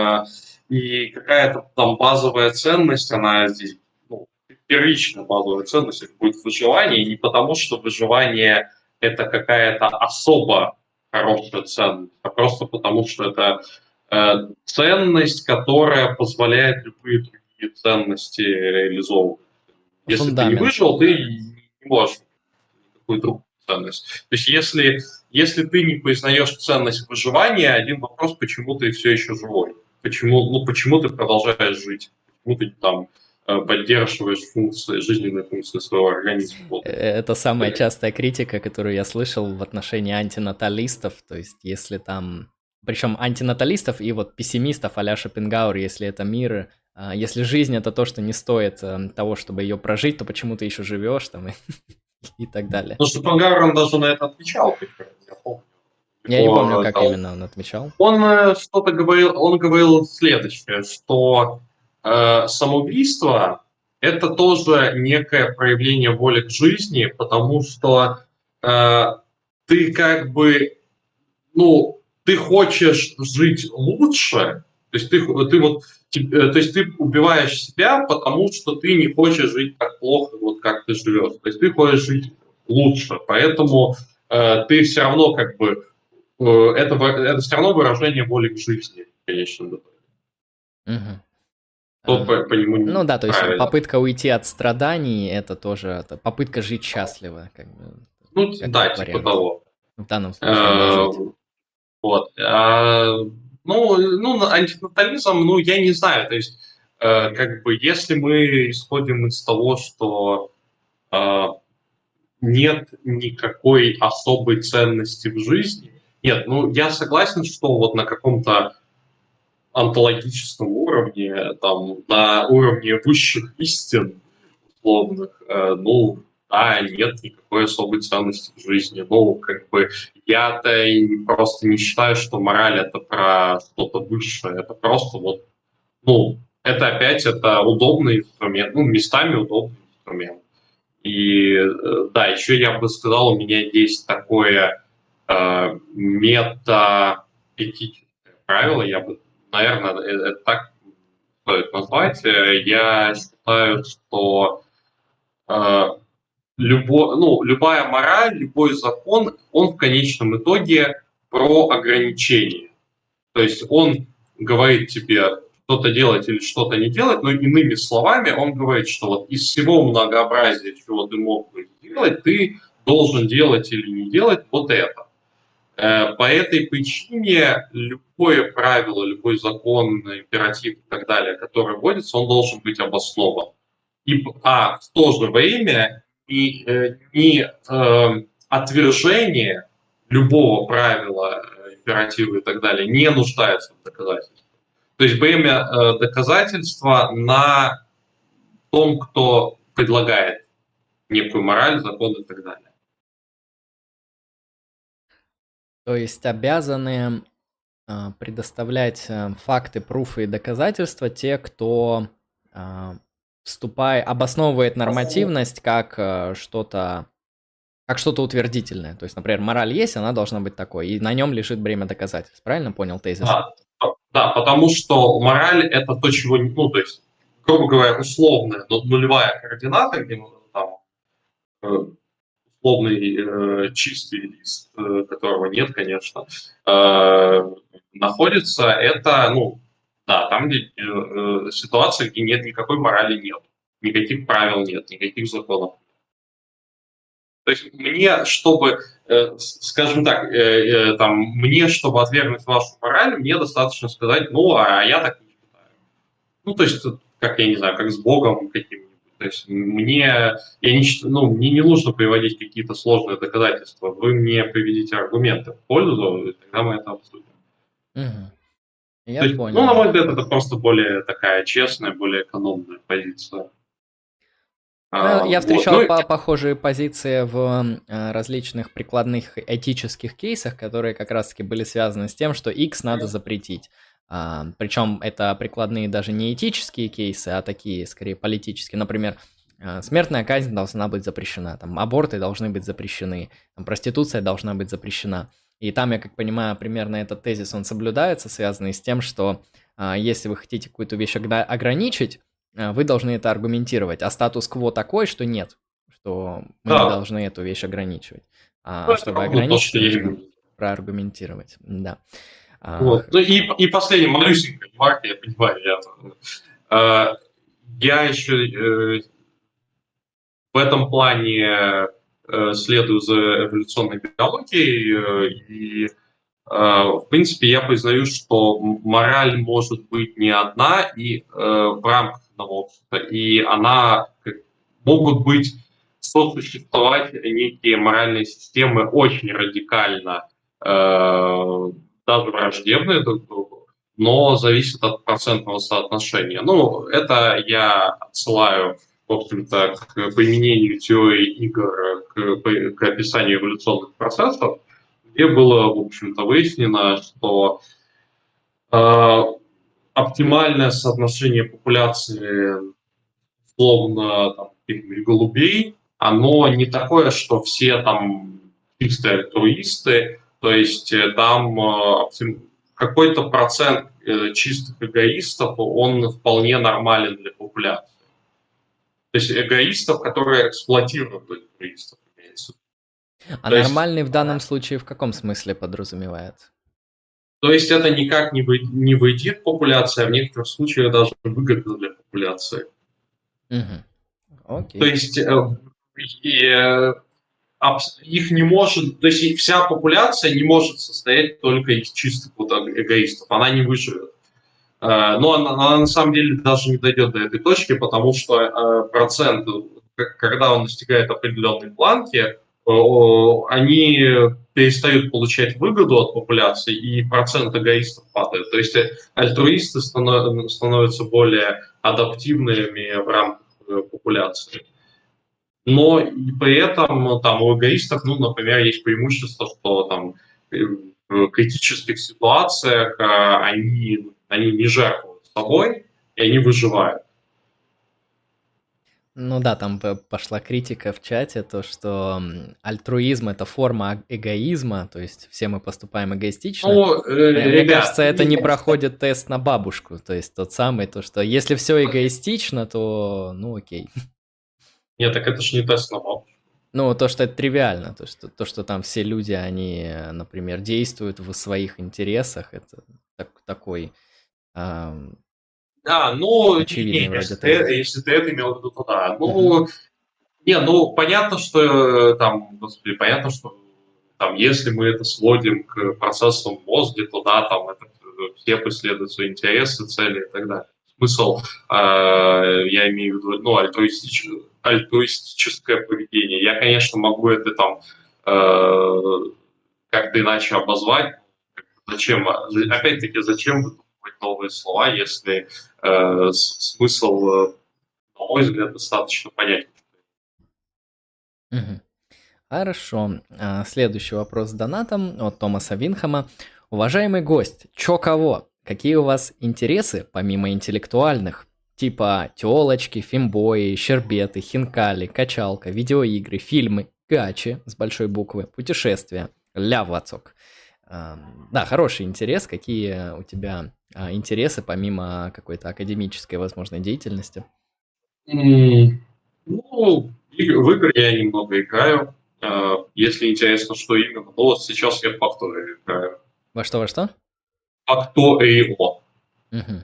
B: И какая-то там базовая ценность, она здесь, ну, первичная базовая ценность, это будет выживание, и не потому, что выживание – это какая-то особо хорошая ценность, а просто потому, что это э, ценность, которая позволяет любые другие ценности реализовывать. Если Фундамент. Ты не выжил, ты не можешь никакую другую ценность. То есть если, если ты не признаешь ценность выживания, один вопрос, почему ты все еще живой? Почему, ну, почему ты продолжаешь жить? Почему ты там поддерживаешь функции, жизненные функции своего организма?
A: Это самая частая критика, которую я слышал в отношении антинаталистов. То есть если там... Причем антинаталистов и вот пессимистов а-ля Шопенгауэр, если это мир... Если жизнь — это то, что не стоит того, чтобы ее прожить, то почему ты еще живешь там и, и так далее.
B: Ну, Шопенгауэр, он даже на это отвечал, я помню.
A: Я не помню, как там, именно он отвечал.
B: Он что-то говорил, он говорил следующее, что э, самоубийство – это тоже некое проявление воли к жизни, потому что э, ты как бы, ну, ты хочешь жить лучше, то есть ты, ты вот, то есть ты убиваешь себя, потому что ты не хочешь жить так плохо, вот как ты живешь. То есть ты хочешь жить лучше, поэтому э, ты все равно как бы Это, это все равно выражение воли к жизни, конечно.
A: Угу.
B: По, по, по нему
A: ну да, то есть правильно. Попытка уйти от страданий — это тоже это попытка жить счастливо. Как бы,
B: ну как да, типа вариант. Того.
A: В данном случае а,
B: вот. А, ну, ну, антинатализм, ну, я не знаю, то есть э, как бы, если мы исходим из того, что э, нет никакой особой ценности в жизни, нет, ну, я согласен, что вот на каком-то онтологическом уровне, там, на уровне высших истин, условных, э, ну, да, нет никакой особой ценности в жизни. Ну, как бы, я-то и просто не считаю, что мораль — это про что-то высшее. Это просто вот, ну, это опять, это удобный инструмент, ну, местами удобный инструмент. И, э, да, еще я бы сказал, у меня есть такое э, мета-этическое правило, я бы, наверное, э- это так стоит назвать. Э, Я считаю, что э, любо, ну, любая мораль, любой закон, он в конечном итоге про ограничение. То есть он говорит тебе что-то делать или что-то не делать, но иными словами он говорит, что вот из всего многообразия, чего ты мог бы сделать, ты должен делать или не делать вот это. Э, По этой причине любое правило, любой закон, императив и так далее, который вводится, он должен быть обоснован. И, а в то же время и, э, не э, отвержение любого правила, э, императива и так далее не нуждается в доказательствах. То есть бремя э, доказательства на том, кто предлагает некую мораль, закон и так далее.
A: То есть обязаны а, предоставлять а, факты, пруфы и доказательства те, кто а, вступая, обосновывает нормативность как а, что-то как что-то утвердительное. То есть, например, мораль есть, она должна быть такой, и на нем лежит бремя доказательств. Правильно понял тезис?
B: Да, да, потому что мораль — это то, чего, ну, то есть, грубо говоря, условная, но нулевая координата, где мы там э, условный э, чистый лист, э, которого нет, конечно, э, находится, это, ну, да, там, где э, э, ситуация, где нет никакой морали, нет, никаких правил нет, никаких законов. То есть мне, чтобы, э, скажем так, э, э, там, мне, чтобы отвергнуть вашу мораль, мне достаточно сказать, ну, а я так не считаю. Ну, то есть, как, я не знаю, как с Богом каким-нибудь. То есть мне, я не, ну, мне не нужно приводить какие-то сложные доказательства. Вы мне приведите аргументы в пользу, и тогда мы это обсудим.
A: Угу.
B: То
A: Я
B: есть, ну, на
A: понял.
B: мой взгляд, это просто более такая честная, более экономная позиция.
A: Ну,
B: А,
A: я
B: вот.
A: встречал
B: Ну,
A: по похожие позиции в э, различных прикладных этических кейсах, которые как раз-таки были связаны с тем, что X надо запретить. А, причем это прикладные даже не этические кейсы, а такие, скорее, политические. Например, э, смертная казнь должна быть запрещена, там, аборты должны быть запрещены, там, проституция должна быть запрещена. И там, я как понимаю, примерно этот тезис, он соблюдается, связанный с тем, что а, если вы хотите какую-то вещь огра- ограничить, а, вы должны это аргументировать, а статус-кво такой, что нет, что мы не
B: да,
A: должны эту вещь ограничивать.
B: ну,
A: А
B: это
A: чтобы
B: ровно то,
A: ограничить,
B: что я
A: нужно
B: имею.
A: проаргументировать. Да. А,
B: Вот. Ну и, и последний малюсенький ремарк, я понимаю, я, э, я еще э, в этом плане э, следую за эволюционной биологией, э, и, э, в принципе, я признаю, что мораль может быть не одна и э, в рамках одного общества, и она как, могут быть сосуществовать некие моральные системы очень радикально, э, даже враждебные друг другу, но зависит от процентного соотношения. Ну, это я отсылаю, в общем-то, к применению теории игр к, к описанию эволюционных процессов, где было, в общем-то, выяснено, что э, оптимальное соотношение популяции, словно там, голубей, оно не такое, что все там чистые альтруисты, то есть э, там э, какой-то процент э, чистых эгоистов, он вполне нормален для популяции. То есть эгоистов, которые эксплуатируют альтруистов, имеется.
A: а
B: То есть,
A: нормальный в данном случае в каком смысле подразумевает?
B: то есть это никак не, вы, не вредит популяции, а в некоторых случаях даже выгодно для популяции.
A: Угу.
B: То
A: Окей.
B: есть э, э, их не может, то есть вся популяция не может состоять только из чистых вот эгоистов, она не выживет. Э, но она, она на самом деле даже не дойдет до этой точки, потому что э, процент, когда он достигает определенной планки, они перестают получать выгоду от популяции, и процент эгоистов падает. То есть альтруисты становятся более адаптивными в рамках популяции. Но и при этом там, у эгоистов, ну, например, есть преимущество, что там в критических ситуациях они, они не жертвуют собой, и они выживают.
A: Ну да, там пошла критика в чате, то, что альтруизм — это форма эгоизма, то есть все мы поступаем эгоистично.
B: Ну, э,
A: Мне
B: ребят,
A: кажется, это не проходит тест на бабушку, то есть тот самый, то, что если все эгоистично, то, ну, окей.
B: Нет, так это же не тест на бабушку.
A: Ну, то, что это тривиально, то что, то, что там все люди, они, например, действуют в своих интересах, это так, такой... эм,
B: Да, ну, не,
A: очевидный
B: не,
A: вроде
B: если,
A: тест.
B: ты, если ты это имел в виду, то да. Ну,
A: Мгм.
B: не, ну, понятно, что э, там, господи, понятно, что там, если мы это сводим к процессам в мозге, то да, там это, э, все преследуют свои интересы, цели и так далее. Смысл, э, я имею в виду, ну, альтруистич, альтруистическое поведение. Я, конечно, могу это там э, как-то иначе обозвать. Зачем, опять-таки, зачем выдумывать новые слова, если э, смысл, э, на мой взгляд, достаточно понятен.
A: Мгм. Хорошо. А, Следующий вопрос с донатом от Томаса Винхама. Уважаемый гость, чё кого? Какие у вас интересы, помимо интеллектуальных? Типа тёлочки, фимбои, щербеты, хинкали, качалка, видеоигры, фильмы, гачи с большой буквы, путешествия, ля вацок. Ам, Да, хороший интерес. Какие у тебя а, интересы, помимо какой-то академической, возможно, деятельности?
B: М, Ну, иг- в игры я немного играю. Э, Если интересно, что именно. Ну, вот сейчас я в Factorio играю.
A: Во что, во что?
B: Factorio.
A: Мгм.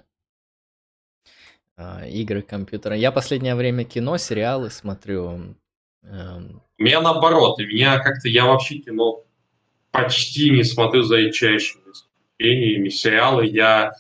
A: А, игры компьютера. Я последнее время кино, сериалы смотрю. Эм,
B: У меня наоборот. И меня как-то... Я вообще кино почти не смотрю за редчайшими исключениями. Сериалы я...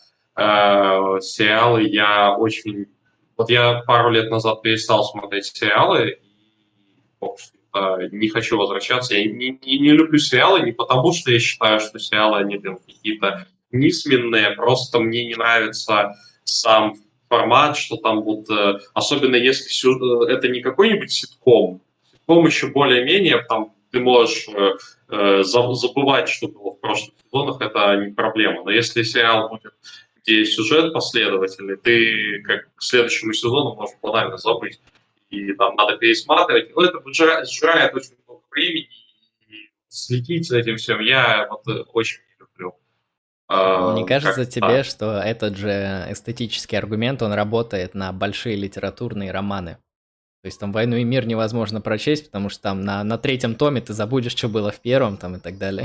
B: э, сериалы я очень... Вот я пару лет назад перестал смотреть сериалы, и, в общем-то, не хочу возвращаться. Я не, не, не люблю сериалы не потому, что я считаю, что сериалы, они там какие-то низменные, просто мне не нравится сам формат, что там вот... э, особенно если сю- э, это не какой-нибудь ситком. Ситком еще более-менее, там ты можешь э, э, забывать, что было в прошлых сезонах, это не проблема. Но если сериал будет, где сюжет последовательный, ты как к следующему сезону можешь банально забыть. И там надо пересматривать. Ну, это сжирает очень много времени. И следить за этим всем я вот э, очень не люблю.
A: Не
B: А,
A: кажется
B: как
A: тебе,
B: так.
A: что этот же эстетический аргумент, он работает на большие литературные романы? То есть там «Войну и мир» невозможно прочесть, потому что там на, на третьем томе ты забудешь, что было в первом, там и так далее.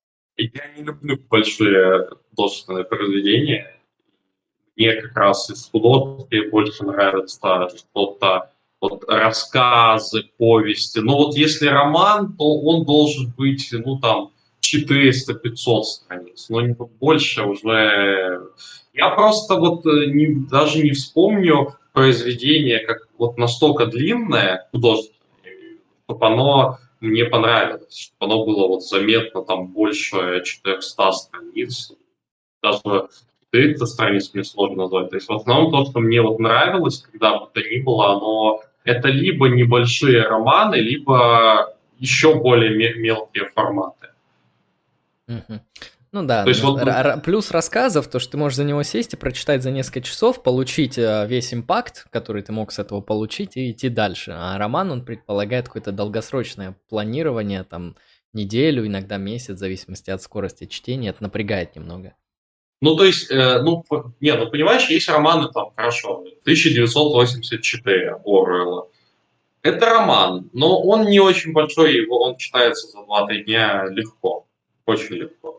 B: Я не люблю большие художественные произведения. Мне как раз из художки больше нравится что-то, вот рассказы, повести. Но вот если роман, то он должен быть, ну там, четыреста-пятьсот страниц, но не больше уже. Я просто вот э, не, даже не вспомню произведение, как вот настолько длинное художественное, чтобы оно мне понравилось, чтобы оно было вот заметно там больше четырехсот страниц, даже тридцать страниц мне сложно назвать. То есть в основном то, что мне вот нравилось, когда бы то ни было, оно это либо небольшие романы, либо еще более мелкие форматы.
A: Мгм. Ну да,
B: То есть вот,
A: ра- ра- плюс рассказов, то, что ты можешь за него сесть и прочитать за несколько часов, получить э, весь импакт, который ты мог с этого получить, и идти дальше. А роман, он предполагает какое-то долгосрочное планирование, там, неделю, иногда месяц, в зависимости от скорости чтения, это напрягает немного.
B: ну то есть, э, ну, не, ну понимаешь, есть романы там, хорошо, тысяча девятьсот восемьдесят четыре Оруэлла. Это роман, но он не очень большой, его он читается за два-три дня легко, очень легко.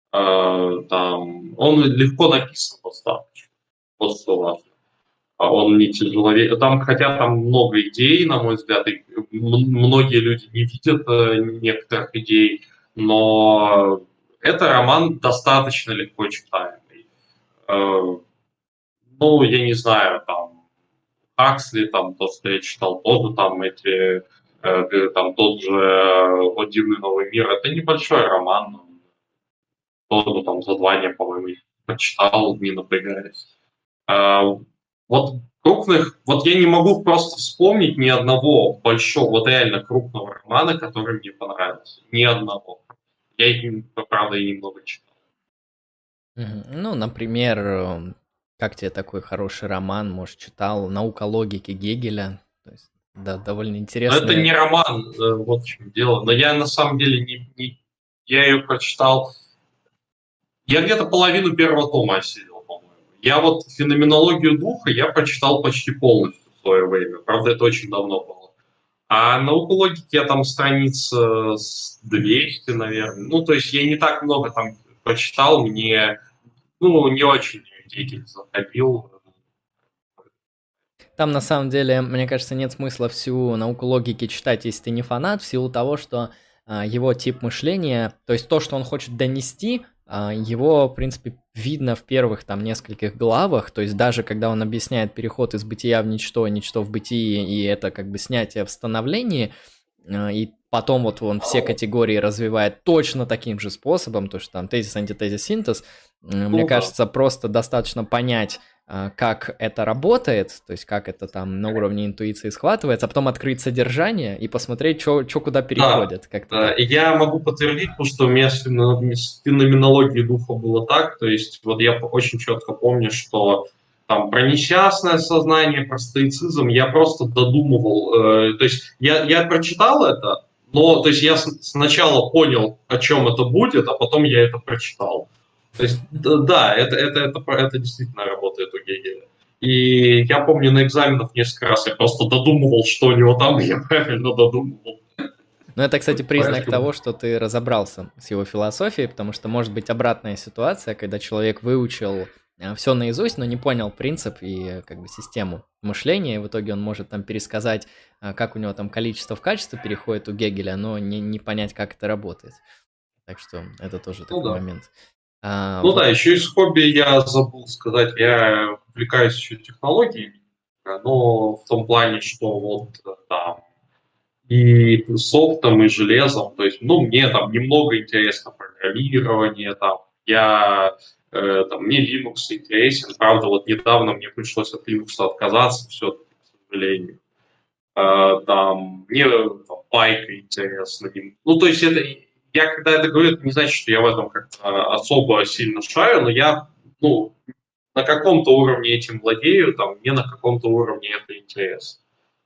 B: Э, там, он легко написан достаточно, вот что важно. А он не тяжеловесен. Там, хотя там много идей, на мой взгляд, и многие люди не видят э, некоторых идей, но это роман достаточно легко читаемый. Э, Ну, я не знаю, там, Хаксли, там, то, что я читал, тоже там эти, э, там, тот же э, «О дивный новый мир», это небольшой роман, тоже там за два дня, по-моему, прочитал, не напрягаясь. А, вот крупных, вот я не могу просто вспомнить ни одного большого, вот реально крупного романа, который мне понравился. Ни одного. Я их, правда, и немного читал.
A: Мгм. Ну, например, эм, как тебе такой хороший роман, может, читал «Наука логики» Гегеля? То есть, да, довольно
B: Но это
A: интересный.
B: не роман, э, вот в чем дело. Но я на самом деле не, не- я ее прочитал. Я где-то половину первого тома осилил, по-моему. Я вот феноменологию духа я прочитал почти полностью в свое время. Правда, это очень давно было. А науку логики я там страниц э, с двести, наверное. Ну, то есть я не так много там прочитал, мне, ну, не очень Гегель заходил.
A: Там, на самом деле, мне кажется, нет смысла всю науку логики читать, если ты не фанат, в силу того, что а, его тип мышления, то есть то, что он хочет донести, а, его, в принципе, видно в первых там нескольких главах, то есть даже когда он объясняет переход из бытия в ничто, ничто в бытие, и это как бы снятие в становлении, а, и потом вот он все категории развивает точно таким же способом, то что там тезис, антитезис, синтез, м, мне
B: Ну да.
A: кажется, просто достаточно понять, а, как это работает, то есть как это там на уровне интуиции схватывается, а потом открыть содержание и посмотреть, что куда
B: Да,
A: переходит, как-то
B: да.
A: так.
B: И я могу подтвердить, потому что у меня с фено- с феноменологией духа было так, то есть вот я п- очень четко помню, что там про несчастное сознание, про стоицизм я просто додумывал, э, то есть я, я прочитал это, но то есть я с- сначала понял, о чем это будет, а потом я это прочитал. То есть д- да, это, это, это, про- это действительно работает у Гегеля. И я помню на экзаменах несколько раз я просто додумывал, что у него там, и я правильно додумывал.
A: Но это, кстати, признак
B: Поэтому,
A: того, что ты разобрался с его философией, потому что может быть обратная ситуация, когда человек выучил все наизусть, но не понял принцип и э, как бы систему мышления, и в итоге он может там пересказать, а, как у него там количество в качество переходит у Гегеля, но не, не понять, как это работает. Так что это тоже
B: ну
A: такой
B: да.
A: момент. А,
B: Ну
A: вот.
B: да, еще из хобби я забыл сказать, я увлекаюсь еще технологиями, но в том плане, что вот э, там и софтом, и железом, то есть, ну, мне там немного интересно программирование, там, я, э, там, мне Linux интересен, правда, вот недавно мне пришлось от Linux отказаться, все-таки, к сожалению. Э, там, мне там, Python интересно. Ну, то есть это, я когда это говорю, это не значит, что я в этом как-то особо сильно шарю, но я, ну, на каком-то уровне этим владею, там, мне на каком-то уровне это интересно.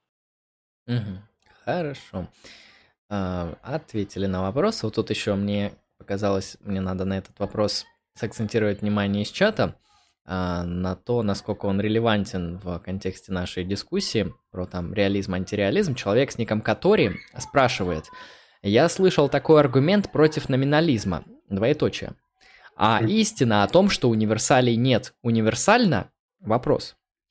A: Мгм. Хорошо. А, ответили на вопрос. Вот тут еще мне показалось, мне надо на этот вопрос сакцентировать внимание из чата, а, на то, насколько он релевантен в контексте нашей дискуссии про там реализм, антиреализм. Человек с ником Катори спрашивает: я слышал такой аргумент против номинализма, двоеточие. А истина о том, что универсалей нет, универсально? Вопрос.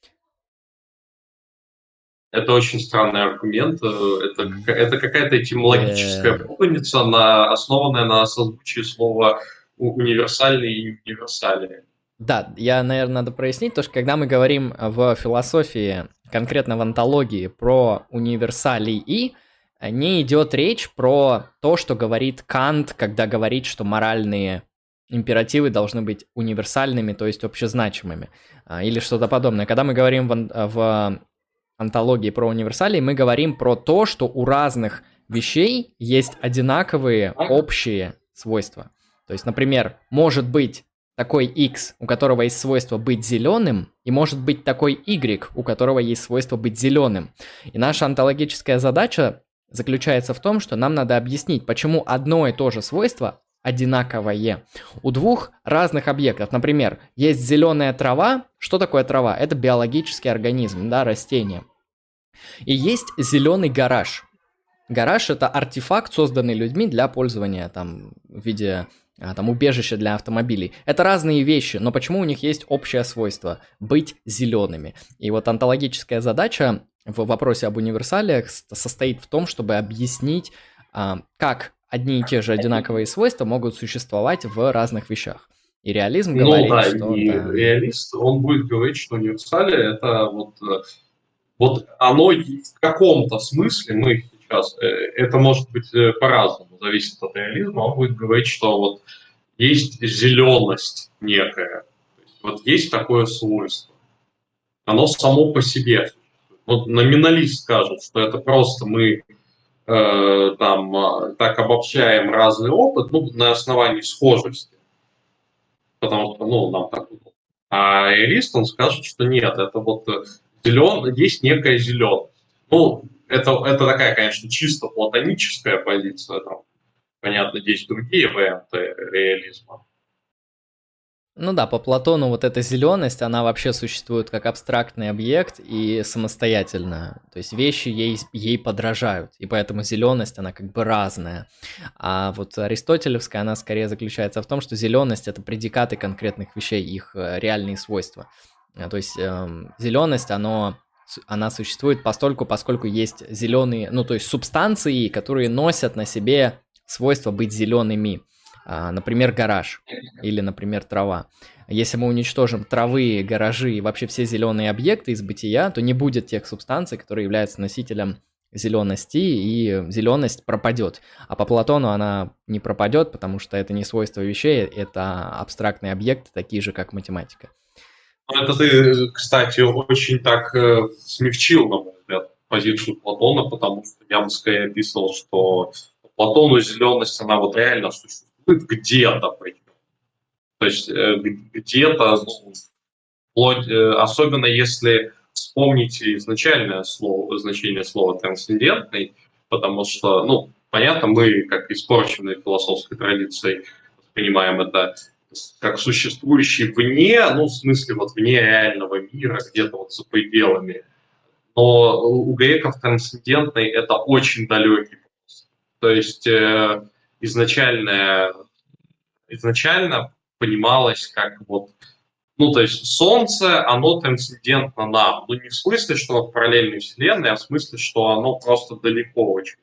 B: Это очень странный аргумент. э, Это, кака- это какая-то этимологическая
A: Э,
B: путаница, на, основанная на созвучии слова у- универсальный и универсалия.
A: Да, я, наверное, надо прояснить, то, что когда мы говорим в философии, конкретно в онтологии, про универсалии, не идет речь про то, что говорит Кант, когда говорит, что моральные императивы должны быть универсальными, то есть общезначимыми, а, или что-то подобное. Когда мы говорим в, он- в онтологии про универсалии, мы говорим про то, что у разных вещей есть одинаковые общие свойства. То есть, например, может быть такой X, у которого есть свойство быть зеленым, и может быть такой Y, у которого есть свойство быть зеленым. И наша онтологическая задача заключается в том, что нам надо объяснить, почему одно и то же свойство одинаковое у двух разных объектов. Например, есть зеленая трава. Что такое трава? Это биологический организм, да, растение. И есть зеленый гараж. Гараж — это артефакт, созданный людьми для пользования там в виде а, там убежища для автомобилей. Это разные вещи, но почему у них есть общее свойство — быть зелеными? И вот онтологическая задача в вопросе об универсалиях состоит в том, чтобы объяснить, а, как одни и те же одинаковые свойства могут существовать в разных вещах. И реализм
B: Ну
A: говорит,
B: да,
A: что
B: и
A: да.
B: реалист, он будет говорить, что универсалия это вот, э, вот оно и в каком-то смысле мы сейчас, э, это может быть э, по-разному, зависит от реализма, он будет говорить, что вот есть зеленость некая, то есть вот есть такое свойство, оно само по себе. Вот номиналист скажет, что это просто мы э, там э, так обобщаем разный опыт, ну, на основании схожести, потому что, ну, нам так удобно. А реалист, он скажет, что нет, это вот зелен, есть некая зеленость. Ну, это, это такая, конечно, чисто платоническая позиция, там, понятно, есть другие варианты реализма.
A: Ну да, по Платону вот эта зеленость, она вообще существует как абстрактный объект и самостоятельно. То есть вещи ей, ей подражают, и поэтому зеленость, она как бы разная. А вот аристотелевская, она скорее заключается в том, что зеленость это предикаты конкретных вещей, их э, реальные свойства. А, То есть эм, зеленость, оно, с- она существует постольку, поскольку есть зеленые, ну то есть субстанции, которые носят на себе свойство быть зелеными. А, Например, гараж или, например, трава. Если мы уничтожим травы, гаражи и вообще все зеленые объекты из бытия, то не будет тех субстанций, которые являются носителем зелености, и зеленость пропадет. А по Платону она не пропадет, потому что это не свойство вещей, это абстрактные объекты, такие же, как математика.
B: Ну, это ты, кстати, очень так э, смягчил, на мой взгляд, позицию Платона, потому что я бы скорее описывал, что по Платону зеленость, она вот реально существует где-то, причем. То есть э, где-то, ну, вплоть, э, особенно если вспомните изначальное слово, значение слова трансцендентный, потому что, ну, понятно, мы, как испорченные философской традицией, понимаем это как существующий вне, ну, в смысле, вот вне реального мира, где-то вот за пределами. Но у греков трансцендентный — это очень далекий. То есть э, изначально, изначально понималось как вот, ну, то есть Солнце, оно трансцендентно нам. Ну, не в смысле, что в параллельной вселенной, а в смысле, что оно просто далеко очень.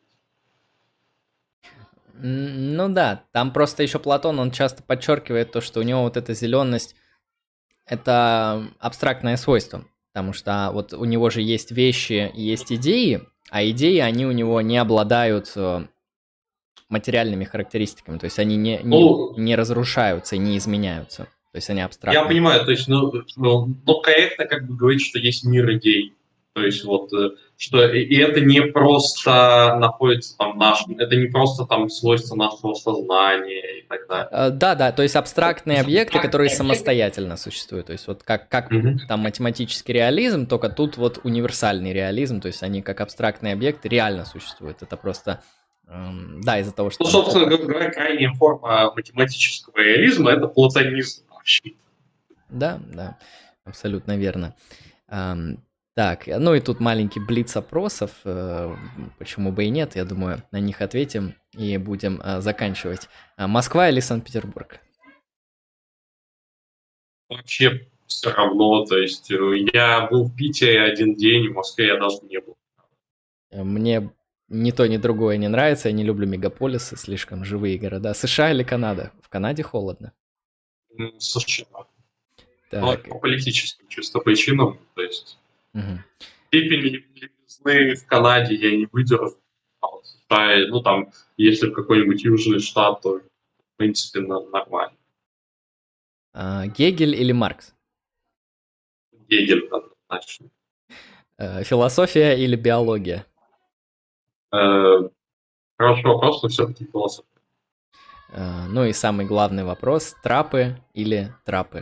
A: М, Ну да, там просто еще Платон, он часто подчеркивает то, что у него вот эта зеленость это абстрактное свойство, потому что вот у него же есть вещи и есть идеи, а идеи, они у него не обладают э, материальными характеристиками, то есть они не, не,
B: Ну,
A: не разрушаются и не изменяются, то есть они
B: я
A: абстрактны.
B: понимаю, то есть, ну, ну, ну, корректно как бы говорить, что есть мир идей. То есть вот, э, что и, и это не просто находится там в нашем, это не просто там свойство нашего сознания и так далее.
A: Э, Да, да, то есть абстрактные объекты, которые самостоятельно существуют, то есть вот как, как
B: Мгм.
A: там математический реализм, только тут вот универсальный реализм, то есть они как абстрактные объекты реально существуют, это просто, эм, да, из-за того, что
B: Ну,
A: там
B: собственно говоря, крайняя форма математического реализма — это платонизм вообще.
A: Да, да, абсолютно верно. Ам, так, ну и тут маленький блиц опросов, э, почему бы и нет, я думаю, на них ответим и будем а, заканчивать. А, Москва или Санкт-Петербург?
B: Вообще все равно, то есть э, я был в Питере один день, в Москве я даже не был.
A: Э, Мне ни то, ни другое не нравится, я не люблю мегаполисы, слишком живые города. США или Канада? В Канаде холодно.
B: М, США. Но это
A: Так,
B: по политическим чисто причинам, то есть
A: мгм.
B: степень левизны в Канаде я не выдержу. А вот в США, ну там, если в какой-нибудь южный штат, то в принципе на- нормально.
A: А, Гегель или Маркс?
B: Гегель однозначно.
A: Э, Философия или биология?
B: Э, Хороший вопрос, но все-таки философия.
A: Э, Ну и самый главный вопрос, трапы или трапы?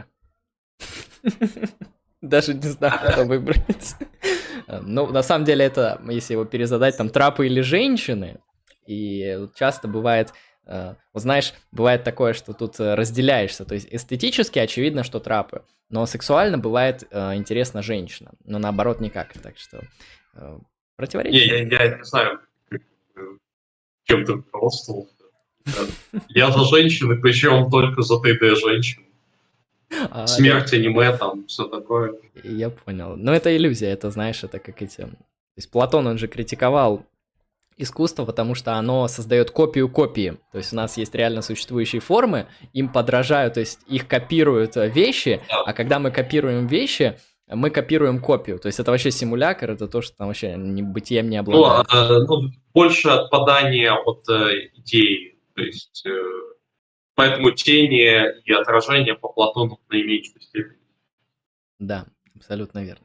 A: Даже не знаю, что выбрать. Э, Ну, на самом деле, это, если его перезадать, там, трапы или женщины, и вот часто бывает, э, вот знаешь, бывает такое, что тут э, разделяешься, то есть эстетически очевидно, что трапы, но сексуально бывает э, интересна женщина, но наоборот никак, так что э,
B: Не,
A: противоречие.
B: я, я не знаю, как, э, чем ты руководствовался. Э, Я за женщины, причем только за три дэ женщин.
A: А, я,
B: Смерть, аниме, там, все такое.
A: я понял. Но это иллюзия, это, знаешь, это как эти... То есть Платон, он же критиковал искусство, потому что оно создает копию копии. То есть у нас есть реально существующие формы, им подражают, то есть их копируют э, вещи, а когда мы копируем вещи, мы копируем копию. То есть это вообще симулятор, это то, что там вообще ни бытием не
B: Ну,
A: обладает.
B: а, ну, больше отпадание от э, идей. То есть, э, поэтому тени и отражение по Платону в наименьшей степени.
A: Да, абсолютно верно.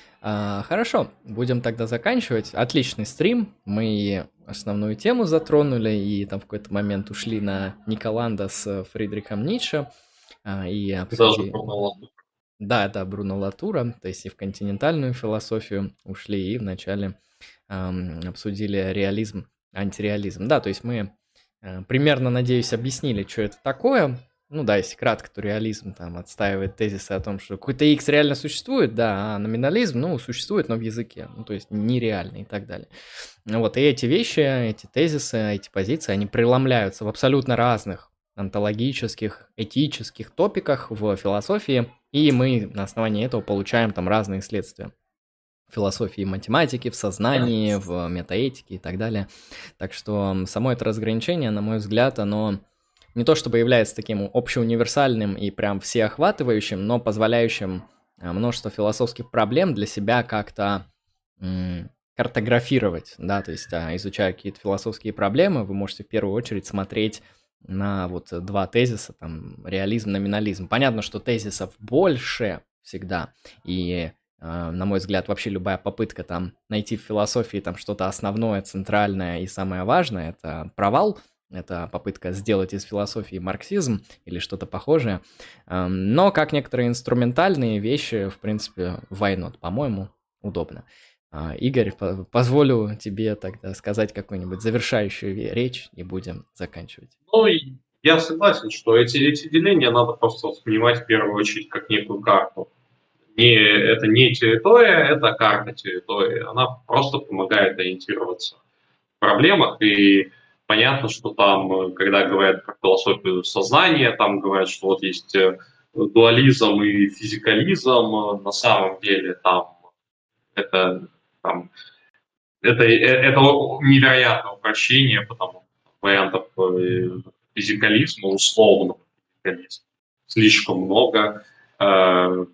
A: А, хорошо, будем тогда заканчивать. Отличный стрим. Мы и основную тему затронули, и там в какой-то момент ушли на Николанда с Фридрихом Ницше. а, и
B: Даже
A: обсудили...
B: Бруно Латур.
A: Да, да, Бруно Латура, то есть и в континентальную философию ушли, и вначале ам, обсудили реализм, антиреализм. Да, то есть мы э, примерно, надеюсь, объяснили, что это такое. Ну да, если кратко, то реализм там отстаивает тезисы о том, что какой-то X реально существует, да, а номинализм, ну, существует, но в языке, ну, то есть нереально и так далее. Ну вот, и эти вещи, эти тезисы, эти позиции, они преломляются в абсолютно разных онтологических, этических топиках в философии, и мы на основании этого получаем там разные следствия. В философии математики, в сознании, в метаэтике и так далее. Так что само это разграничение, на мой взгляд, оно не то чтобы является таким общеуниверсальным и прям всеохватывающим, но позволяющим множество философских проблем для себя как-то м, картографировать, да, то есть а, изучая какие-то философские проблемы, вы можете в первую очередь смотреть на вот два тезиса, там, реализм, номинализм. Понятно, что тезисов больше всегда, и, э, на мой взгляд, вообще любая попытка там найти в философии там что-то основное, центральное и самое важное, это провал, это попытка сделать из философии марксизм или что-то похожее, Эм, но как некоторые инструментальные вещи, в принципе, why not, по-моему, удобно. А, Игорь, по- позволю тебе тогда сказать какую-нибудь завершающую ве- речь и будем заканчивать.
B: Ну, и я согласен, что эти, эти деления надо просто воспринимать в первую очередь как некую карту. Не, это не территория, это карта территории. Она просто помогает ориентироваться в проблемах. И понятно, что там, э, когда говорят про философию сознания, там говорят, что вот есть э, дуализм и физикализм. э, На самом деле там это, там, это, э, это невероятное упрощение, потому что вариантов э, физикализма, условно физикализма, слишком много. Э,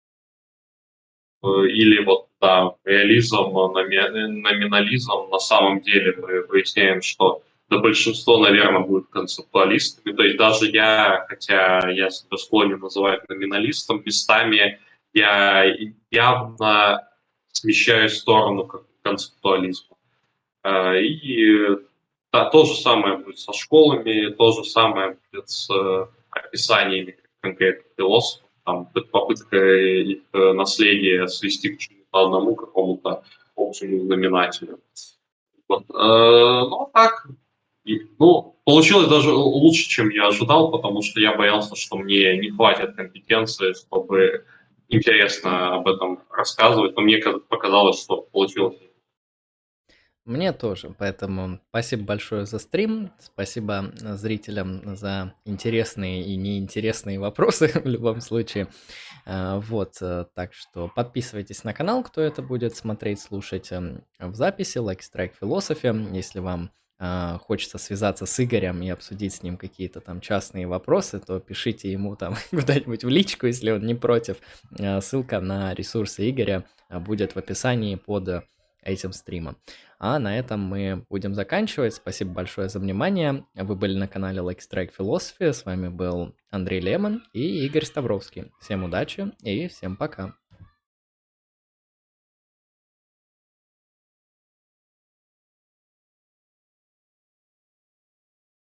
B: э, Или вот, да, реализм, номи- номинализм, на самом деле мы выясняем, что да, большинство, наверное, будет концептуалистами. То есть даже я, хотя я себя склонен называть номиналистом, местами я явно смещаюсь в сторону как концептуализма. Э, И да, то же самое будет со школами, то же самое будет с э, описаниями конкретных философов, там, попытка их э, наследия свести к чему-то одному, какому-то общему знаменателю. Вот. Э, Ну, так, и, ну, получилось даже лучше, чем я ожидал, потому что я боялся, что мне не хватит компетенции, чтобы интересно об этом рассказывать, но мне показалось, что получилось.
A: Мне тоже, поэтому спасибо большое за стрим, спасибо э, зрителям за интересные и неинтересные вопросы в любом случае. Э, Вот, э, так что подписывайтесь на канал, кто это будет смотреть, слушать эм, в записи, Like Strike Philosophy, если вам э, хочется связаться с Игорем и обсудить с ним какие-то там частные вопросы, то пишите ему там куда-нибудь в личку, если он не против. Э, Ссылка на ресурсы Игоря э, будет в описании под э, этим стримом. А на этом мы будем заканчивать. Спасибо большое за внимание. Вы были на канале Like Strike Philosophy. С вами был Андрей Лемон и Игорь Ставровский. Всем удачи и всем пока.